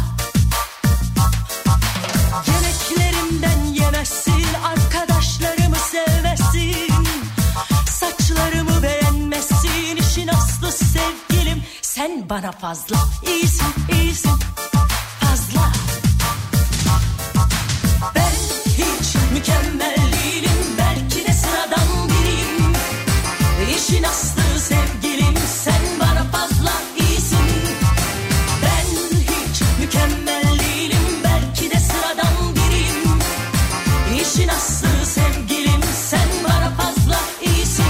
Yemeklerimden yemezsin, arkadaşlarımı sevmezsin, saçlarımı beğenmezsin, işin aslı sevgilim sen bana fazla. İyisin, iyisin, fazla. Ben hiç mükemmel değilim, belki de sıradan biriyim, işin aslı sevgilim sen bana fazla. İyisin. Ben hiç mükemmel değilim, belki de sıradan biriyim, işin aslı sevgilim sen bana fazla. İyisin.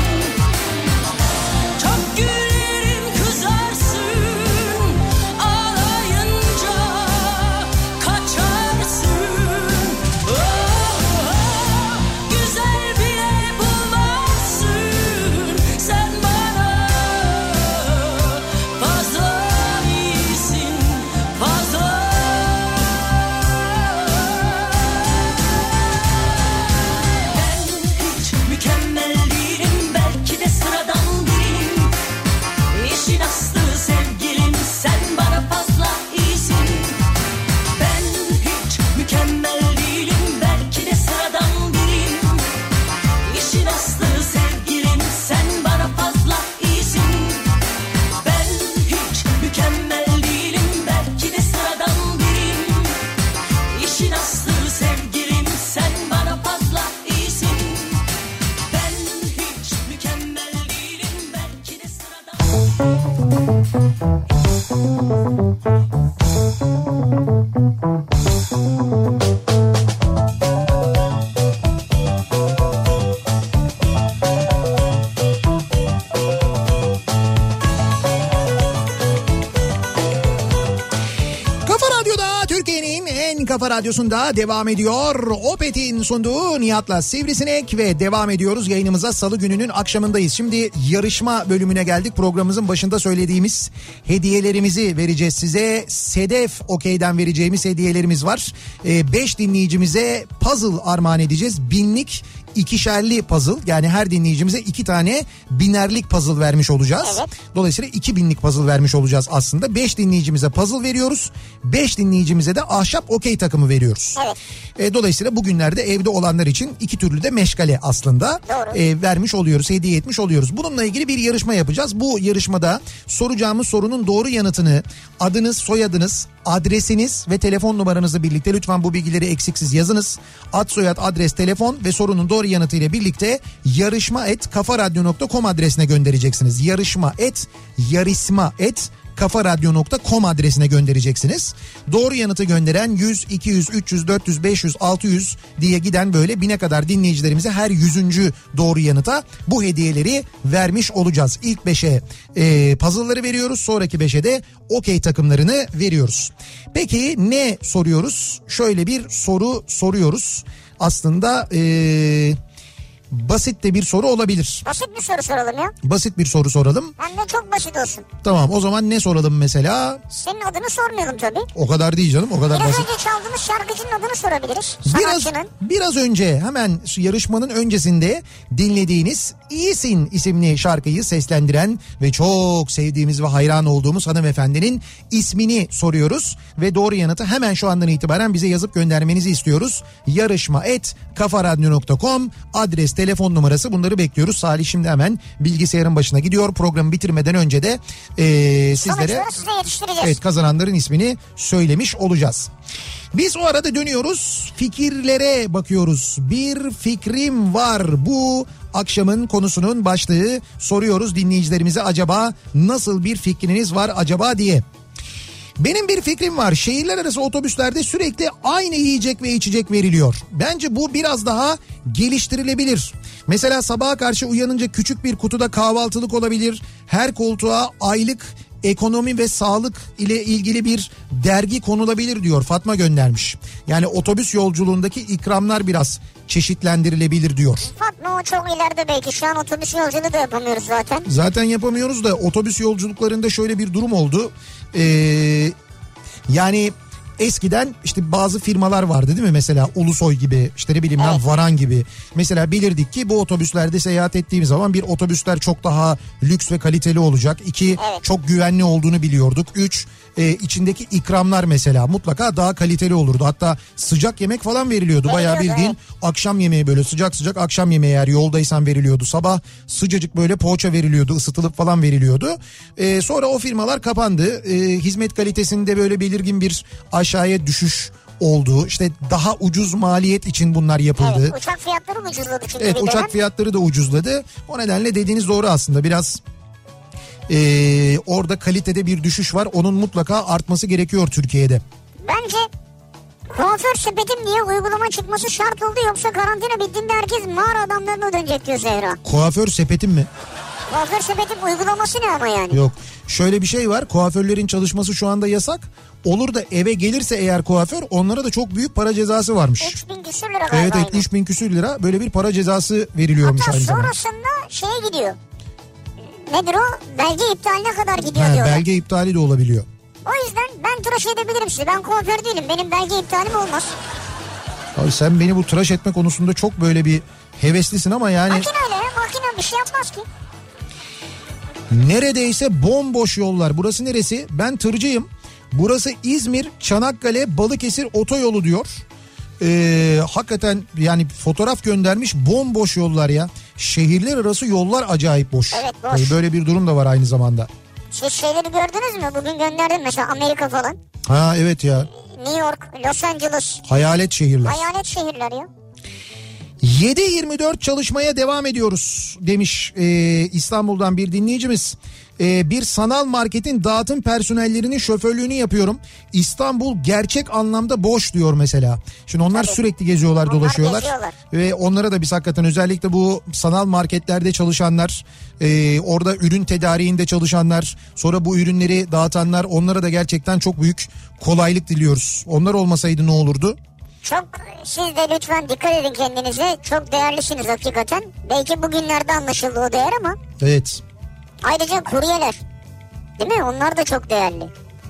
Çok gülerim kızarsın, ağlayınca kaçarsın. Oh, oh, güzel bile bulmazsın sen bana fazla. İyisin, fazla. Ben hiç mükemmel değilim, belki de sıradan biriyim, işin aslı sevgilim sen bana fazla. İyisin. Ben hiç mükemmel değilim, belki de sıradan biriyim, işin aslı sevgilim sen bana fazla. İyisin. Ben hiç mükemmel değilim, belki de sıradan biriyim, işin aslı sevgilim sen bana fazla. İyisin. Ben hiç mükemmel değilim, belki de sıradan. Kafa Radyo'da, Türkiye'nin en kafa radyosunda devam ediyor. Opet'in sunduğu Nihat'la Sivrisinek ve devam ediyoruz. Yayınımıza salı gününün akşamındayız. Şimdi yarışma bölümüne geldik. Programımızın başında söylediğimiz hediyelerimizi vereceğiz size. Sedef Okey'den vereceğimiz hediyelerimiz var. beş ee, dinleyicimize puzzle armağan edeceğiz. Binlik ikişerli puzzle, yani her dinleyicimize iki tane binerlik puzzle vermiş olacağız. Evet. Dolayısıyla iki binlik puzzle vermiş olacağız aslında. beş dinleyicimize puzzle veriyoruz. beş dinleyicimize de ahşap okey takımı veriyoruz. Evet. E, dolayısıyla bugünlerde evde olanlar için iki türlü de meşgale aslında e, vermiş oluyoruz, hediye etmiş oluyoruz. Bununla ilgili bir yarışma yapacağız. Bu yarışmada soracağımız sorunun doğru yanıtını adınız, soyadınız, adresiniz ve telefon numaranızla birlikte lütfen bu bilgileri eksiksiz yazınız. Ad, soyad, adres, telefon ve sorunun doğru yanıtıyla birlikte yarışma et kafaradyo nokta com adresine göndereceksiniz. Yarışma et yarisma et kafaradyo nokta com adresine göndereceksiniz. Doğru yanıtı gönderen yüz, iki yüz, üç yüz, dört yüz, beş yüz, altı yüz diye giden böyle bine kadar dinleyicilerimize her yüzüncü doğru yanıta bu hediyeleri vermiş olacağız. İlk beşe e, puzzle'ları veriyoruz, sonraki beşe de okey takımlarını veriyoruz. Peki ne soruyoruz? Şöyle bir soru soruyoruz. Aslında eee basit de bir soru olabilir. Basit bir soru soralım ya. Basit bir soru soralım. Hem de çok basit olsun. Tamam, o zaman ne soralım mesela? Senin adını sormayalım tabii. O kadar değil canım, o kadar Biraz basit. önce çaldığımız şarkıcının adını sorabiliriz. Biraz, Sanatçının. biraz önce hemen yarışmanın öncesinde dinlediğiniz İyisin isimli şarkıyı seslendiren ve çok sevdiğimiz ve hayran olduğumuz hanımefendinin ismini soruyoruz. Ve doğru yanıtı hemen şu andan itibaren bize yazıp göndermenizi istiyoruz. Yarışma et kafaradyo nokta com adres, telefon numarası, bunları bekliyoruz. Salih şimdi hemen bilgisayarın başına gidiyor. Programı bitirmeden önce de e, sizlere evet, kazananların ismini söylemiş olacağız. Biz o arada dönüyoruz, fikirlere bakıyoruz. Bir fikrim var, bu akşamın konusunun başlığı. Soruyoruz dinleyicilerimize, acaba nasıl bir fikriniz var acaba diye. Benim bir fikrim var. Şehirler arası otobüslerde sürekli aynı yiyecek ve içecek veriliyor. Bence bu biraz daha geliştirilebilir. Mesela sabaha karşı uyanınca küçük bir kutuda kahvaltılık olabilir. Her koltuğa aylık ekonomi ve sağlık ile ilgili bir dergi konulabilir diyor. Fatma göndermiş. Yani otobüs yolculuğundaki ikramlar biraz çeşitlendirilebilir diyor. Fatma o çok ileride belki. Şu an otobüs yolculuğu da yapamıyoruz zaten. Zaten yapamıyoruz da otobüs yolculuklarında şöyle bir durum oldu. Ee, yani eskiden işte bazı firmalar vardı değil mi? Mesela Ulusoy gibi, işte ne bileyim ben Evet. Varan gibi. Mesela bilirdik ki bu otobüslerde seyahat ettiğimiz zaman bir, otobüsler çok daha lüks ve kaliteli olacak. İki, Evet. çok güvenli olduğunu biliyorduk. Üç, e, içindeki ikramlar mesela mutlaka daha kaliteli olurdu. Hatta sıcak yemek falan veriliyordu. Bayağı Veriliyordu, bildiğin evet. akşam yemeği, böyle sıcak sıcak akşam yemeği eğer yoldaysan veriliyordu. Sabah sıcacık böyle poğaça veriliyordu, ısıtılıp falan veriliyordu. E, sonra o firmalar kapandı. E, hizmet kalitesinde böyle belirgin bir aşağıya düşüş oldu. İşte daha ucuz maliyet için bunlar yapıldı. Evet, uçak fiyatları mı ucuzladı çünkü Evet, bir uçak dönem? fiyatları da ucuzladı. O nedenle dediğiniz doğru aslında, biraz e, orada kalitede bir düşüş var. Onun mutlaka artması gerekiyor Türkiye'de. Bence kuaför sepetim diye uygulama çıkması şart oldu, yoksa karantina bittiğinde herkes mağara adamlarına dönecek diyor Zehra. Kuaför sepetim mi? Kuaför sepetim uygulaması ne ama yani? Yok. Şöyle bir şey var. Kuaförlerin çalışması şu anda yasak. Olur da eve gelirse eğer kuaför, onlara da çok büyük para cezası varmış. üç bin küsür lira galiba. Evet evet, yine. üç bin küsür lira böyle bir para cezası veriliyormuş Hatta aynı zamanda. sonrasında şeye gidiyor. Nedir o? Belge iptaline kadar gidiyor He, diyorlar. belge iptali de olabiliyor. O yüzden ben tıraş edebilirim sizi. Ben kuaför değilim. Benim belge iptalim olmaz. Abi sen beni bu tıraş etme konusunda çok böyle bir heveslisin ama yani Makineyle ya. Makine bir şey yapmaz ki. neredeyse bomboş yollar. Burası neresi? Ben tırcıyım. Burası İzmir, Çanakkale, Balıkesir otoyolu diyor. Ee, hakikaten yani fotoğraf göndermiş, bomboş yollar ya. Şehirler arası yollar acayip boş. Evet, boş. Tabii böyle bir durum da var aynı zamanda. Siz şeyleri gördünüz mü? Bugün gönderdim mesela, Amerika falan. Ha evet ya, New York, Los Angeles. hayalet şehirler. Hayalet şehirler ya. yedi yirmi dört çalışmaya devam ediyoruz demiş e, İstanbul'dan bir dinleyicimiz. E, bir sanal marketin dağıtım personellerinin şoförlüğünü yapıyorum. İstanbul gerçek anlamda boş diyor mesela. Şimdi onlar Tabii. sürekli geziyorlar, Onlar dolaşıyorlar. geziyorlar. Ve onlara da biz hakikaten, özellikle bu sanal marketlerde çalışanlar, e, orada ürün tedariğinde çalışanlar, sonra bu ürünleri dağıtanlar, onlara da gerçekten çok büyük kolaylık diliyoruz. Onlar olmasaydı ne olurdu? Çok, siz de lütfen dikkat edin kendinize. Çok değerlisiniz hakikaten. Belki bugünlerde anlaşıldı o değer ama. Evet. Ayrıca kuryeler. Değil mi? Onlar da çok değerli.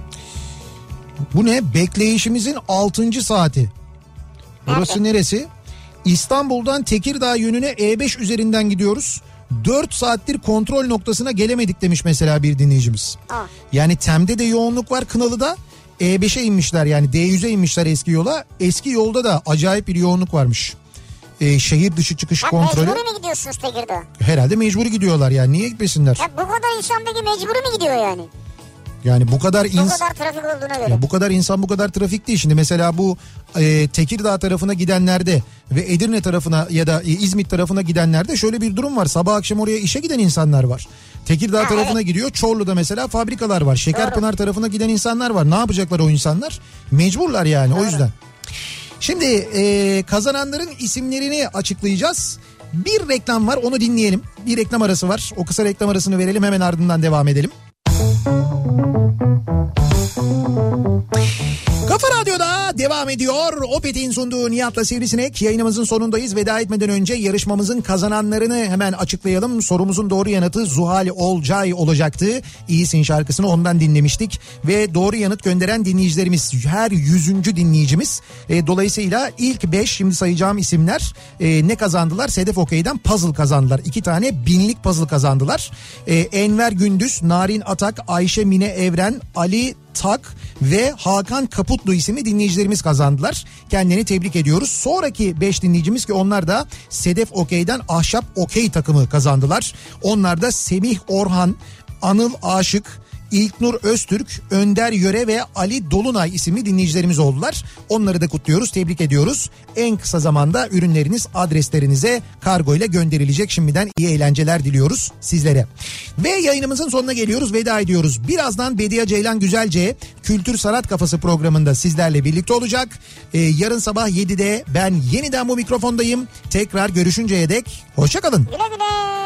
Bu ne? Bekleyişimizin altıncı saati. Burası neresi? İstanbul'dan Tekirdağ yönüne E beş üzerinden gidiyoruz. dört saattir kontrol noktasına gelemedik demiş mesela bir dinleyicimiz. Aa. Yani Tem'de de yoğunluk var, Kınalı'da. E beşe inmişler, yani D yüze inmişler eski yola. Eski yolda da acayip bir yoğunluk varmış. Ee, şehir dışı çıkış Ya kontrolü. mecburi mi gidiyorsunuz Tekirdağ? Herhalde mecburi gidiyorlar yani. Niye gitmesinler? Ya bu kadar insan peki mecburi mi gidiyor yani? Yani bu kadar Bu ins kadar trafik olduğuna göre. ya bu kadar insan, bu kadar trafik değil. Şimdi mesela bu e, Tekirdağ tarafına gidenlerde ve Edirne tarafına ya da e, İzmit tarafına gidenlerde şöyle bir durum var. Sabah akşam oraya işe giden insanlar var. Tekirdağ Ha, tarafına evet. gidiyor. Çorlu'da mesela fabrikalar var. Şekerpınar tarafına giden insanlar var. Ne yapacaklar o insanlar? Mecburlar yani. O yüzden. Şimdi e, kazananların isimlerini açıklayacağız. Bir reklam var, onu dinleyelim. Bir reklam arası var. O kısa reklam arasını verelim, hemen ardından devam edelim. Kafa Radyo'da devam ediyor. Opet'in sunduğu Nihat'la Sivrisinek. Yayınımızın sonundayız. Veda etmeden önce yarışmamızın kazananlarını hemen açıklayalım. Sorumuzun doğru yanıtı Zuhal Olcay olacaktı. İyisin şarkısını ondan dinlemiştik. Ve doğru yanıt gönderen dinleyicilerimiz, her yüzüncü dinleyicimiz. E, dolayısıyla ilk beş, şimdi sayacağım isimler e, ne kazandılar? Sedef Okey'den puzzle kazandılar. İki tane binlik puzzle kazandılar. E, Enver Gündüz, Narin Atak, Ayşe Mine Evren, Ali Tak ve Hakan Kaputlu isimli dinleyicilerimiz kazandılar. Kendilerini tebrik ediyoruz. Sonraki beş dinleyicimiz ki onlar da Sedef Okey'den Ahşap Okey takımı kazandılar. Onlar da Semih Orhan, Anıl Aşık, İlknur Öztürk, Önder Yöre ve Ali Dolunay isimli dinleyicilerimiz oldular. Onları da kutluyoruz, tebrik ediyoruz. En kısa zamanda ürünleriniz adreslerinize kargo ile gönderilecek. Şimdiden iyi eğlenceler diliyoruz sizlere. Ve yayınımızın sonuna geliyoruz, veda ediyoruz. Birazdan Bediye Ceylan Güzelce Kültür Sanat Kafası programında sizlerle birlikte olacak. Ee, yarın sabah yedide ben yeniden bu mikrofondayım. Tekrar görüşünceye dek hoşça kalın. Güle güle.